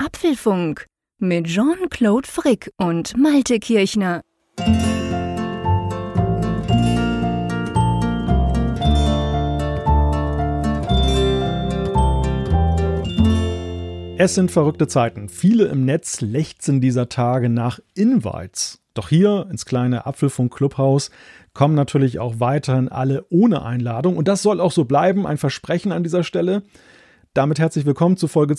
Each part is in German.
Apfelfunk mit Jean-Claude Frick und Malte Kirchner. Es sind verrückte Zeiten. Viele im Netz lechzen dieser Tage nach Invites. Doch hier ins kleine Apfelfunk-Clubhaus kommen natürlich auch weiterhin alle ohne Einladung. Und das soll auch so bleiben, ein Versprechen an dieser Stelle. Damit herzlich willkommen zu Folge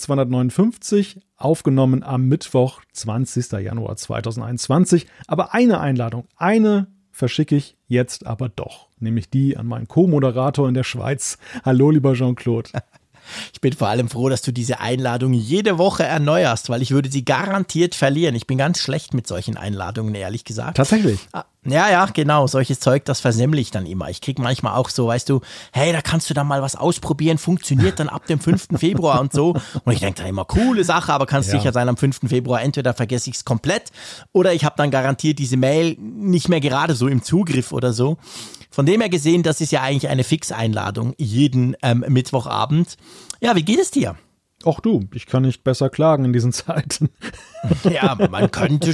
259, aufgenommen am Mittwoch, 20. Januar 2021. Aber eine Einladung, eine verschicke ich jetzt aber doch. Nämlich die an meinen Co-Moderator in der Schweiz. Hallo, lieber Jean-Claude. Ich bin vor allem froh, dass du diese Einladung jede Woche erneuerst, weil ich würde sie garantiert verlieren. Ich bin ganz schlecht mit solchen Einladungen, ehrlich gesagt. Tatsächlich? Ja, genau. Solches Zeug, das versemmle ich dann immer. Ich kriege manchmal auch so, weißt du, hey, da kannst du dann mal was ausprobieren, funktioniert dann ab dem 5. Februar und so. Und ich denke dann immer, coole Sache, aber kannst sicher sein, am 5. Februar entweder vergesse ich es komplett oder ich habe dann garantiert diese Mail nicht mehr gerade so im Zugriff oder so. Von dem her gesehen, das ist ja eigentlich eine Fixeinladung jeden Mittwochabend. Ja, wie geht es dir? Ach du, ich kann nicht besser klagen in diesen Zeiten. Ja, man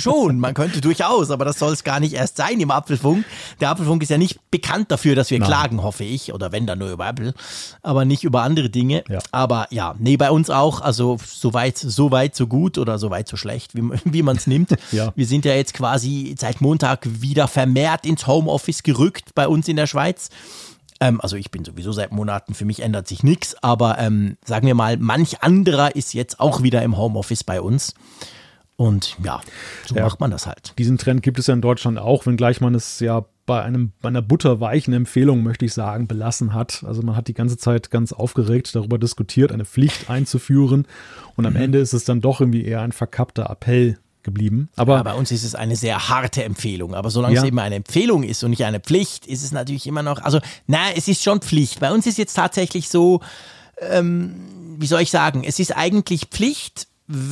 könnte durchaus, aber das soll es gar nicht erst sein im Apfelfunk. Der Apfelfunk ist ja nicht bekannt dafür, dass wir klagen, hoffe ich, oder wenn dann nur über Apple, aber nicht über andere Dinge. Ja. Aber ja, bei uns auch, also so weit, so gut oder so weit, so schlecht, wie man es nimmt. Ja. Wir sind ja jetzt quasi seit Montag wieder vermehrt ins Homeoffice gerückt bei uns in der Schweiz. Also ich bin sowieso seit Monaten, für mich ändert sich nichts, aber sagen wir mal, manch anderer ist jetzt auch wieder im Homeoffice bei uns. Und ja, so macht man das halt. Diesen Trend gibt es ja in Deutschland auch, wenngleich man es ja bei einer butterweichen Empfehlung, möchte ich sagen, belassen hat. Also man hat die ganze Zeit ganz aufgeregt darüber diskutiert, eine Pflicht einzuführen. Und am Ende ist es dann doch irgendwie eher ein verkappter Appell geblieben. Aber bei uns ist es eine sehr harte Empfehlung. Aber solange es eben eine Empfehlung ist und nicht eine Pflicht, ist es natürlich immer noch, es ist schon Pflicht. Bei uns ist jetzt tatsächlich so, wie soll ich sagen, es ist eigentlich Pflicht,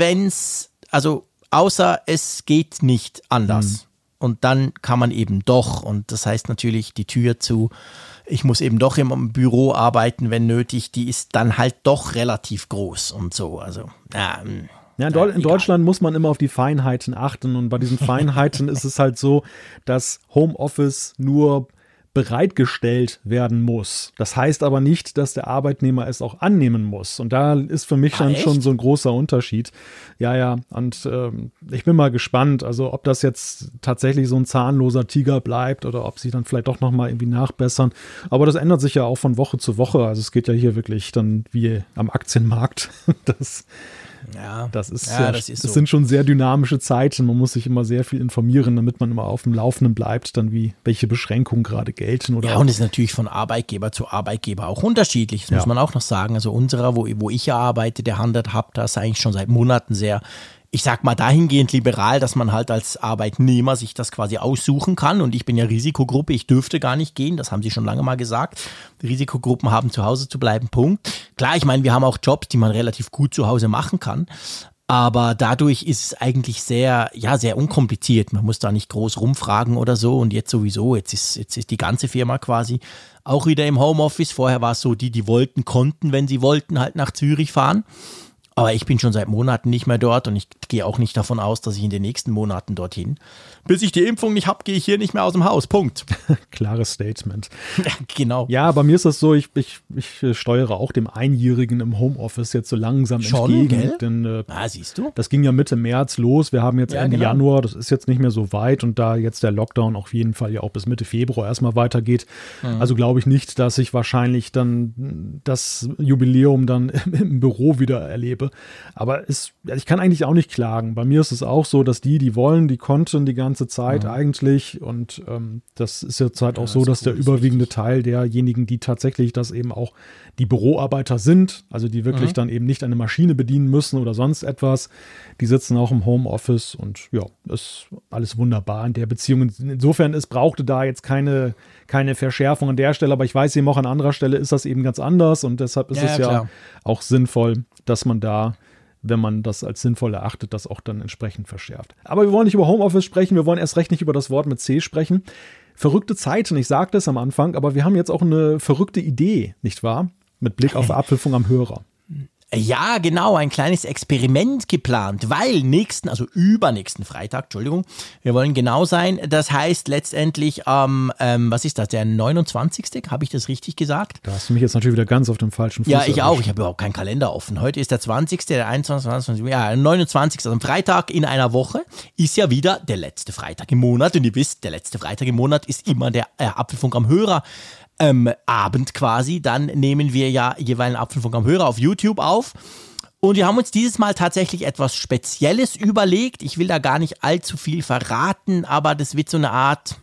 außer es geht nicht anders. Und dann kann man eben doch, und das heißt natürlich die Tür zu, ich muss eben doch im Büro arbeiten, wenn nötig, die ist dann halt doch relativ groß und so. Also, in Deutschland muss man immer auf die Feinheiten achten und bei diesen Feinheiten ist es halt so, dass Homeoffice nur bereitgestellt werden muss. Das heißt aber nicht, dass der Arbeitnehmer es auch annehmen muss. Und da ist für mich dann schon so ein großer Unterschied. Ja, und ich bin mal gespannt, also ob das jetzt tatsächlich so ein zahnloser Tiger bleibt oder ob sie dann vielleicht doch nochmal irgendwie nachbessern. Aber das ändert sich ja auch von Woche zu Woche. Also es geht ja hier wirklich dann wie am Aktienmarkt. Das sind schon sehr dynamische Zeiten. Man muss sich immer sehr viel informieren, damit man immer auf dem Laufenden bleibt, dann welche Beschränkungen gerade gelten. Und es ist natürlich von Arbeitgeber zu Arbeitgeber auch unterschiedlich. Das muss man auch noch sagen. Also unserer, wo ich ja arbeite, der Handwerk, das ist eigentlich schon seit Monaten sehr, ich sag mal, dahingehend liberal, dass man halt als Arbeitnehmer sich das quasi aussuchen kann. Und ich bin ja Risikogruppe, ich dürfte gar nicht gehen, das haben sie schon lange mal gesagt. Risikogruppen haben zu Hause zu bleiben, Punkt. Klar, ich meine, wir haben auch Jobs, die man relativ gut zu Hause machen kann. Aber dadurch ist es eigentlich sehr unkompliziert. Man muss da nicht groß rumfragen oder so. Und jetzt sowieso, jetzt ist die ganze Firma quasi auch wieder im Homeoffice. Vorher war es so, die wollten, konnten, wenn sie wollten, halt nach Zürich fahren. Aber ich bin schon seit Monaten nicht mehr dort und ich gehe auch nicht davon aus, dass ich in den nächsten Monaten dorthin. Bis ich die Impfung nicht habe, gehe ich hier nicht mehr aus dem Haus. Punkt. Klares Statement. Ja, genau. Ja, bei mir ist das so, ich steuere auch dem Einjährigen im Homeoffice jetzt so langsam entgegen. Gell? Denn, siehst du? Das ging ja Mitte März los. Wir haben jetzt Ende Januar, das ist jetzt nicht mehr so weit. Und da jetzt der Lockdown auf jeden Fall ja auch bis Mitte Februar erstmal weitergeht. Also glaube ich nicht, dass ich wahrscheinlich dann das Jubiläum dann im Büro wieder erlebe. Aber ich kann eigentlich auch nicht klagen. Bei mir ist es auch so, dass die wollen, die konnten die ganze Zeit eigentlich. Und das ist jetzt halt auch so, dass der überwiegende Teil derjenigen, die tatsächlich das eben auch die Büroarbeiter sind, also die wirklich dann eben nicht eine Maschine bedienen müssen oder sonst etwas, die sitzen auch im Homeoffice und ja, ist alles wunderbar in der Beziehung. Insofern, es brauchte da jetzt keine Verschärfung an der Stelle, aber ich weiß eben auch an anderer Stelle ist das eben ganz anders und deshalb ist es ja auch sinnvoll, dass man da, wenn man das als sinnvoll erachtet, das auch dann entsprechend verschärft. Aber wir wollen nicht über Homeoffice sprechen, wir wollen erst recht nicht über das Wort mit C sprechen. Verrückte Zeiten, ich sagte es am Anfang, aber wir haben jetzt auch eine verrückte Idee, nicht wahr? Mit Blick auf Apfelfunk am Hörer. Ja, genau, ein kleines Experiment geplant, weil übernächsten Freitag, Entschuldigung, wir wollen genau sein, das heißt letztendlich was ist das, der 29. Habe ich das richtig gesagt? Da hast du mich jetzt natürlich wieder ganz auf dem falschen Fuß Ja, ich auch, ich habe überhaupt keinen Kalender offen. Heute ist der 20., der 21., ja, 29., also am Freitag in einer Woche ist ja wieder der letzte Freitag im Monat und ihr wisst, der letzte Freitag im Monat ist immer der Apfelfunk am Hörer Abend quasi, dann nehmen wir ja jeweils einen Apfelfunk am Hörer auf YouTube auf und wir haben uns dieses Mal tatsächlich etwas Spezielles überlegt. Ich will da gar nicht allzu viel verraten, aber das wird so eine Art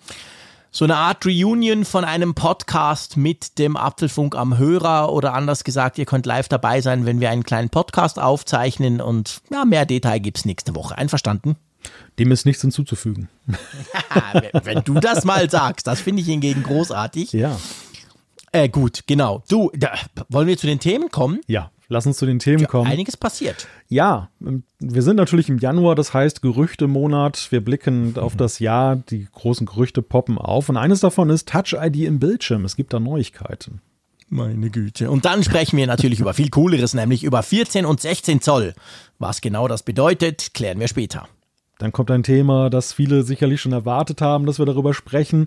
Reunion von einem Podcast mit dem Apfelfunk am Hörer oder anders gesagt, ihr könnt live dabei sein, wenn wir einen kleinen Podcast aufzeichnen und ja, mehr Detail gibt's nächste Woche. Einverstanden? Dem ist nichts hinzuzufügen. Wenn du das mal sagst, das finde ich hingegen großartig. Ja. Gut, genau. Wollen wir zu den Themen kommen? Ja, lass uns zu den Themen kommen. Einiges passiert. Ja, wir sind natürlich im Januar, das heißt Gerüchtemonat. Wir blicken auf das Jahr, die großen Gerüchte poppen auf. Und eines davon ist Touch-ID im Bildschirm. Es gibt da Neuigkeiten. Meine Güte. Und dann sprechen wir natürlich über viel Cooleres, nämlich über 14 und 16 Zoll. Was genau das bedeutet, klären wir später. Dann kommt ein Thema, das viele sicherlich schon erwartet haben, dass wir darüber sprechen.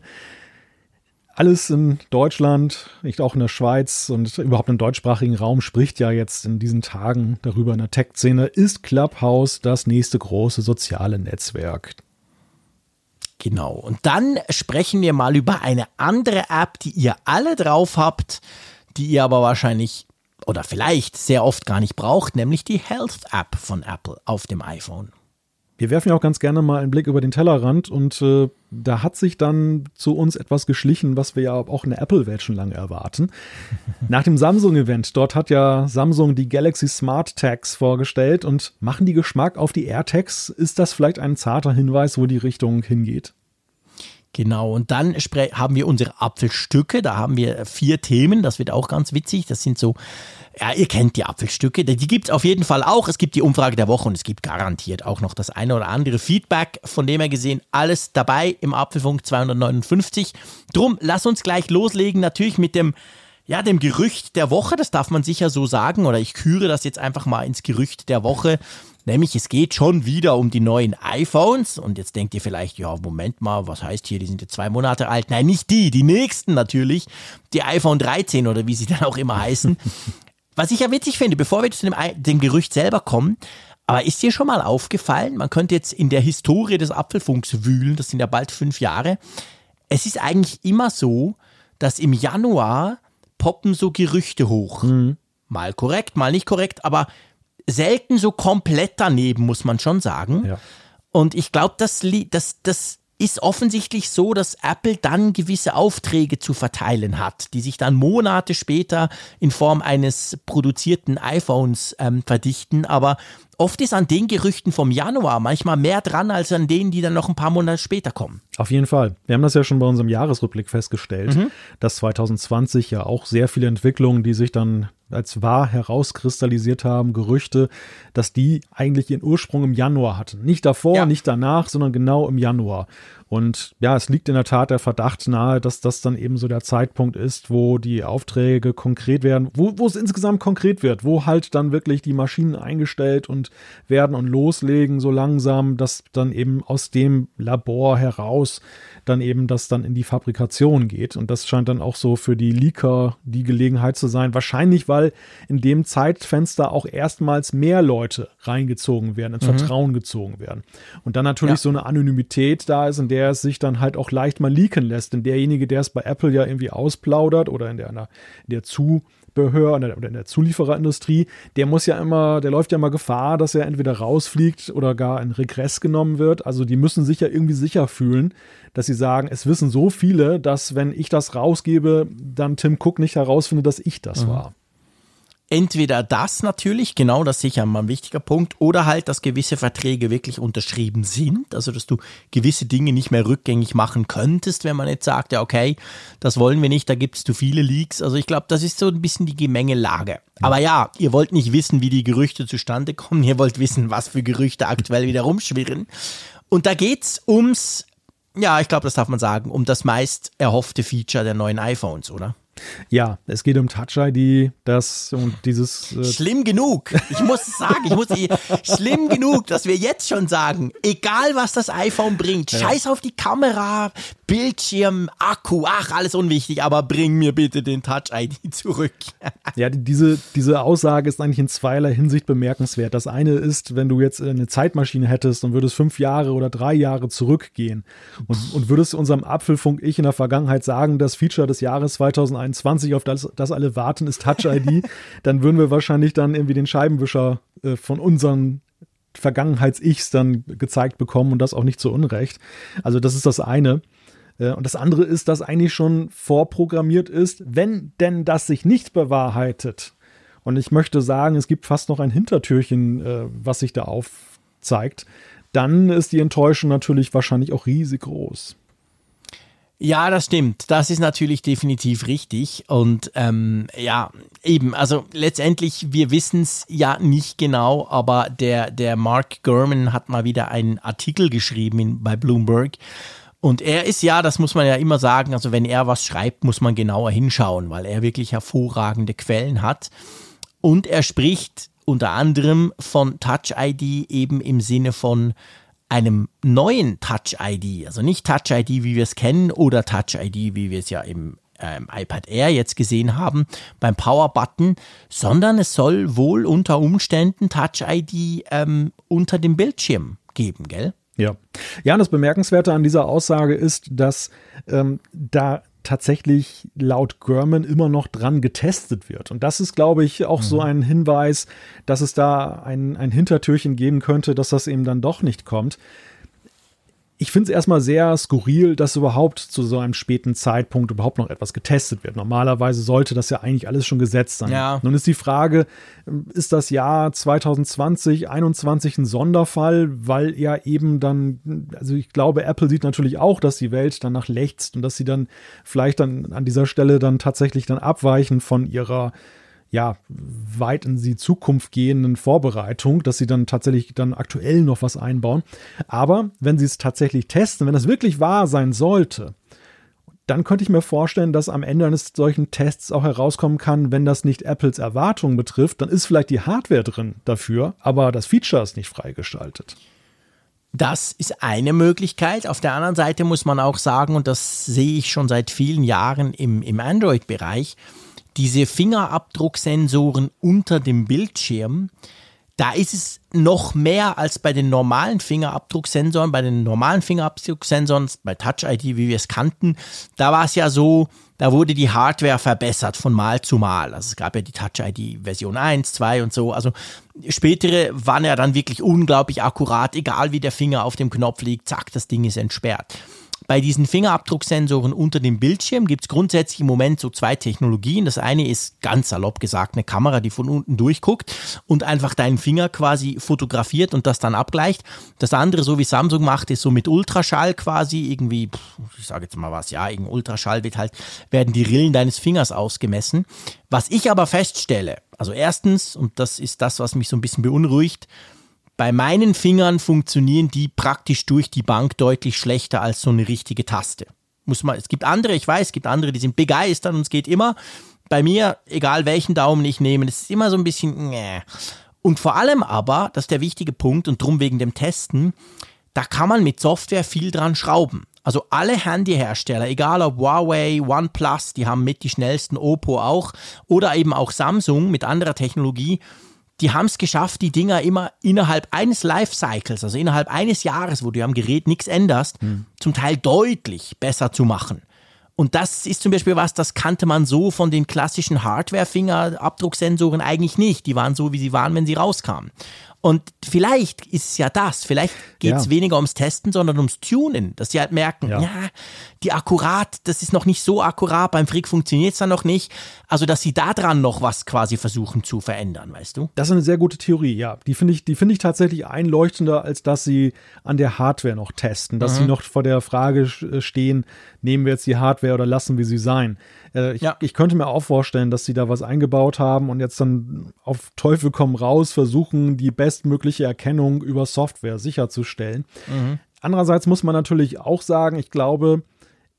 Alles in Deutschland, nicht auch in der Schweiz und überhaupt im deutschsprachigen Raum spricht ja jetzt in diesen Tagen darüber in der Tech-Szene. Ist Clubhouse das nächste große soziale Netzwerk? Genau. Und dann sprechen wir mal über eine andere App, die ihr alle drauf habt, die ihr aber wahrscheinlich oder vielleicht sehr oft gar nicht braucht, nämlich die Health-App von Apple auf dem iPhone. Wir werfen ja auch ganz gerne mal einen Blick über den Tellerrand und da hat sich dann zu uns etwas geschlichen, was wir ja auch in der Apple-Welt schon lange erwarten. Nach dem Samsung-Event, dort hat ja Samsung die Galaxy Smart Tags vorgestellt und machen die Geschmack auf die AirTags. Ist das vielleicht ein zarter Hinweis, wo die Richtung hingeht? Genau, und dann haben wir unsere Apfelstücke, da haben wir 4 Themen, das wird auch ganz witzig, das sind so, ja, ihr kennt die Apfelstücke, die gibt es auf jeden Fall auch, es gibt die Umfrage der Woche und es gibt garantiert auch noch das eine oder andere Feedback, von dem her gesehen, alles dabei im Apfelfunk 259. Drum, lass uns gleich loslegen, natürlich mit dem Gerücht der Woche, das darf man sicher so sagen, oder ich küre das jetzt einfach mal ins Gerücht der Woche. Nämlich, es geht schon wieder um die neuen iPhones. Und jetzt denkt ihr vielleicht, ja, Moment mal, was heißt hier, die sind jetzt 2 Monate alt. Nein, nicht die nächsten natürlich. Die iPhone 13 oder wie sie dann auch immer heißen. Was ich ja witzig finde, bevor wir zu dem Gerücht selber kommen, aber ist dir schon mal aufgefallen, man könnte jetzt in der Historie des Apfelfunks wühlen, das sind ja bald 5 Jahre. Es ist eigentlich immer so, dass im Januar poppen so Gerüchte hoch. Mhm. Mal korrekt, mal nicht korrekt, aber selten so komplett daneben, muss man schon sagen. Ja. Und ich glaube, das ist offensichtlich so, dass Apple dann gewisse Aufträge zu verteilen hat, die sich dann Monate später in Form eines produzierten iPhones verdichten. Aber oft ist an den Gerüchten vom Januar manchmal mehr dran, als an denen, die dann noch ein paar Monate später kommen. Auf jeden Fall. Wir haben das ja schon bei unserem Jahresrückblick festgestellt, dass 2020 ja auch sehr viele Entwicklungen, die sich dann als wahr herauskristallisiert haben, Gerüchte, dass die eigentlich ihren Ursprung im Januar hatten. Nicht davor, nicht danach, sondern genau im Januar. Und ja, es liegt in der Tat der Verdacht nahe, dass das dann eben so der Zeitpunkt ist, wo die Aufträge konkret werden, wo es insgesamt konkret wird, wo halt dann wirklich die Maschinen eingestellt und werden und loslegen so langsam, dass dann eben aus dem Labor heraus dann eben das dann in die Fabrikation geht. Und das scheint dann auch so für die Leaker die Gelegenheit zu sein. Wahrscheinlich, weil in dem Zeitfenster auch erstmals mehr Leute reingezogen werden, ins Vertrauen gezogen werden. Und dann natürlich so eine Anonymität da ist, in der es sich dann halt auch leicht mal leaken lässt. Denn derjenige, der es bei Apple ja irgendwie ausplaudert oder in der Zubehör oder in der Zuliefererindustrie, der läuft ja immer Gefahr, dass er entweder rausfliegt oder gar in Regress genommen wird. Also die müssen sich ja irgendwie sicher fühlen, dass sie sagen, es wissen so viele, dass wenn ich das rausgebe, dann Tim Cook nicht herausfindet, dass ich das war. Entweder das natürlich, genau, das ist sicher mal ein wichtiger Punkt, oder halt, dass gewisse Verträge wirklich unterschrieben sind, also dass du gewisse Dinge nicht mehr rückgängig machen könntest, wenn man jetzt sagt, ja okay, das wollen wir nicht, da gibt es zu viele Leaks. Also ich glaube, das ist so ein bisschen die Gemengelage. Aber ja, ihr wollt nicht wissen, wie die Gerüchte zustande kommen, ihr wollt wissen, was für Gerüchte aktuell wieder rumschwirren. Und da geht's ums, ja, ich glaube, das darf man sagen, um das meist erhoffte Feature der neuen iPhones, oder? Ja, es geht um Touch-ID, Schlimm genug. Ich muss sagen, schlimm genug, dass wir jetzt schon sagen, egal was das iPhone bringt, scheiß auf die Kamera, Bildschirm, Akku, alles unwichtig, aber bring mir bitte den Touch-ID zurück. Ja, diese Aussage ist eigentlich in zweierlei Hinsicht bemerkenswert. Das eine ist, wenn du jetzt eine Zeitmaschine hättest und würdest 5 Jahre oder 3 Jahre zurückgehen und würdest unserem Apfelfunk-Ich in der Vergangenheit sagen, das Feature des Jahres 2021, auf das alle warten, ist Touch-ID, dann würden wir wahrscheinlich dann irgendwie den Scheibenwischer von unseren Vergangenheits-Ichs dann gezeigt bekommen und das auch nicht zu Unrecht. Also das ist das eine. Und das andere ist, dass eigentlich schon vorprogrammiert ist, wenn denn das sich nicht bewahrheitet. Und ich möchte sagen, es gibt fast noch ein Hintertürchen, was sich da aufzeigt. Dann ist die Enttäuschung natürlich wahrscheinlich auch riesig groß. Ja, das stimmt. Das ist natürlich definitiv richtig. Und also letztendlich, wir wissen es ja nicht genau, aber der Mark Gurman hat mal wieder einen Artikel geschrieben bei Bloomberg. Und er ist das muss man ja immer sagen, also wenn er was schreibt, muss man genauer hinschauen, weil er wirklich hervorragende Quellen hat. Und er spricht unter anderem von Touch-ID eben im Sinne von einem neuen Touch-ID, also nicht Touch-ID, wie wir es kennen, oder Touch-ID, wie wir es ja im iPad Air jetzt gesehen haben, beim Power-Button, sondern es soll wohl unter Umständen Touch-ID unter dem Bildschirm geben, gell? Ja, und das Bemerkenswerte an dieser Aussage ist, dass da tatsächlich laut Gurman immer noch dran getestet wird. Und das ist, glaube ich, auch so ein Hinweis, dass es da ein Hintertürchen geben könnte, dass das eben dann doch nicht kommt. Ich finde es erstmal sehr skurril, dass überhaupt zu so einem späten Zeitpunkt überhaupt noch etwas getestet wird. Normalerweise sollte das ja eigentlich alles schon gesetzt sein. Ja. Nun ist die Frage, ist das Jahr 2020, 2021 ein Sonderfall, weil ja eben dann, also ich glaube, Apple sieht natürlich auch, dass die Welt danach lechzt und dass sie dann vielleicht dann an dieser Stelle dann tatsächlich dann abweichen von ihrer weit in die Zukunft gehenden Vorbereitung, dass sie dann tatsächlich dann aktuell noch was einbauen. Aber wenn sie es tatsächlich testen, wenn das wirklich wahr sein sollte, dann könnte ich mir vorstellen, dass am Ende eines solchen Tests auch herauskommen kann, wenn das nicht Apples Erwartungen betrifft, dann ist vielleicht die Hardware drin dafür, aber das Feature ist nicht freigeschaltet. Das ist eine Möglichkeit. Auf der anderen Seite muss man auch sagen, und das sehe ich schon seit vielen Jahren im Android-Bereich, diese Fingerabdrucksensoren unter dem Bildschirm, da ist es noch mehr als bei den normalen Fingerabdrucksensoren. Bei den normalen Fingerabdrucksensoren, bei Touch-ID, wie wir es kannten, da war es ja so, da wurde die Hardware verbessert von Mal zu Mal. Also es gab ja die Touch-ID Version 1, 2 und so. Also spätere waren ja dann wirklich unglaublich akkurat, egal wie der Finger auf dem Knopf liegt, zack, das Ding ist entsperrt. Bei diesen Fingerabdrucksensoren unter dem Bildschirm gibt es grundsätzlich im Moment so 2 Technologien. Das eine ist ganz salopp gesagt eine Kamera, die von unten durchguckt und einfach deinen Finger quasi fotografiert und das dann abgleicht. Das andere, so wie Samsung macht, ist so mit Ultraschall quasi irgendwie, ich sage jetzt mal was, irgendein Ultraschall werden die Rillen deines Fingers ausgemessen. Was ich aber feststelle, also erstens, und das ist das, was mich so ein bisschen beunruhigt, bei meinen Fingern funktionieren die praktisch durch die Bank deutlich schlechter als so eine richtige Taste. Es gibt andere, die sind begeistert und es geht immer. Bei mir, egal welchen Daumen ich nehme, das ist immer so ein bisschen Und vor allem aber, das ist der wichtige Punkt und drum wegen dem Testen, da kann man mit Software viel dran schrauben. Also alle Handyhersteller, egal ob Huawei, OnePlus, die haben mit die schnellsten, Oppo auch, oder eben auch Samsung mit anderer Technologie, die haben es geschafft, die Dinger immer innerhalb eines Lifecycles, also innerhalb eines Jahres, wo du am Gerät nichts änderst, zum Teil deutlich besser zu machen. Und das ist zum Beispiel was, das kannte man so von den klassischen Hardware-Fingerabdrucksensoren eigentlich nicht. Die waren so, wie sie waren, wenn sie rauskamen. Und vielleicht ist es ja das, vielleicht geht es weniger ums Testen, sondern ums Tunen, dass sie halt merken, die das ist noch nicht so akkurat, beim Frick funktioniert es dann noch nicht. Also, dass sie daran noch was quasi versuchen zu verändern, weißt du? Das ist eine sehr gute Theorie, ja. Die finde ich tatsächlich einleuchtender, als dass sie an der Hardware noch testen, dass sie noch vor der Frage stehen, nehmen wir jetzt die Hardware oder lassen wir sie sein. Ich könnte mir auch vorstellen, dass sie da was eingebaut haben und jetzt dann auf Teufel komm raus versuchen, die bestmögliche Erkennung über Software sicherzustellen. Andererseits muss man natürlich auch sagen, ich glaube,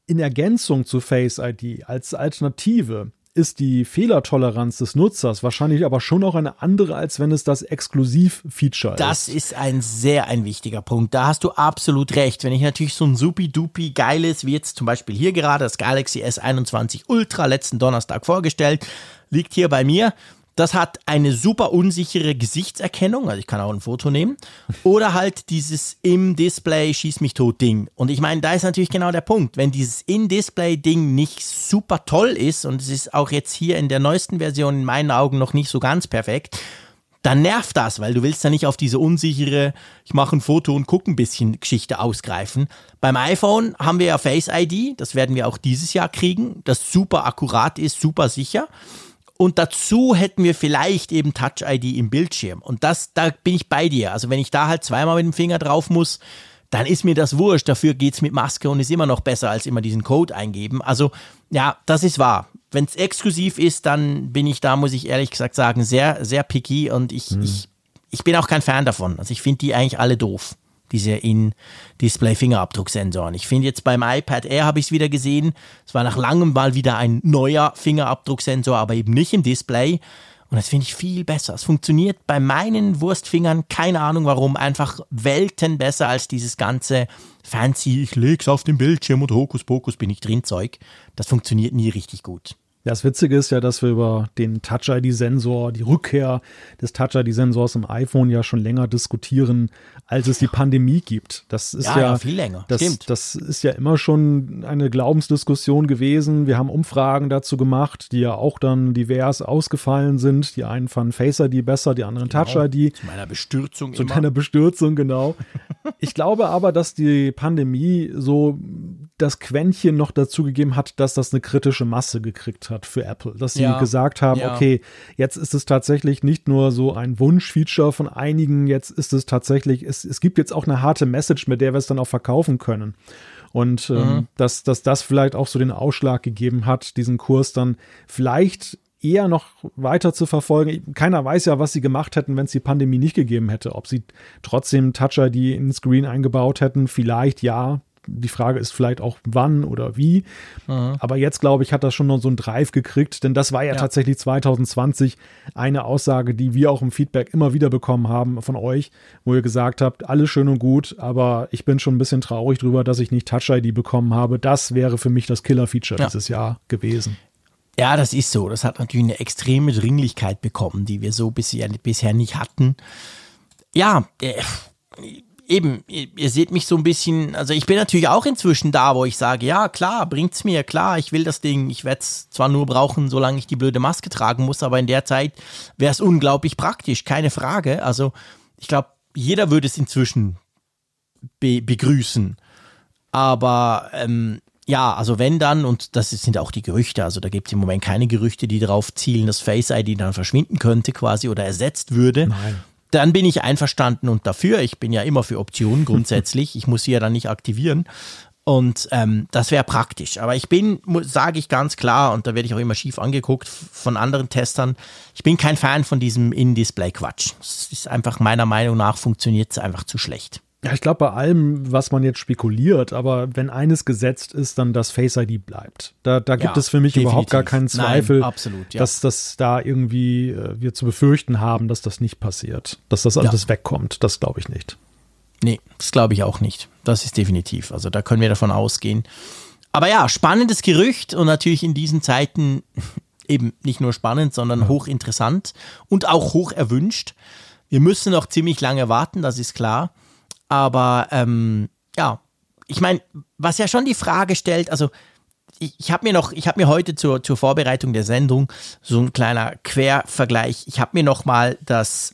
in Ergänzung zu Face ID als Alternative ist die Fehlertoleranz des Nutzers wahrscheinlich aber schon auch eine andere, als wenn es das Exklusiv-Feature ist. Das ist ein wichtiger Punkt. Da hast du absolut recht. Wenn ich natürlich so ein supi-dupi geiles, wie jetzt zum Beispiel hier gerade das Galaxy S21 Ultra letzten Donnerstag vorgestellt, liegt hier bei mir. Das hat eine super unsichere Gesichtserkennung, also ich kann auch ein Foto nehmen, oder halt dieses im-Display Schieß-mich-tot-Ding. Und ich meine, da ist natürlich genau der Punkt, wenn dieses In-Display-Ding nicht super toll ist und es ist auch jetzt hier in der neuesten Version in meinen Augen noch nicht so ganz perfekt, dann nervt das, weil du willst ja nicht auf diese unsichere, ich mache ein Foto und gucke ein bisschen Geschichte ausgreifen. Beim iPhone haben wir ja Face ID, das werden wir auch dieses Jahr kriegen, das super akkurat ist, super sicher. Und dazu hätten wir vielleicht eben Touch-ID im Bildschirm. Und da bin ich bei dir. Also wenn ich da halt zweimal mit dem Finger drauf muss, dann ist mir das wurscht. Dafür geht's mit Maske und ist immer noch besser, als immer diesen Code eingeben. Also ja, das ist wahr. Wenn es exklusiv ist, dann bin ich da, muss ich ehrlich gesagt sagen, sehr, sehr picky. Und ich bin auch kein Fan davon. Also ich finde die eigentlich alle doof, diese In-Display-Fingerabdrucksensoren. Ich finde jetzt beim iPad Air habe ich es wieder gesehen, es war nach langem mal wieder ein neuer Fingerabdrucksensor, aber eben nicht im Display. Und das finde ich viel besser. Es funktioniert bei meinen Wurstfingern, keine Ahnung warum, einfach Welten besser als dieses ganze fancy, ich leg's auf den Bildschirm und Hokuspokus bin ich drin Zeug. Das funktioniert nie richtig gut. Ja, das Witzige ist ja, dass wir über den Touch-ID-Sensor, die Rückkehr des Touch-ID-Sensors im iPhone ja schon länger diskutieren, als es die Pandemie gibt. Das ist ja viel länger. Das ist ja immer schon eine Glaubensdiskussion gewesen. Wir haben Umfragen dazu gemacht, die ja auch dann divers ausgefallen sind. Die einen fanden Face ID besser, die anderen Touch-ID. Zu meiner Bestürzung Zu deiner Bestürzung, genau. Ich glaube aber, dass die Pandemie so das Quäntchen noch dazu gegeben hat, dass das eine kritische Masse gekriegt hat für Apple. Dass sie gesagt haben, okay, jetzt ist es tatsächlich nicht nur so ein Wunschfeature von einigen, jetzt ist es tatsächlich, es gibt jetzt auch eine harte Message, mit der wir es dann auch verkaufen können. Und dass das vielleicht auch so den Ausschlag gegeben hat, diesen Kurs dann vielleicht eher noch weiter zu verfolgen. Keiner weiß ja, was sie gemacht hätten, wenn es die Pandemie nicht gegeben hätte. Ob sie trotzdem Touch-ID in Screen eingebaut hätten, vielleicht ja. Die Frage ist vielleicht auch wann oder wie. Aber jetzt, glaube ich, hat das schon noch so einen Drive gekriegt, denn das war ja tatsächlich 2020 eine Aussage, die wir auch im Feedback immer wieder bekommen haben von euch, wo ihr gesagt habt, alles schön und gut, aber ich bin schon ein bisschen traurig drüber, dass ich nicht Touch-ID bekommen habe. Das wäre für mich das Killer-Feature dieses Jahr gewesen. Ja, das ist so. Das hat natürlich eine extreme Dringlichkeit bekommen, die wir so bisher nicht hatten. Ja, eben, ihr seht mich so ein bisschen, also ich bin natürlich auch inzwischen da, wo ich sage, ja klar, bringt's mir, klar, ich will das Ding, ich werde es zwar nur brauchen, solange ich die blöde Maske tragen muss, aber in der Zeit wäre es unglaublich praktisch, keine Frage. Also ich glaube, jeder würde es inzwischen begrüßen, aber ja, also wenn dann, und das sind auch die Gerüchte, also da gibt es im Moment keine Gerüchte, die darauf zielen, dass Face ID dann verschwinden könnte quasi oder ersetzt würde. Nein. Dann bin ich einverstanden und dafür. Ich bin ja immer für Optionen grundsätzlich. Ich muss sie ja dann nicht aktivieren. Und das wäre praktisch. Aber ich bin, sage ich ganz klar, und da werde ich auch immer schief angeguckt von anderen Testern, ich bin kein Fan von diesem In-Display-Quatsch. Es ist einfach meiner Meinung nach, funktioniert es einfach zu schlecht. Ja, ich glaube bei allem, was man jetzt spekuliert, aber wenn eines gesetzt ist, dann dass Face ID bleibt. Da gibt es für mich definitiv überhaupt gar keinen Zweifel, nein, absolut, dass das da irgendwie wir zu befürchten haben, dass das nicht passiert. Dass das alles wegkommt, das glaube ich nicht. Nee, das glaube ich auch nicht. Das ist definitiv. Also da können wir davon ausgehen. Aber ja, spannendes Gerücht und natürlich in diesen Zeiten eben nicht nur spannend, sondern hochinteressant und auch hoch erwünscht. Wir müssen noch ziemlich lange warten, das ist klar. Aber ja, ich meine, was ja schon die Frage stellt, also ich habe mir heute zur Vorbereitung der Sendung so ein kleiner Quervergleich, ich habe mir nochmal das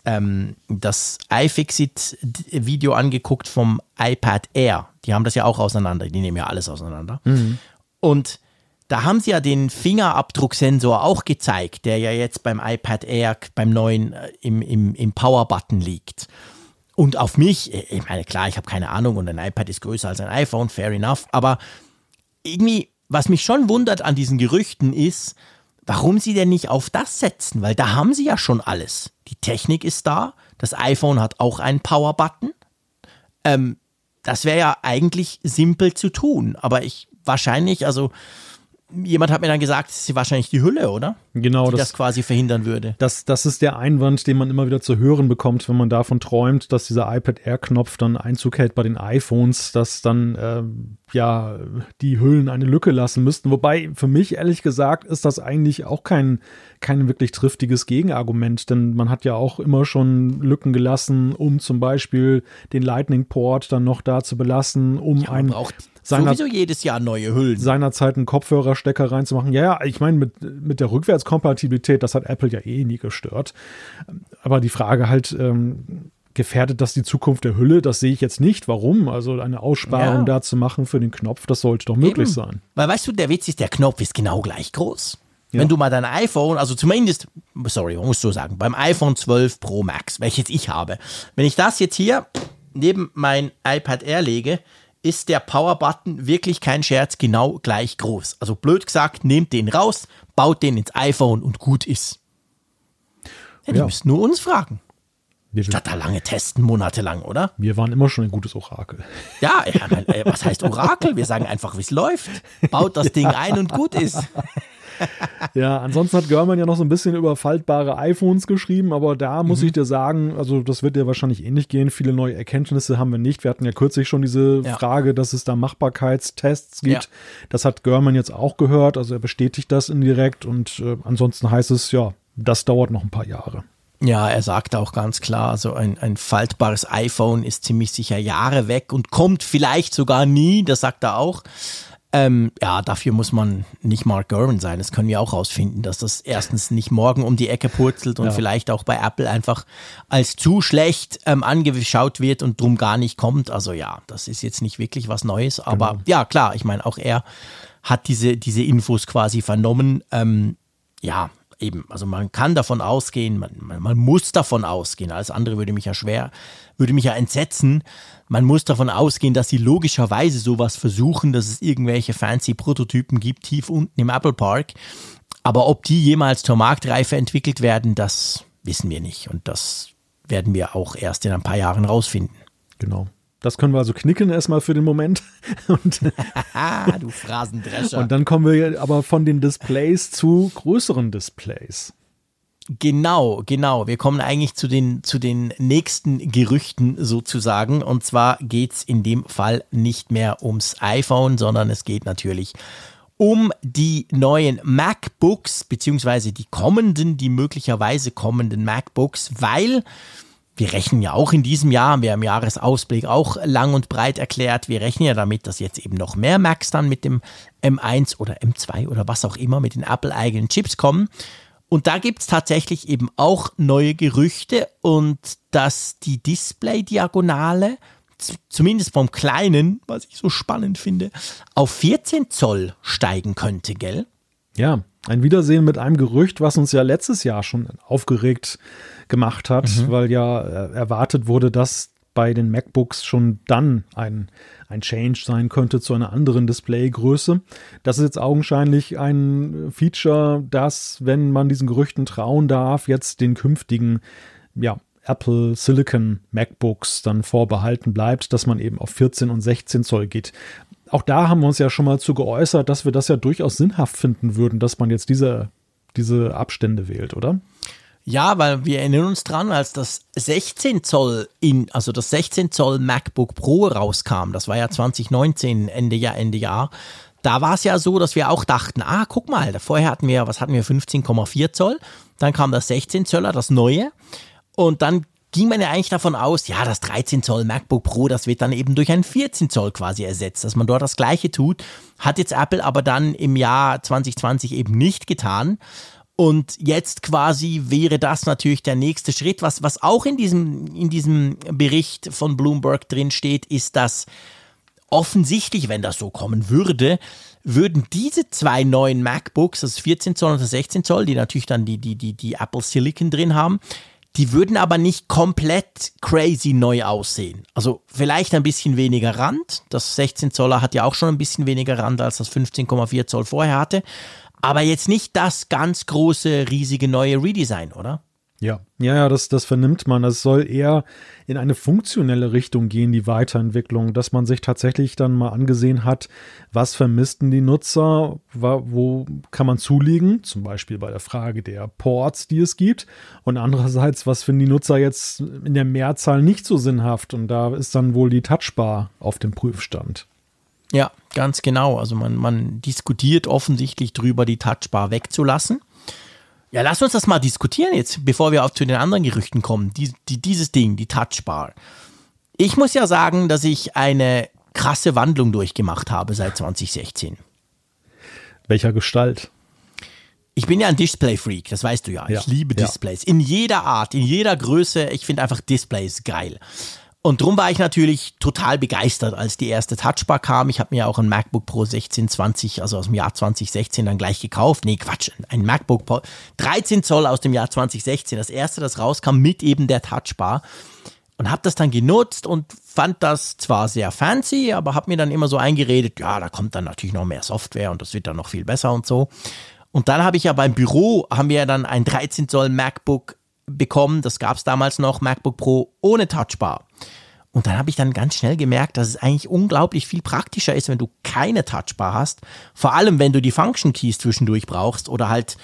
iFixit-Video angeguckt vom iPad Air. Die haben das ja auch auseinander, die nehmen ja alles auseinander. Und da haben sie ja den Fingerabdrucksensor auch gezeigt, der ja jetzt beim iPad Air, beim neuen im Power-Button liegt. Und auf mich, ich meine, klar, ich habe keine Ahnung und ein iPad ist größer als ein iPhone, fair enough, aber irgendwie, was mich schon wundert an diesen Gerüchten ist, warum sie denn nicht auf das setzen, weil da haben sie ja schon alles. Die Technik ist da, das iPhone hat auch einen Power-Button. Das wäre ja eigentlich simpel zu tun, aber ich wahrscheinlich, also jemand hat mir dann gesagt, es ist wahrscheinlich die Hülle, oder? Genau. Die das quasi verhindern würde. Das ist der Einwand, den man immer wieder zu hören bekommt, wenn man davon träumt, dass dieser iPad Air-Knopf dann Einzug hält bei den iPhones, dass dann die Hüllen eine Lücke lassen müssten. Wobei für mich ehrlich gesagt ist das eigentlich auch kein wirklich triftiges Gegenargument, denn man hat ja auch immer schon Lücken gelassen, um zum Beispiel den Lightning-Port dann noch da zu belassen, um sowieso jedes Jahr neue Hüllen. Seinerzeit einen Kopfhörerstecker reinzumachen. Ja, ich meine, mit der Rückwärtskompatibilität, das hat Apple ja nie gestört. Aber die Frage halt, gefährdet das die Zukunft der Hülle? Das sehe ich jetzt nicht. Warum? Also eine Aussparung da zu machen für den Knopf, das sollte doch möglich sein. Weil weißt du, der Witz ist, der Knopf ist genau gleich groß. Ja. Wenn du mal dein iPhone, also zumindest, man muss so sagen, beim iPhone 12 Pro Max, welches ich habe, wenn ich das jetzt hier neben mein iPad Air lege, ist der Power-Button wirklich kein Scherz genau gleich groß. Also blöd gesagt, nehmt den raus, baut den ins iPhone und gut ist. Ja, die müssten nur uns fragen. Statt da lange testen, monatelang, oder? Wir waren immer schon ein gutes Orakel. Ja, was heißt Orakel? Wir sagen einfach, wie es läuft. Baut das Ding ein und gut ist. Ja, ansonsten hat Gurman ja noch so ein bisschen über faltbare iPhones geschrieben, aber da muss ich dir sagen, also das wird dir wahrscheinlich ähnlich gehen. Viele neue Erkenntnisse haben wir nicht. Wir hatten ja kürzlich schon diese Frage, dass es da Machbarkeitstests gibt. Ja. Das hat Gurman jetzt auch gehört, also er bestätigt das indirekt und ansonsten heißt es, das dauert noch ein paar Jahre. Ja, er sagt auch ganz klar, also ein faltbares iPhone ist ziemlich sicher Jahre weg und kommt vielleicht sogar nie, das sagt er auch. Dafür muss man nicht Mark Gurman sein. Das können wir auch rausfinden, dass das erstens nicht morgen um die Ecke purzelt und vielleicht auch bei Apple einfach als zu schlecht angeschaut wird und drum gar nicht kommt. Also das ist jetzt nicht wirklich was Neues. Aber klar, ich meine, auch er hat diese Infos quasi vernommen. Also man kann davon ausgehen, man muss davon ausgehen, alles andere würde mich ja entsetzen. Man muss davon ausgehen, dass sie logischerweise sowas versuchen, dass es irgendwelche fancy Prototypen gibt, tief unten im Apple Park. Aber ob die jemals zur Marktreife entwickelt werden, das wissen wir nicht. Und das werden wir auch erst in ein paar Jahren rausfinden. Genau. Das können wir also knicken erstmal für den Moment. Du Phrasendrescher. Und dann kommen wir aber von den Displays zu größeren Displays. Genau. Wir kommen eigentlich zu den nächsten Gerüchten sozusagen. Und zwar geht es in dem Fall nicht mehr ums iPhone, sondern es geht natürlich um die neuen MacBooks, beziehungsweise die möglicherweise kommenden MacBooks, weil wir rechnen ja auch in diesem Jahr, haben wir im Jahresausblick auch lang und breit erklärt, wir rechnen ja damit, dass jetzt eben noch mehr Macs dann mit dem M1 oder M2 oder was auch immer mit den Apple-eigenen Chips kommen. Und da gibt es tatsächlich eben auch neue Gerüchte und dass die Display-Diagonale, zumindest vom Kleinen, was ich so spannend finde, auf 14 Zoll steigen könnte, gell? Ja, ein Wiedersehen mit einem Gerücht, was uns ja letztes Jahr schon aufgeregt gemacht hat, weil ja erwartet wurde, dass bei den MacBooks schon dann ein Change sein könnte zu einer anderen Displaygröße. Das ist jetzt augenscheinlich ein Feature, das, wenn man diesen Gerüchten trauen darf, jetzt den künftigen Apple Silicon MacBooks dann vorbehalten bleibt, dass man eben auf 14 und 16 Zoll geht. Auch da haben wir uns ja schon mal zu geäußert, dass wir das ja durchaus sinnhaft finden würden, dass man jetzt diese Abstände wählt, oder? Ja, weil wir erinnern uns dran, als das 16 Zoll das 16 Zoll MacBook Pro rauskam, das war ja 2019, Ende Jahr, da war es ja so, dass wir auch dachten, guck mal, vorher hatten wir 15,4 Zoll, dann kam das 16 Zöller, das neue, und dann ging man ja eigentlich davon aus, das 13 Zoll MacBook Pro, das wird dann eben durch ein 14 Zoll quasi ersetzt, dass man dort das Gleiche tut, hat jetzt Apple aber dann im Jahr 2020 eben nicht getan. Und jetzt quasi wäre das natürlich der nächste Schritt. Was auch in diesem Bericht von Bloomberg drin steht, ist, dass offensichtlich, wenn das so kommen würde, würden diese zwei neuen MacBooks, das 14 Zoll und das 16 Zoll, die natürlich dann die Apple Silicon drin haben, die würden aber nicht komplett crazy neu aussehen. Also vielleicht ein bisschen weniger Rand. Das 16 Zoller hat ja auch schon ein bisschen weniger Rand, als das 15,4 Zoll vorher hatte. Aber jetzt nicht das ganz große, riesige neue Redesign, oder? Ja, das vernimmt man. Es soll eher in eine funktionelle Richtung gehen, die Weiterentwicklung, dass man sich tatsächlich dann mal angesehen hat, was vermissten die Nutzer, wo kann man zulegen, zum Beispiel bei der Frage der Ports, die es gibt, und andererseits, was finden die Nutzer jetzt in der Mehrzahl nicht so sinnhaft, und da ist dann wohl die Touchbar auf dem Prüfstand. Ja, ganz genau. Also man diskutiert offensichtlich drüber, die Touchbar wegzulassen. Ja, lass uns das mal diskutieren jetzt, bevor wir zu den anderen Gerüchten kommen. Dieses Ding, die Touchbar. Ich muss ja sagen, dass ich eine krasse Wandlung durchgemacht habe seit 2016. Welcher Gestalt? Ich bin ja ein Display-Freak, das weißt du ja. Ich liebe Displays. In jeder Art, in jeder Größe. Ich finde einfach Displays geil. Und darum war ich natürlich total begeistert, als die erste Touchbar kam. Ich habe mir auch ein MacBook Pro 1620, also aus dem Jahr 2016 dann gleich gekauft. Nee, Quatsch, ein MacBook Pro 13 Zoll aus dem Jahr 2016. Das erste, das rauskam mit eben der Touchbar. Und habe das dann genutzt und fand das zwar sehr fancy, aber habe mir dann immer so eingeredet, ja, da kommt dann natürlich noch mehr Software und das wird dann noch viel besser und so. Und dann habe ich ja beim Büro, haben wir ja dann ein 13 Zoll MacBook bekommen. Das gab es damals noch, MacBook Pro ohne Touchbar. Und dann habe ich dann ganz schnell gemerkt, dass es eigentlich unglaublich viel praktischer ist, wenn du keine Touchbar hast. Vor allem, wenn du die Function Keys zwischendurch brauchst oder halt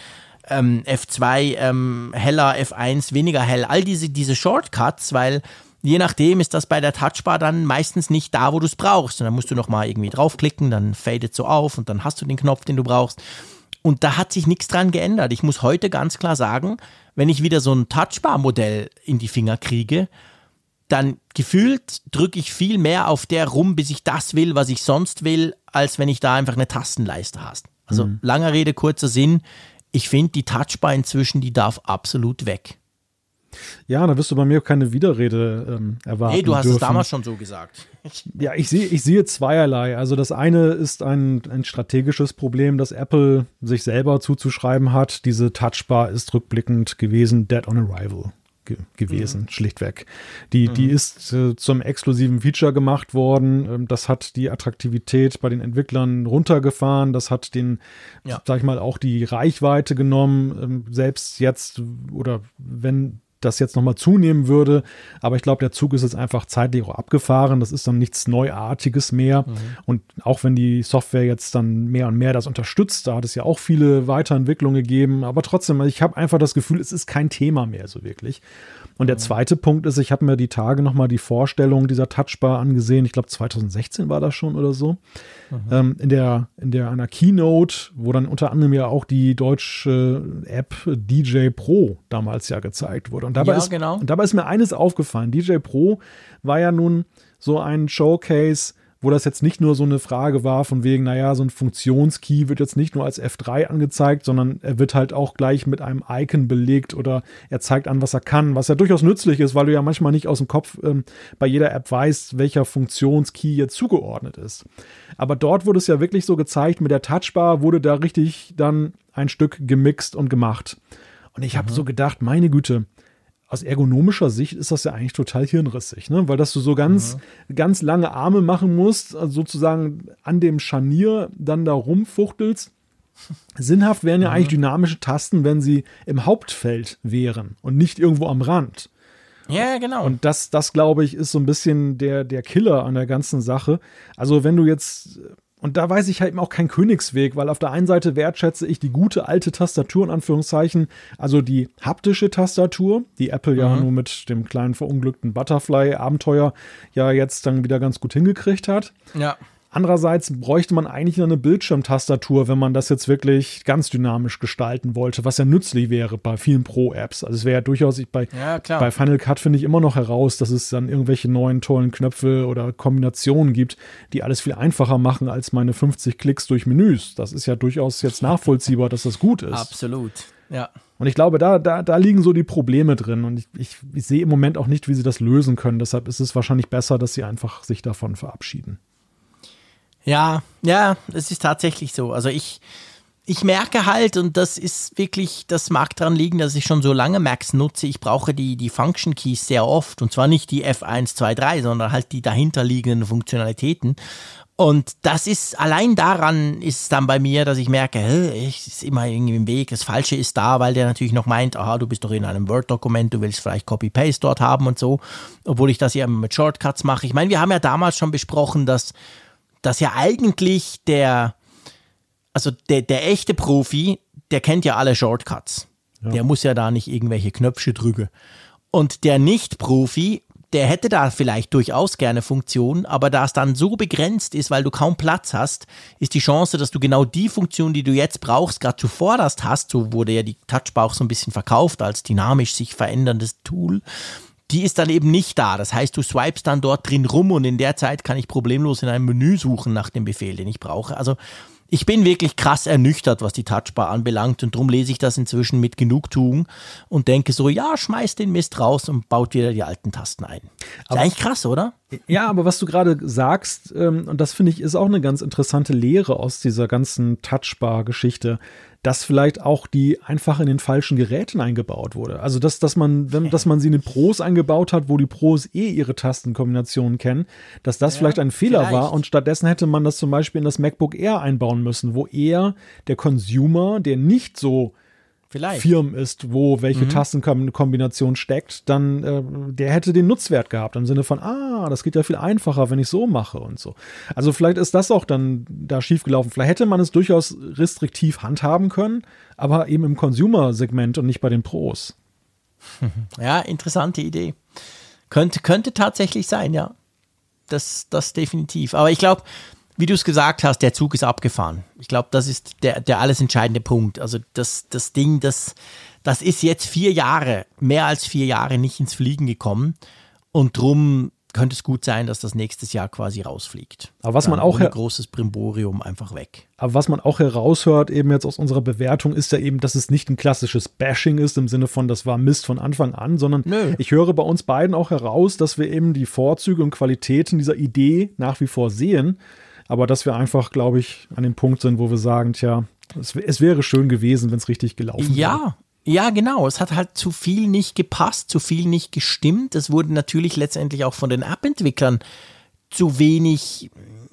F2 heller, F1 weniger hell. All diese Shortcuts, weil je nachdem ist das bei der Touchbar dann meistens nicht da, wo du es brauchst. Und dann musst du nochmal irgendwie draufklicken, dann fadet so auf und dann hast du den Knopf, den du brauchst. Und da hat sich nichts dran geändert. Ich muss heute ganz klar sagen, wenn ich wieder so ein Touchbar-Modell in die Finger kriege, dann gefühlt drücke ich viel mehr auf der rum, bis ich das will, was ich sonst will, als wenn ich da einfach eine Tastenleiste hast. Also langer Rede, kurzer Sinn. Ich finde, die Touchbar inzwischen, die darf absolut weg. Ja, da wirst du bei mir keine Widerrede erwarten. Nee, du hast dürfen. es damals schon so gesagt. Ja, ich sehe zweierlei. Also das eine ist ein strategisches Problem, das Apple sich selber zuzuschreiben hat. Diese Touchbar ist rückblickend gewesen, dead on arrival gewesen, schlichtweg. Die ist zum exklusiven Feature gemacht worden. Das hat die Attraktivität bei den Entwicklern runtergefahren. Das hat sag ich mal, auch die Reichweite genommen. Selbst jetzt oder wenn das jetzt nochmal zunehmen würde. Aber ich glaube, der Zug ist jetzt einfach zeitlich auch abgefahren. Das ist dann nichts Neuartiges mehr. Und auch wenn die Software jetzt dann mehr und mehr das unterstützt, da hat es ja auch viele Weiterentwicklungen gegeben. Aber trotzdem, ich habe einfach das Gefühl, es ist kein Thema mehr so wirklich. Und der zweite Punkt ist, ich habe mir die Tage nochmal die Vorstellung dieser Touchbar angesehen. Ich glaube, 2016 war das schon oder so. In einer Keynote, wo dann unter anderem ja auch die deutsche App DJ Pro damals ja gezeigt wurde. Und dabei ist mir eines aufgefallen. DJ Pro war ja nun so ein Showcase, wo das jetzt nicht nur so eine Frage war von wegen, naja, so ein Funktionskey wird jetzt nicht nur als F3 angezeigt, sondern er wird halt auch gleich mit einem Icon belegt oder er zeigt an, was er kann, was ja durchaus nützlich ist, weil du ja manchmal nicht aus dem Kopf bei jeder App weißt, welcher Funktionskey jetzt zugeordnet ist. Aber dort wurde es ja wirklich so gezeigt, mit der Touchbar wurde da richtig dann ein Stück gemixt und gemacht. Und ich habe so gedacht, meine Güte, aus ergonomischer Sicht ist das ja eigentlich total hirnrissig, ne? Weil dass du so ganz lange Arme machen musst, also sozusagen an dem Scharnier dann da rumfuchtelst. Sinnhaft wären ja eigentlich dynamische Tasten, wenn sie im Hauptfeld wären und nicht irgendwo am Rand. Ja, genau. Und das glaube ich, ist so ein bisschen der Killer an der ganzen Sache. Also wenn du jetzt... Und da weiß ich halt eben auch keinen Königsweg, weil auf der einen Seite wertschätze ich die gute alte Tastatur, in Anführungszeichen, also die haptische Tastatur, die Apple ja nur mit dem kleinen verunglückten Butterfly-Abenteuer ja jetzt dann wieder ganz gut hingekriegt hat. Ja. Andererseits bräuchte man eigentlich eine Bildschirmtastatur, wenn man das jetzt wirklich ganz dynamisch gestalten wollte, was ja nützlich wäre bei vielen Pro-Apps. Also es wäre ja durchaus, bei Final Cut finde ich immer noch heraus, dass es dann irgendwelche neuen tollen Knöpfe oder Kombinationen gibt, die alles viel einfacher machen als meine 50 Klicks durch Menüs. Das ist ja durchaus jetzt nachvollziehbar, dass das gut ist. Absolut, ja. Und ich glaube, da liegen so die Probleme drin und ich sehe im Moment auch nicht, wie sie das lösen können. Deshalb ist es wahrscheinlich besser, dass sie einfach sich davon verabschieden. Ja, es ist tatsächlich so. Also ich merke halt, und das ist wirklich, das mag daran liegen, dass ich schon so lange Macs nutze, ich brauche die Function Keys sehr oft, und zwar nicht die F1, 2, 3, sondern halt die dahinterliegenden Funktionalitäten. Und das ist, allein daran ist es dann bei mir, dass ich merke, es ist immer irgendwie im Weg, das Falsche ist da, weil der natürlich noch meint, aha, du bist doch in einem Word-Dokument, du willst vielleicht Copy-Paste dort haben und so, obwohl ich das ja mit Shortcuts mache. Ich meine, wir haben ja damals schon besprochen, dass ja eigentlich der echte Profi, der kennt ja alle Shortcuts. Ja. Der muss ja da nicht irgendwelche Knöpfe drücken. Und der Nicht-Profi, der hätte da vielleicht durchaus gerne Funktionen, aber da es dann so begrenzt ist, weil du kaum Platz hast, ist die Chance, dass du genau die Funktion, die du jetzt brauchst, gerade zuvorderst hast, so wurde ja die Touchbar auch so ein bisschen verkauft als dynamisch sich veränderndes Tool, die ist dann eben nicht da. Das heißt, du swipest dann dort drin rum und in der Zeit kann ich problemlos in einem Menü suchen nach dem Befehl, den ich brauche. Also ich bin wirklich krass ernüchtert, was die Touchbar anbelangt, und darum lese ich das inzwischen mit Genugtuung und denke so, ja, schmeiß den Mist raus und baut wieder die alten Tasten ein. Ist eigentlich krass, oder? Ja, aber was du gerade sagst, und das finde ich ist auch eine ganz interessante Lehre aus dieser ganzen Touchbar-Geschichte, dass vielleicht auch die einfach in den falschen Geräten eingebaut wurde. Also dass man sie in den Pros eingebaut hat, wo die Pros ihre Tastenkombinationen kennen, dass das vielleicht ein Fehler war, und stattdessen hätte man das zum Beispiel in das MacBook Air einbauen müssen, wo eher der Consumer, der nicht so firm ist, wo welche Tastenkombination steckt, dann der hätte den Nutzwert gehabt, im Sinne von, das geht ja viel einfacher, wenn ich so mache und so. Also vielleicht ist das auch dann da schiefgelaufen. Vielleicht hätte man es durchaus restriktiv handhaben können, aber eben im Consumer-Segment und nicht bei den Pros. Ja, interessante Idee. Könnte tatsächlich sein, ja. Das definitiv. Aber ich glaube, wie du es gesagt hast, der Zug ist abgefahren. Ich glaube, das ist der alles entscheidende Punkt. Also das Ding, das ist jetzt 4 Jahre, mehr als 4 Jahre nicht ins Fliegen gekommen. Und drum könnte es gut sein, dass das nächstes Jahr quasi rausfliegt. Aber was man auch ein großes Brimborium einfach weg. Aber was man auch heraushört, eben jetzt aus unserer Bewertung, ist ja eben, dass es nicht ein klassisches Bashing ist, im Sinne von, das war Mist von Anfang an, sondern ich höre bei uns beiden auch heraus, dass wir eben die Vorzüge und Qualitäten dieser Idee nach wie vor sehen. Aber dass wir einfach, glaube ich, an dem Punkt sind, wo wir sagen, tja, es wäre schön gewesen, wenn es richtig gelaufen wäre. Ja, genau. Es hat halt zu viel nicht gepasst, zu viel nicht gestimmt. Es wurde natürlich letztendlich auch von den App-Entwicklern zu wenig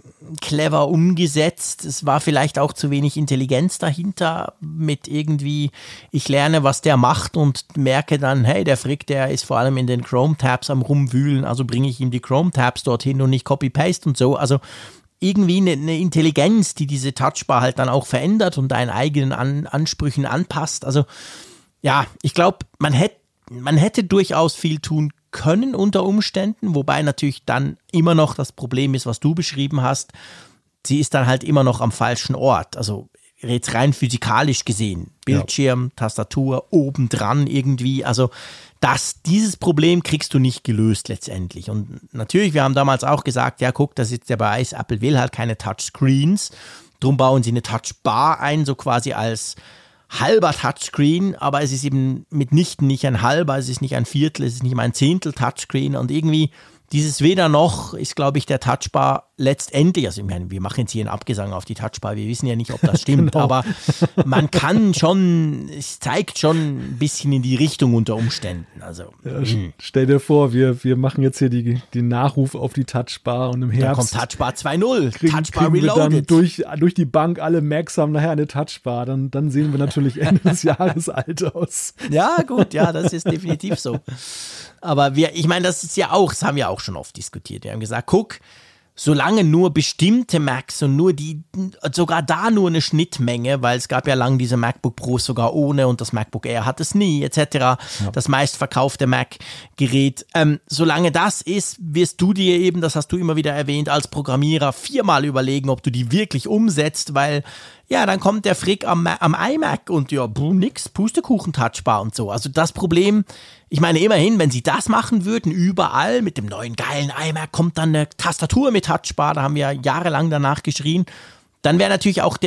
clever umgesetzt. Es war vielleicht auch zu wenig Intelligenz dahinter mit irgendwie, ich lerne, was der macht und merke dann, hey, der Frick, der ist vor allem in den Chrome-Tabs am Rumwühlen, also bringe ich ihm die Chrome-Tabs dorthin und nicht Copy-Paste und so. Also irgendwie eine Intelligenz, die diese Touchbar halt dann auch verändert und deinen eigenen Ansprüchen anpasst. Also ja, ich glaube, man hätte durchaus viel tun können unter Umständen, wobei natürlich dann immer noch das Problem ist, was du beschrieben hast. Sie ist dann halt immer noch am falschen Ort. Also jetzt rein physikalisch gesehen. Bildschirm, Tastatur, obendran irgendwie. Also dieses Problem kriegst du nicht gelöst letztendlich. Und natürlich, wir haben damals auch gesagt, ja guck, das ist jetzt der Beweis, Apple will halt keine Touchscreens. Drum bauen sie eine Touchbar ein, so quasi als halber Touchscreen, aber es ist eben mitnichten nicht ein halber, es ist nicht ein Viertel, es ist nicht mal ein Zehntel Touchscreen, und irgendwie dieses Weder noch ist, glaube ich, der Touchbar letztendlich, also ich meine, wir machen jetzt hier einen Abgesang auf die Touchbar, wir wissen ja nicht, ob das stimmt, genau. Aber man kann schon, es zeigt schon ein bisschen in die Richtung unter Umständen. Also, stell dir vor, wir machen jetzt hier den Nachruf auf die Touchbar, und im Herbst dann kommt Touchbar 2.0, Touchbar Reloaded. Wir dann durch die Bank, alle Macs haben nachher eine Touchbar, dann sehen wir natürlich Ende des Jahres alt aus. Ja, gut, ja, das ist definitiv so. Aber ich meine, das haben wir auch schon oft diskutiert. Wir haben gesagt, guck, solange nur bestimmte Macs und sogar da nur eine Schnittmenge, weil es gab ja lange diese MacBook Pros sogar ohne und das MacBook Air hat es nie, etc. Ja. Das meistverkaufte Mac-Gerät. Solange das ist, wirst du dir eben, das hast du immer wieder erwähnt, als Programmierer 4-mal überlegen, ob du die wirklich umsetzt, weil ja, dann kommt der Frick am iMac und ja, nix, Pustekuchen-Touchbar und so. Also das Problem, ich meine immerhin, wenn sie das machen würden, überall mit dem neuen geilen iMac kommt dann eine Tastatur mit Touchbar, da haben wir jahrelang danach geschrien, dann wäre natürlich auch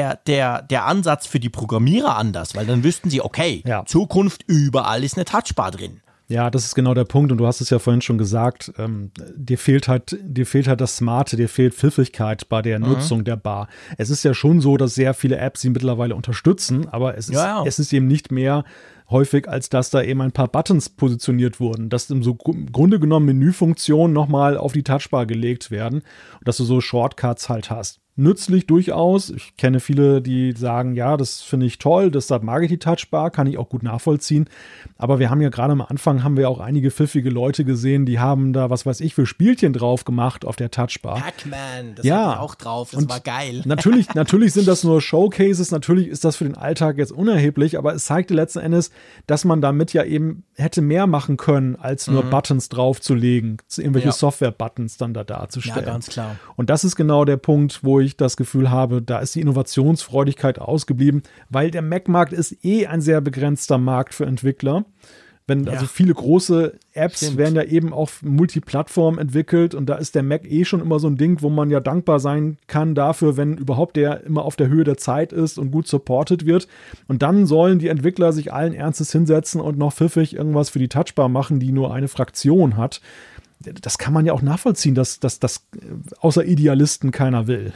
der Ansatz für die Programmierer anders, weil dann wüssten sie, okay, Zukunft, überall ist eine Touchbar drin. Ja, das ist genau der Punkt und du hast es ja vorhin schon gesagt, dir fehlt halt das Smarte, dir fehlt Pfiffigkeit bei der Nutzung der Bar. Es ist ja schon so, dass sehr viele Apps sie mittlerweile unterstützen, aber es ist eben nicht mehr häufig, als dass da eben ein paar Buttons positioniert wurden, dass im Grunde genommen Menüfunktionen nochmal auf die Touchbar gelegt werden und dass du so Shortcuts halt hast. Nützlich durchaus. Ich kenne viele, die sagen, ja, das finde ich toll, deshalb mag ich die Touchbar, kann ich auch gut nachvollziehen. Aber wir haben ja gerade am Anfang auch einige pfiffige Leute gesehen, die haben da, was weiß ich, für Spielchen drauf gemacht auf der Touchbar. Pac-Man, das hatte ich auch drauf, das war geil. Natürlich sind das nur Showcases, natürlich ist das für den Alltag jetzt unerheblich, aber es zeigte letzten Endes, dass man damit ja eben hätte mehr machen können, als nur Buttons draufzulegen, irgendwelche Software-Buttons dann da darzustellen. Ja, ganz klar. Und das ist genau der Punkt, wo ich das Gefühl habe, da ist die Innovationsfreudigkeit ausgeblieben, weil der Mac-Markt ist ein sehr begrenzter Markt für Entwickler. Also viele große Apps werden ja eben auch Multiplattform entwickelt und da ist der Mac schon immer so ein Ding, wo man ja dankbar sein kann dafür, wenn überhaupt der immer auf der Höhe der Zeit ist und gut supported wird. Und dann sollen die Entwickler sich allen Ernstes hinsetzen und noch pfiffig irgendwas für die Touchbar machen, die nur eine Fraktion hat. Das kann man ja auch nachvollziehen, dass das außer Idealisten keiner will.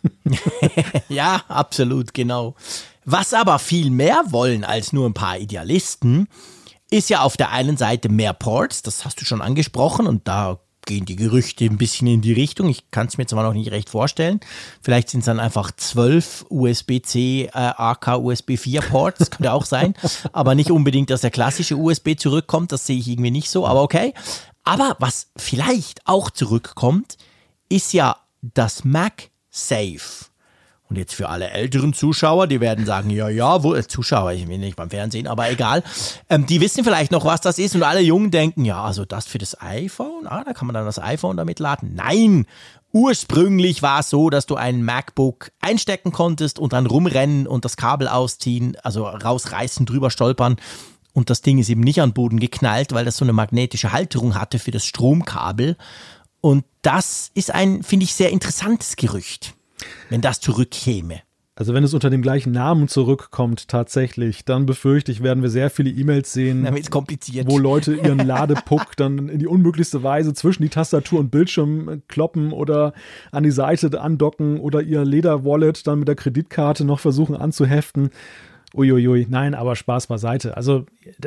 Ja, absolut, genau. Was aber viel mehr wollen als nur ein paar Idealisten, ist ja auf der einen Seite mehr Ports, das hast du schon angesprochen und da gehen die Gerüchte ein bisschen in die Richtung. Ich kann es mir zwar noch nicht recht vorstellen. Vielleicht sind es dann einfach 12 USB-C, AK, USB 4 Ports, das könnte auch sein. Aber nicht unbedingt, dass der klassische USB zurückkommt, das sehe ich irgendwie nicht so, aber okay. Aber was vielleicht auch zurückkommt, ist ja das MagSafe. Und jetzt für alle älteren Zuschauer, die werden sagen, Zuschauer, ich bin nicht beim Fernsehen, aber egal. Die wissen vielleicht noch, was das ist und alle Jungen denken, ja, also das für das iPhone, da kann man dann das iPhone damit laden. Nein, ursprünglich war es so, dass du ein MacBook einstecken konntest und dann rumrennen und das Kabel ausziehen, also rausreißen, drüber stolpern. Und das Ding ist eben nicht an den Boden geknallt, weil das so eine magnetische Halterung hatte für das Stromkabel. Und das ist ein, finde ich, sehr interessantes Gerücht, wenn das zurückkäme. Also wenn es unter dem gleichen Namen zurückkommt tatsächlich, dann befürchte ich, werden wir sehr viele E-Mails sehen, kompliziert, wo Leute ihren Ladepuck dann in die unmöglichste Weise zwischen die Tastatur und Bildschirm kloppen oder an die Seite andocken oder ihr Leder-Wallet dann mit der Kreditkarte noch versuchen anzuheften. Uiuiui, nein, aber Spaß beiseite. Also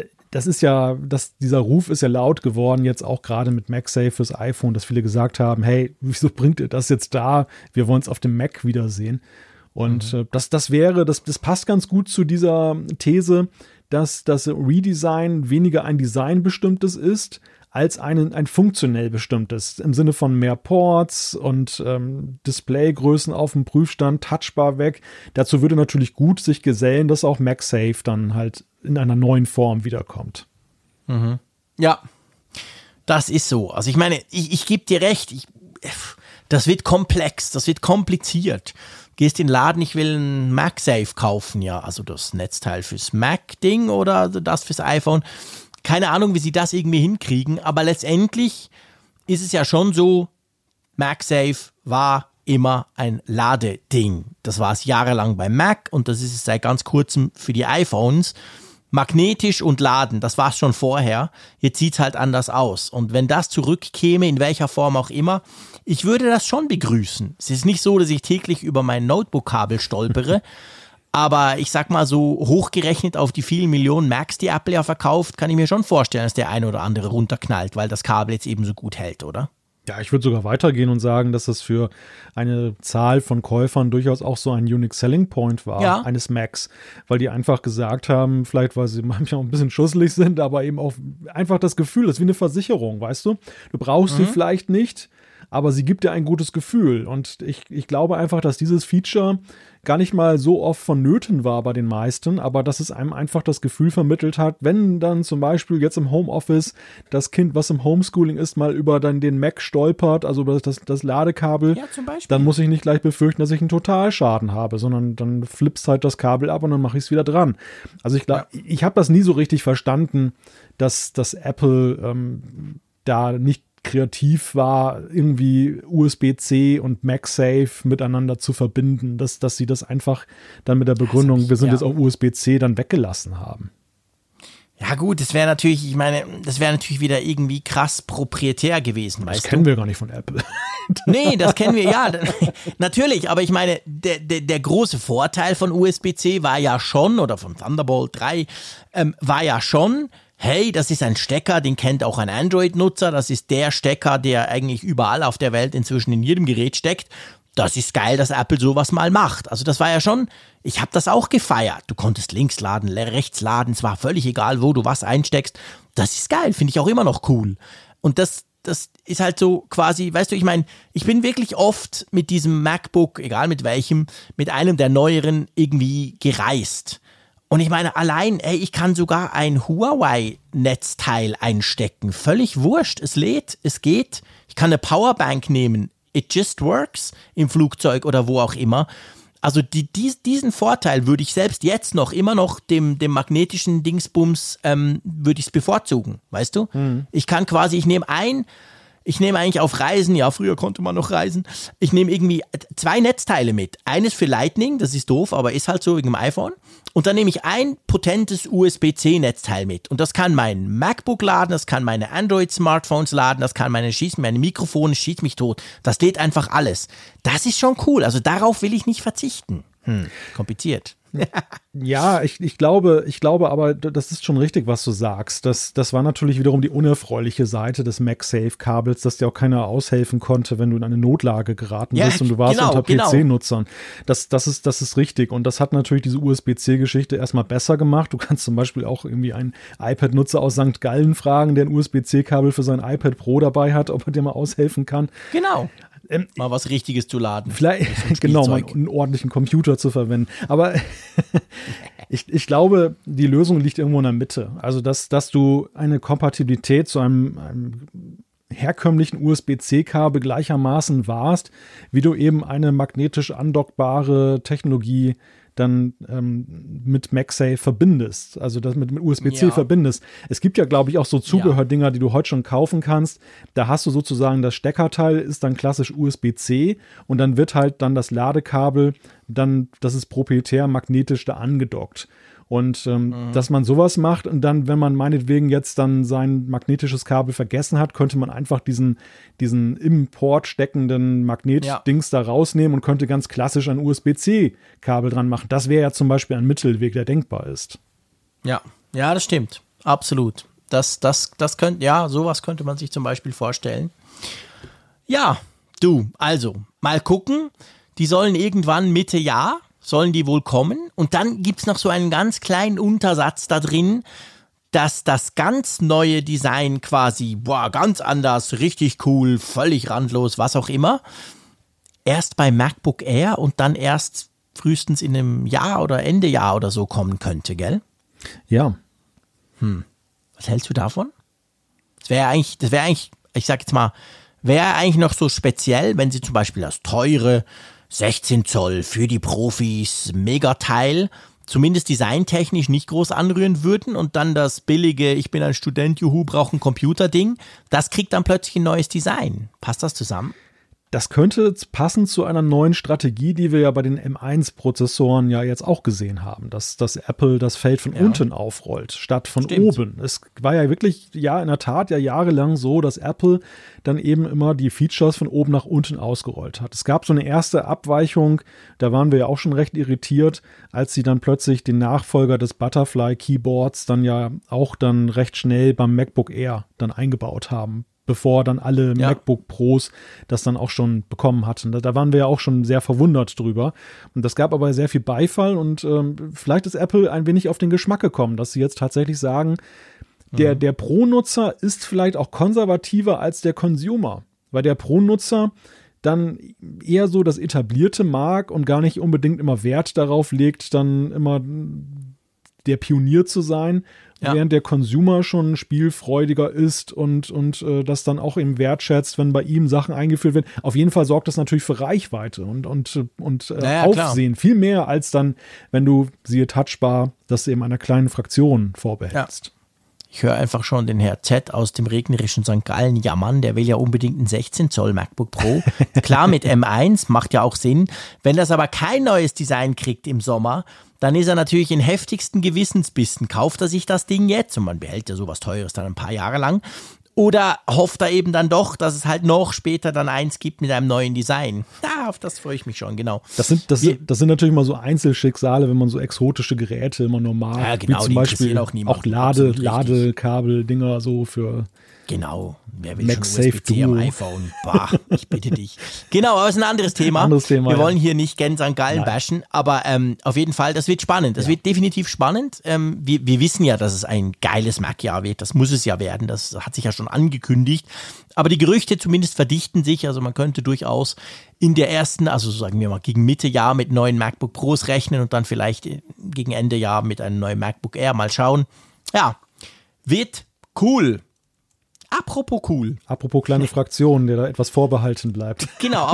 dieser Ruf ist ja laut geworden, jetzt auch gerade mit MagSafe fürs iPhone, dass viele gesagt haben, hey, wieso bringt ihr das jetzt da? Wir wollen es auf dem Mac wiedersehen. Und das passt ganz gut zu dieser These, dass das Redesign weniger ein designbestimmtes ist, als ein funktionell bestimmtes, im Sinne von mehr Ports und Displaygrößen auf dem Prüfstand, Touchbar weg. Dazu würde natürlich gut sich gesellen, dass auch MagSafe dann halt in einer neuen Form wiederkommt. Mhm. Ja, das ist so. Also ich meine, ich gebe dir recht, das wird komplex, das wird kompliziert. Gehst in den Laden, ich will ein MagSafe kaufen, ja, also das Netzteil fürs Mac-Ding oder das fürs iPhone. Keine Ahnung, wie sie das irgendwie hinkriegen, aber letztendlich ist es ja schon so, MagSafe war immer ein Ladeding. Das war es jahrelang beim Mac und das ist es seit ganz kurzem für die iPhones. Magnetisch und laden, das war es schon vorher. Jetzt sieht es halt anders aus. Und wenn das zurückkäme, in welcher Form auch immer, ich würde das schon begrüßen. Es ist nicht so, dass ich täglich über mein Notebook-Kabel stolpere, aber ich sag mal so, hochgerechnet auf die vielen Millionen Macs, die Apple ja verkauft, kann ich mir schon vorstellen, dass der eine oder andere runterknallt, weil das Kabel jetzt eben so gut hält, oder? Ja, ich würde sogar weitergehen und sagen, dass das für eine Zahl von Käufern durchaus auch so ein Unique Selling Point war, eines Macs, weil die einfach gesagt haben, vielleicht weil sie manchmal auch ein bisschen schusselig sind, aber eben auch einfach das Gefühl, das ist wie eine Versicherung, weißt du? Du brauchst sie vielleicht nicht, aber sie gibt dir ein gutes Gefühl und ich glaube einfach, dass dieses Feature gar nicht mal so oft vonnöten war bei den meisten, aber dass es einem einfach das Gefühl vermittelt hat, wenn dann zum Beispiel jetzt im Homeoffice das Kind, was im Homeschooling ist, mal über dann den Mac stolpert, also über das Ladekabel, dann muss ich nicht gleich befürchten, dass ich einen Totalschaden habe, sondern dann flippst halt das Kabel ab und dann mache ich es wieder dran. Also ich glaube, ich habe das nie so richtig verstanden, dass Apple da nicht kreativ war, irgendwie USB-C und MagSafe miteinander zu verbinden, dass sie das einfach dann mit der Begründung, wir sind jetzt auf USB-C, dann weggelassen haben. Ja gut, das wäre natürlich wieder irgendwie krass proprietär gewesen, weißt du? Das kennen wir gar nicht von Apple. Nee, das kennen wir, ja, natürlich, aber ich meine, der große Vorteil von USB-C war ja schon, oder von Thunderbolt 3, war ja schon, hey, das ist ein Stecker, den kennt auch ein Android-Nutzer, das ist der Stecker, der eigentlich überall auf der Welt inzwischen in jedem Gerät steckt. Das ist geil, dass Apple sowas mal macht. Also das war ja schon, ich habe das auch gefeiert. Du konntest links laden, rechts laden, es war völlig egal, wo du was einsteckst. Das ist geil, finde ich auch immer noch cool. Und das ist halt so quasi, weißt du, ich meine, ich bin wirklich oft mit diesem MacBook, egal mit welchem, mit einem der neueren irgendwie gereist. Und ich meine, allein, ich kann sogar ein Huawei-Netzteil einstecken. Völlig wurscht, es lädt, es geht. Ich kann eine Powerbank nehmen. It just works im Flugzeug oder wo auch immer. Also diesen Vorteil würde ich selbst jetzt noch immer noch dem magnetischen Dingsbums würde ich es bevorzugen, weißt du? Ich kann quasi, ich nehme eigentlich auf Reisen, ja, früher konnte man noch reisen, ich nehme irgendwie 2 Netzteile mit. Eines für Lightning, das ist doof, aber ist halt so wegen dem iPhone. Und dann nehme ich ein potentes USB-C-Netzteil mit. Und das kann mein MacBook laden, das kann meine Android-Smartphones laden, das kann meine Mikrofone, schießt mich tot. Das lädt einfach alles. Das ist schon cool. Also darauf will ich nicht verzichten. Kompliziert. Ja, ich glaube aber, das ist schon richtig, was du sagst. Das war natürlich wiederum die unerfreuliche Seite des MagSafe-Kabels, dass dir auch keiner aushelfen konnte, wenn du in eine Notlage geraten bist und du warst unter PC-Nutzern. Das ist richtig. Und das hat natürlich diese USB-C-Geschichte erstmal besser gemacht. Du kannst zum Beispiel auch irgendwie einen iPad-Nutzer aus St. Gallen fragen, der ein USB-C-Kabel für sein iPad Pro dabei hat, ob er dir mal aushelfen kann. Genau. Mal was Richtiges zu laden. Vielleicht, genau, mal einen ordentlichen Computer zu verwenden. Aber ich glaube, die Lösung liegt irgendwo in der Mitte. Also, dass du eine Kompatibilität zu einem herkömmlichen USB-C-Kabel gleichermaßen wahrst, wie du eben eine magnetisch andockbare Technologie dann mit MagSafe verbindest, also das mit USB-C verbindest. Es gibt ja, glaube ich, auch so Zubehördinger, die du heute schon kaufen kannst. Da hast du sozusagen das Steckerteil, ist dann klassisch USB-C und dann wird halt dann das Ladekabel, dann, das ist proprietär magnetisch da angedockt. Und dass man sowas macht und dann, wenn man meinetwegen jetzt dann sein magnetisches Kabel vergessen hat, könnte man einfach diesen im Port steckenden Magnetdings da rausnehmen und könnte ganz klassisch ein USB-C-Kabel dran machen. Das wäre ja zum Beispiel ein Mittelweg, der denkbar ist. Ja, das stimmt. Absolut. Das könnte, sowas könnte man sich zum Beispiel vorstellen. Ja, also, mal gucken. Die sollen irgendwann Mitte Jahr sollen die wohl kommen. Und dann gibt es noch so einen ganz kleinen Untersatz da drin, dass das ganz neue Design quasi, ganz anders, richtig cool, völlig randlos, was auch immer, erst bei MacBook Air und dann erst frühestens in einem Jahr oder Ende Jahr oder so kommen könnte, gell? Ja. Was hältst du davon? Das wäre eigentlich, ich sag jetzt mal, wäre eigentlich noch so speziell, wenn sie zum Beispiel das teure 16 Zoll für die Profis Megateil zumindest designtechnisch nicht groß anrühren würden und dann das billige, ich bin ein Student, juhu, brauche ein Computer-Ding, das kriegt dann plötzlich ein neues Design. Passt das zusammen? Das könnte passen zu einer neuen Strategie, die wir ja bei den M1-Prozessoren ja jetzt auch gesehen haben, dass Apple das Feld von unten aufrollt, statt von oben. Es war ja wirklich, in der Tat jahrelang so, dass Apple dann eben immer die Features von oben nach unten ausgerollt hat. Es gab so eine erste Abweichung, da waren wir ja auch schon recht irritiert, als sie dann plötzlich den Nachfolger des Butterfly Keyboards dann ja auch dann recht schnell beim MacBook Air dann eingebaut haben, bevor dann alle MacBook Pros das dann auch schon bekommen hatten. Da waren wir ja auch schon sehr verwundert drüber. Und das gab aber sehr viel Beifall und vielleicht ist Apple ein wenig auf den Geschmack gekommen, dass sie jetzt tatsächlich sagen, der Pro-Nutzer ist vielleicht auch konservativer als der Consumer, weil der Pro-Nutzer dann eher so das Etablierte mag und gar nicht unbedingt immer Wert darauf legt, dann immer der Pionier zu sein, während der Consumer schon spielfreudiger ist und das dann auch eben wertschätzt, wenn bei ihm Sachen eingeführt werden. Auf jeden Fall sorgt das natürlich für Reichweite und Aufsehen. Klar. Viel mehr als dann, wenn du, siehe Touchbar, das eben einer kleinen Fraktion vorbehältst. Ja. Ich höre einfach schon den Herr Z aus dem regnerischen St. Gallen jammern, der will ja unbedingt ein 16 Zoll MacBook Pro. Klar, mit M1 macht ja auch Sinn. Wenn das aber kein neues Design kriegt im Sommer, dann ist er natürlich in heftigsten Gewissensbissen. Kauft er sich das Ding jetzt und man behält ja sowas Teures dann ein paar Jahre lang. Oder hofft er eben dann doch, dass es halt noch später dann eins gibt mit einem neuen Design. Ja, auf das freue ich mich schon, genau. Das sind natürlich mal so Einzelschicksale, wenn man so exotische Geräte immer normal, ja, genau, wie zum Beispiel auch Ladekabel-Dinger so für genau, wer will MagSafe schon USB-C am iPhone? Bah, ich bitte dich. Genau, aber es ist ein anderes Thema. Wir wollen hier nicht Gen St. Gallen bashen, aber auf jeden Fall, das wird spannend. Das wird definitiv spannend. Wir wissen ja, dass es ein geiles Mac-Jahr wird. Das muss es ja werden. Das hat sich ja schon angekündigt. Aber die Gerüchte zumindest verdichten sich. Also man könnte durchaus in der ersten, also sagen wir mal gegen Mitte Jahr mit neuen MacBook Pros rechnen und dann vielleicht gegen Ende Jahr mit einem neuen MacBook Air mal schauen. Ja, wird cool. Apropos cool. Apropos kleine Fraktion, der da etwas vorbehalten bleibt. Genau,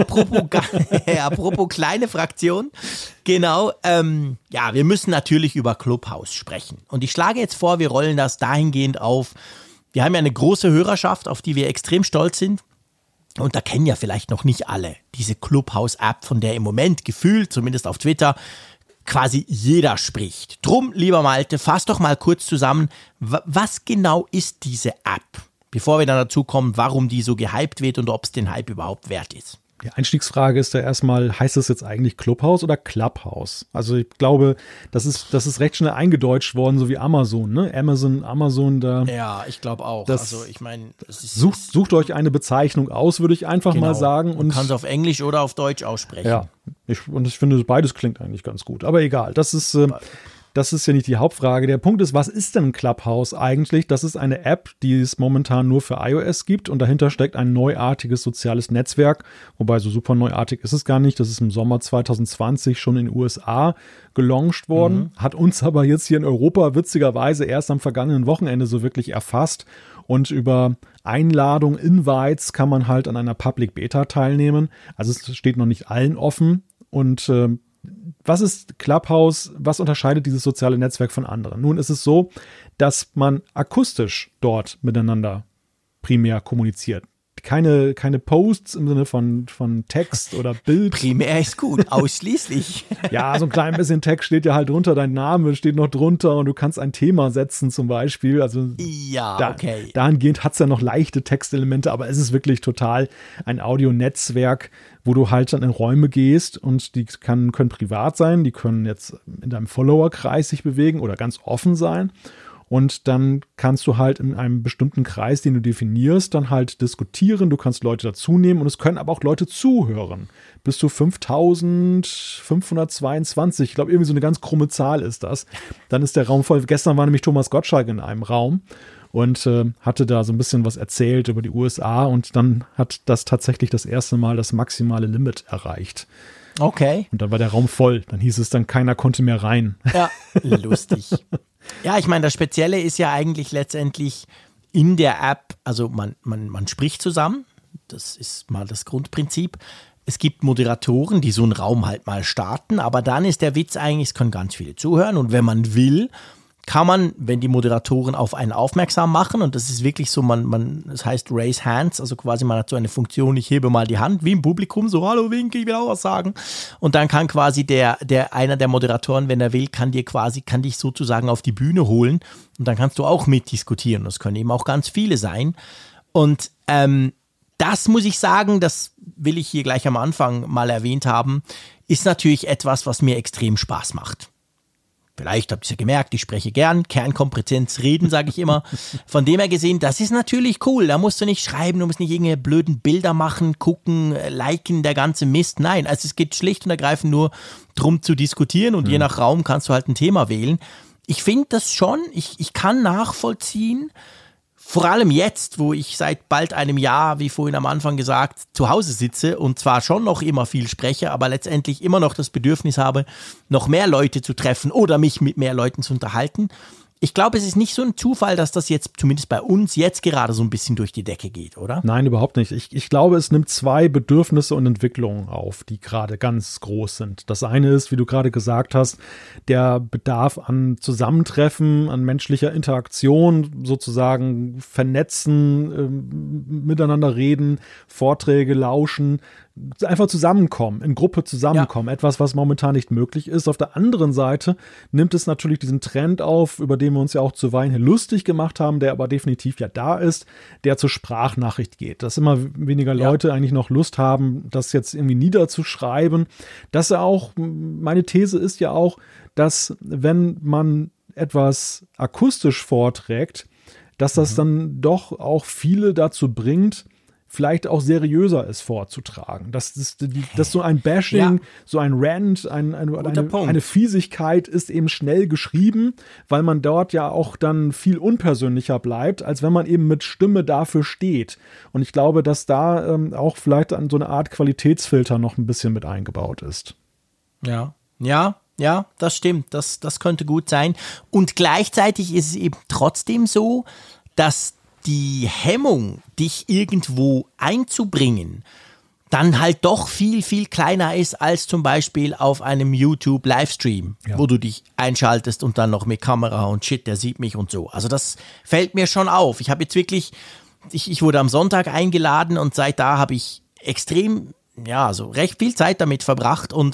apropos kleine Fraktion. Genau, ja, wir müssen natürlich über Clubhouse sprechen. Und ich schlage jetzt vor, wir rollen das dahingehend auf. Wir haben ja eine große Hörerschaft, auf die wir extrem stolz sind. Und da kennen ja vielleicht noch nicht alle diese Clubhouse-App, von der im Moment gefühlt, zumindest auf Twitter, quasi jeder spricht. Drum, lieber Malte, fass doch mal kurz zusammen, was genau ist diese App? Bevor wir dann dazu kommen, warum die so gehypt wird und ob es den Hype überhaupt wert ist. Die Einstiegsfrage ist ja erstmal, heißt es jetzt eigentlich Clubhouse oder Clubhouse? Also ich glaube, das ist recht schnell eingedeutscht worden, so wie Amazon, ne? Amazon da. Ja, ich glaube auch. Also ich meine, sucht euch eine Bezeichnung aus, würde ich einfach mal sagen. Und kann es auf Englisch oder auf Deutsch aussprechen. Ja, ich finde, beides klingt eigentlich ganz gut. Aber egal, das ist ja nicht die Hauptfrage. Der Punkt ist, was ist denn Clubhouse eigentlich? Das ist eine App, die es momentan nur für iOS gibt und dahinter steckt ein neuartiges soziales Netzwerk, wobei so super neuartig ist es gar nicht. Das ist im Sommer 2020 schon in den USA gelauncht worden, hat uns aber jetzt hier in Europa witzigerweise erst am vergangenen Wochenende so wirklich erfasst und über Einladung, Invites kann man halt an einer Public Beta teilnehmen. Also es steht noch nicht allen offen und was ist Clubhouse? Was unterscheidet dieses soziale Netzwerk von anderen? Nun ist es so, dass man akustisch dort miteinander primär kommuniziert. Keine Posts im Sinne von Text oder Bild. Primär ist gut, ausschließlich. Ja, so ein klein bisschen Text steht ja halt drunter, dein Name steht noch drunter und du kannst ein Thema setzen zum Beispiel. Also ja, okay. Dahingehend hat es ja noch leichte Textelemente, aber es ist wirklich total ein Audionetzwerk, wo du halt dann in Räume gehst und die können privat sein, die können jetzt in deinem Followerkreis sich bewegen oder ganz offen sein. Und dann kannst du halt in einem bestimmten Kreis, den du definierst, dann halt diskutieren. Du kannst Leute dazu nehmen und es können aber auch Leute zuhören. Bis zu 5522. Ich glaube, irgendwie so eine ganz krumme Zahl ist das. Dann ist der Raum voll. Gestern war nämlich Thomas Gottschalk in einem Raum und hatte da so ein bisschen was erzählt über die USA. Und dann hat das tatsächlich das erste Mal das maximale Limit erreicht. Okay. Und dann war der Raum voll. Dann hieß es dann, keiner konnte mehr rein. Ja, lustig. Ja, ich meine, das Spezielle ist ja eigentlich letztendlich in der App, also man spricht zusammen, das ist mal das Grundprinzip. Es gibt Moderatoren, die so einen Raum halt mal starten, aber dann ist der Witz eigentlich, es können ganz viele zuhören und wenn man will, kann man, wenn die Moderatoren auf einen aufmerksam machen und das ist wirklich so, das heißt Raise Hands, also quasi man hat so eine Funktion, ich hebe mal die Hand, wie im Publikum, so hallo, winke, ich will auch was sagen und dann kann quasi einer der Moderatoren, wenn er will, kann dich sozusagen auf die Bühne holen und dann kannst du auch mitdiskutieren, das können eben auch ganz viele sein und das muss ich sagen, das will ich hier gleich am Anfang mal erwähnt haben, ist natürlich etwas, was mir extrem Spaß macht. Vielleicht habt ihr es ja gemerkt, ich spreche gern, Kernkompetenz reden, sage ich immer. Von dem her gesehen, das ist natürlich cool. Da musst du nicht schreiben, du musst nicht irgendwelche blöden Bilder machen, gucken, liken, der ganze Mist. Nein, also es geht schlicht und ergreifend nur darum zu diskutieren und je nach Raum kannst du halt ein Thema wählen. Ich finde das schon, ich kann nachvollziehen, vor allem jetzt, wo ich seit bald einem Jahr, wie vorhin am Anfang gesagt, zu Hause sitze und zwar schon noch immer viel spreche, aber letztendlich immer noch das Bedürfnis habe, noch mehr Leute zu treffen oder mich mit mehr Leuten zu unterhalten. ich glaube, es ist nicht so ein Zufall, dass das jetzt, zumindest bei uns, jetzt gerade so ein bisschen durch die Decke geht, oder? Nein, überhaupt nicht. Ich glaube, es nimmt zwei Bedürfnisse und Entwicklungen auf, die gerade ganz groß sind. Das eine ist, wie du gerade gesagt hast, der Bedarf an Zusammentreffen, an menschlicher Interaktion, sozusagen vernetzen, miteinander reden, Vorträge lauschen, einfach zusammenkommen, in Gruppe zusammenkommen. Ja. Etwas, was momentan nicht möglich ist. Auf der anderen Seite nimmt es natürlich diesen Trend auf, über den wir uns ja auch zuweilen lustig gemacht haben, der aber definitiv ja da ist, der zur Sprachnachricht geht. Dass immer weniger Leute eigentlich noch Lust haben, das jetzt irgendwie niederzuschreiben. Dass auch, meine These ist ja auch, dass wenn man etwas akustisch vorträgt, dass das dann doch auch viele dazu bringt, vielleicht auch seriöser ist vorzutragen. Dass so ein Bashing, so ein Rant, eine Fiesigkeit ist eben schnell geschrieben, weil man dort ja auch dann viel unpersönlicher bleibt, als wenn man eben mit Stimme dafür steht. Und ich glaube, dass da auch vielleicht so eine Art Qualitätsfilter noch ein bisschen mit eingebaut ist. Ja, das stimmt. Das könnte gut sein. Und gleichzeitig ist es eben trotzdem so, dass die Hemmung, dich irgendwo einzubringen, dann halt doch viel, viel kleiner ist als zum Beispiel auf einem YouTube-Livestream, wo du dich einschaltest und dann noch mit Kamera und shit, der sieht mich und so. Also das fällt mir schon auf. Ich habe jetzt wirklich, ich wurde am Sonntag eingeladen und seit da habe ich extrem, so recht viel Zeit damit verbracht und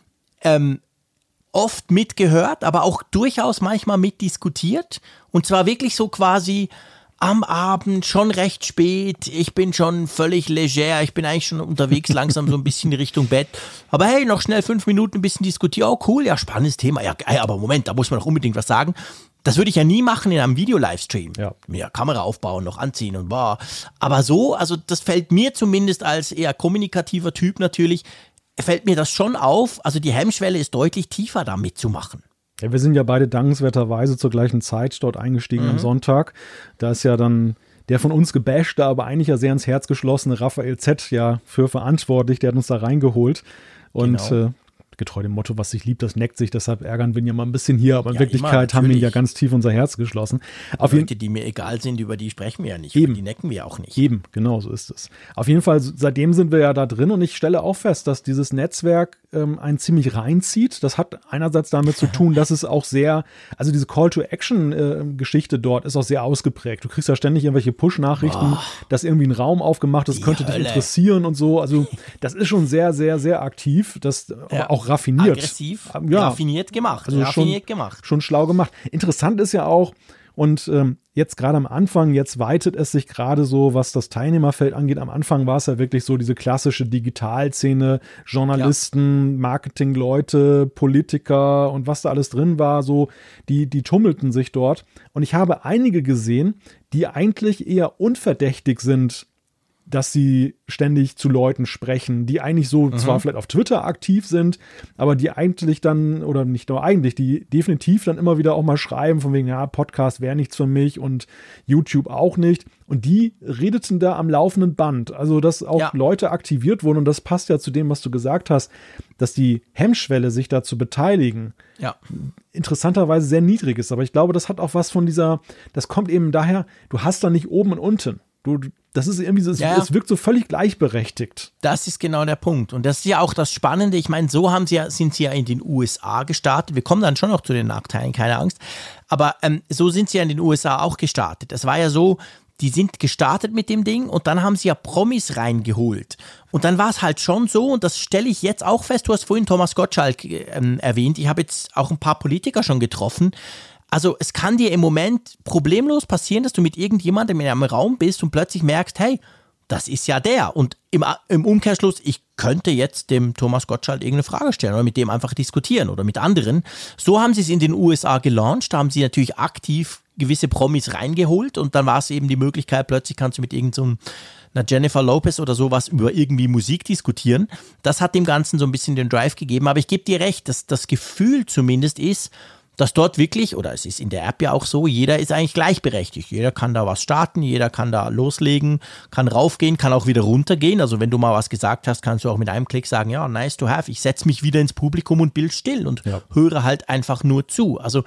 oft mitgehört, aber auch durchaus manchmal mitdiskutiert und zwar wirklich so quasi am Abend, schon recht spät, ich bin schon völlig leger, ich bin eigentlich schon unterwegs, langsam so ein bisschen Richtung Bett. Aber hey, noch schnell 5 Minuten ein bisschen diskutieren, oh cool, ja, spannendes Thema. Ja, aber Moment, da muss man doch unbedingt was sagen. Das würde ich ja nie machen in einem Video-Livestream. Ja. Mir Kamera aufbauen, noch anziehen und boah. Aber so, also das fällt mir zumindest als eher kommunikativer Typ natürlich, fällt mir das schon auf, also die Hemmschwelle ist deutlich tiefer, da mitzumachen. Ja, wir sind ja beide dankenswerterweise zur gleichen Zeit dort eingestiegen am Sonntag. Da ist ja dann der von uns gebashte, aber eigentlich ja sehr ins Herz geschlossene Raphael Z. ja für verantwortlich. Der hat uns da reingeholt. Und getreu dem Motto, was sich liebt, das neckt sich, deshalb ärgern wir ihn ja mal ein bisschen hier, aber in Wirklichkeit haben wir ihn ja ganz tief unser Herz geschlossen. Leute, die mir egal sind, über die sprechen wir ja nicht, die necken wir auch nicht. Eben, genau so ist es. Auf jeden Fall, seitdem sind wir ja da drin und ich stelle auch fest, dass dieses Netzwerk einen ziemlich reinzieht. Das hat einerseits damit zu tun, dass es auch sehr, also diese Call-to-Action-Geschichte dort ist auch sehr ausgeprägt. Du kriegst ja ständig irgendwelche Push-Nachrichten, dass irgendwie ein Raum aufgemacht ist, könnte dich interessieren und so. Also das ist schon sehr, sehr, sehr aktiv. Das auch raffiniert. Aggressiv, raffiniert gemacht. Also schon schlau gemacht. Interessant ist ja auch, und jetzt gerade am Anfang, jetzt weitet es sich gerade so, was das Teilnehmerfeld angeht. Am Anfang war es ja wirklich so diese klassische Digitalszene, Journalisten, Marketingleute, Politiker und was da alles drin war, so die tummelten sich dort. Und ich habe einige gesehen, die eigentlich eher unverdächtig sind, dass sie ständig zu Leuten sprechen, die eigentlich so zwar vielleicht auf Twitter aktiv sind, aber die eigentlich dann, oder nicht nur eigentlich, die definitiv dann immer wieder auch mal schreiben, von wegen, ja, Podcast wäre nichts für mich und YouTube auch nicht. Und die redeten da am laufenden Band. Also, dass auch Leute aktiviert wurden und das passt ja zu dem, was du gesagt hast, dass die Hemmschwelle, sich da zu beteiligen, interessanterweise sehr niedrig ist. Aber ich glaube, das hat auch was von das kommt eben daher, du hast da nicht oben und unten. Das ist irgendwie so, es wirkt so völlig gleichberechtigt. Das ist genau der Punkt. Und das ist ja auch das Spannende. Ich meine, so sind sie ja in den USA gestartet. Wir kommen dann schon noch zu den Nachteilen, keine Angst. Aber so sind sie ja in den USA auch gestartet. Es war ja so, die sind gestartet mit dem Ding und dann haben sie ja Promis reingeholt. Und dann war es halt schon so, und das stelle ich jetzt auch fest, du hast vorhin Thomas Gottschalk erwähnt, ich habe jetzt auch ein paar Politiker schon getroffen. Also es kann dir im Moment problemlos passieren, dass du mit irgendjemandem in einem Raum bist und plötzlich merkst, hey, das ist ja der. Und im Umkehrschluss, ich könnte jetzt dem Thomas Gottschalk irgendeine Frage stellen oder mit dem einfach diskutieren oder mit anderen. So haben sie es in den USA gelauncht, da haben sie natürlich aktiv gewisse Promis reingeholt und dann war es eben die Möglichkeit, plötzlich kannst du mit einer Jennifer Lopez oder sowas über irgendwie Musik diskutieren. Das hat dem Ganzen so ein bisschen den Drive gegeben, aber ich gebe dir recht, dass das Gefühl zumindest ist, dass dort wirklich, oder es ist in der App ja auch so, jeder ist eigentlich gleichberechtigt. Jeder kann da was starten, jeder kann da loslegen, kann raufgehen, kann auch wieder runtergehen. Also wenn du mal was gesagt hast, kannst du auch mit einem Klick sagen, ja, nice to have, ich setze mich wieder ins Publikum und bild still und höre halt einfach nur zu. Also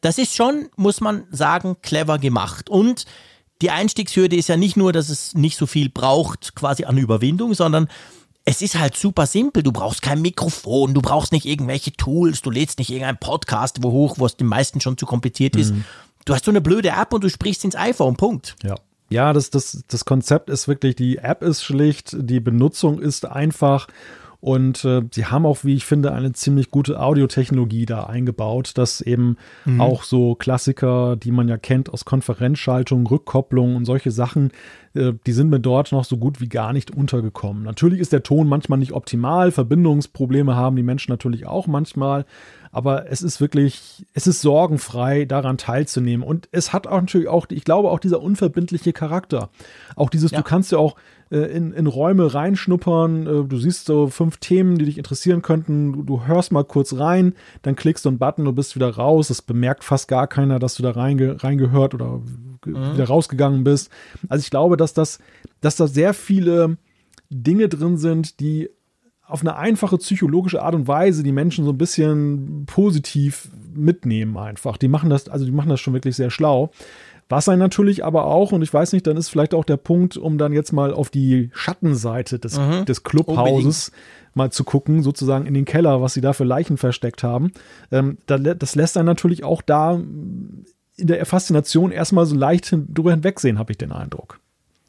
das ist schon, muss man sagen, clever gemacht. Und die Einstiegshürde ist ja nicht nur, dass es nicht so viel braucht quasi an Überwindung, sondern es ist halt super simpel. Du brauchst kein Mikrofon, du brauchst nicht irgendwelche Tools, du lädst nicht irgendeinen Podcast wo es den meisten schon zu kompliziert ist. Du hast so eine blöde App und du sprichst ins iPhone, Punkt. Ja, das Konzept ist wirklich, die App ist schlicht, die Benutzung ist einfach und sie haben auch, wie ich finde, eine ziemlich gute Audiotechnologie da eingebaut, dass eben auch so Klassiker, die man ja kennt aus Konferenzschaltung, Rückkopplung und solche Sachen, die sind mir dort noch so gut wie gar nicht untergekommen. Natürlich ist der Ton manchmal nicht optimal, Verbindungsprobleme haben die Menschen natürlich auch manchmal, aber es ist sorgenfrei, daran teilzunehmen. Und es hat auch natürlich auch, ich glaube, auch dieser unverbindliche Charakter. Auch dieses, du kannst ja auch in Räume reinschnuppern, du siehst so 5 Themen, die dich interessieren könnten, du hörst mal kurz rein, dann klickst du einen Button, du bist wieder raus, es bemerkt fast gar keiner, dass du da reingehört oder wieder rausgegangen bist. Also ich glaube, dass da sehr viele Dinge drin sind, die auf eine einfache psychologische Art und Weise die Menschen so ein bisschen positiv mitnehmen einfach. Die machen das schon wirklich sehr schlau. Was einen natürlich aber auch, und ich weiß nicht, dann ist vielleicht auch der Punkt, um dann jetzt mal auf die Schattenseite des Clubhauses mal zu gucken, sozusagen in den Keller, was sie da für Leichen versteckt haben. Das lässt einen natürlich auch da in der Faszination erstmal so leicht drüber hinwegsehen, habe ich den Eindruck.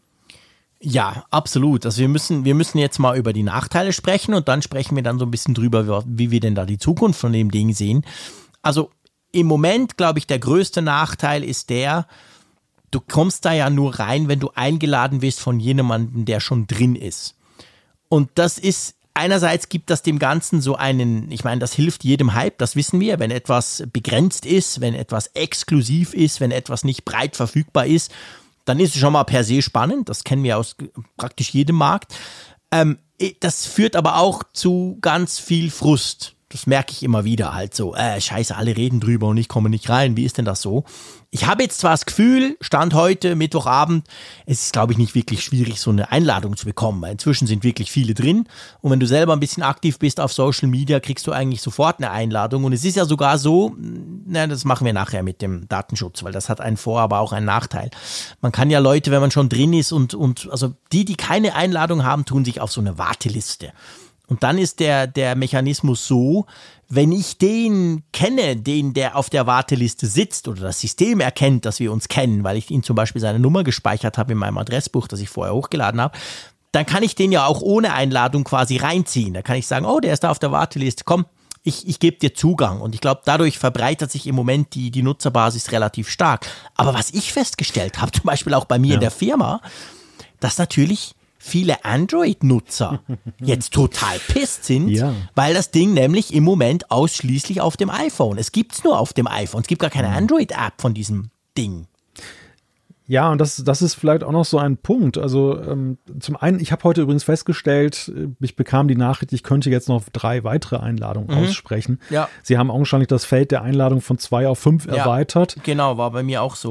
Ja, absolut. Also wir müssen jetzt mal über die Nachteile sprechen und dann sprechen wir dann so ein bisschen drüber, wie wir denn da die Zukunft von dem Ding sehen. Also im Moment, glaube ich, der größte Nachteil ist du kommst da ja nur rein, wenn du eingeladen wirst von jemandem, der schon drin ist. Und das ist, einerseits gibt das dem Ganzen so ich meine, das hilft jedem Hype, das wissen wir, wenn etwas begrenzt ist, wenn etwas exklusiv ist, wenn etwas nicht breit verfügbar ist, dann ist es schon mal per se spannend, das kennen wir aus praktisch jedem Markt. Das führt aber auch zu ganz viel Frust. Das merke ich immer wieder halt so, scheiße, alle reden drüber und ich komme nicht rein, wie ist denn das so? Ich habe jetzt zwar das Gefühl, Stand heute, Mittwochabend, es ist, glaube ich, nicht wirklich schwierig, so eine Einladung zu bekommen, weil inzwischen sind wirklich viele drin und wenn du selber ein bisschen aktiv bist auf Social Media, kriegst du eigentlich sofort eine Einladung und es ist ja sogar so, das machen wir nachher mit dem Datenschutz, weil das hat einen Vor-, aber auch einen Nachteil. Man kann ja Leute, wenn man schon drin ist und also die keine Einladung haben, tun sich auf so eine Warteliste. Und dann ist der Mechanismus so, wenn ich den kenne, der auf der Warteliste sitzt oder das System erkennt, dass wir uns kennen, weil ich ihn zum Beispiel seine Nummer gespeichert habe in meinem Adressbuch, das ich vorher hochgeladen habe, dann kann ich den ja auch ohne Einladung quasi reinziehen. Da kann ich sagen, der ist da auf der Warteliste, komm, ich gebe dir Zugang. Und ich glaube, dadurch verbreitert sich im Moment die Nutzerbasis relativ stark. Aber was ich festgestellt habe, zum Beispiel auch bei mir in der Firma, dass natürlich viele Android-Nutzer jetzt total pisst sind, weil das Ding nämlich im Moment ausschließlich auf dem iPhone. Es gibt es nur auf dem iPhone. Es gibt gar keine Android-App von diesem Ding. Ja, und das ist vielleicht auch noch so ein Punkt. Also zum einen, ich habe heute übrigens festgestellt, ich bekam die Nachricht, ich könnte jetzt noch 3 weitere Einladungen aussprechen. Ja. Sie haben augenscheinlich das Feld der Einladung von 2 auf 5 erweitert. Genau, war bei mir auch so.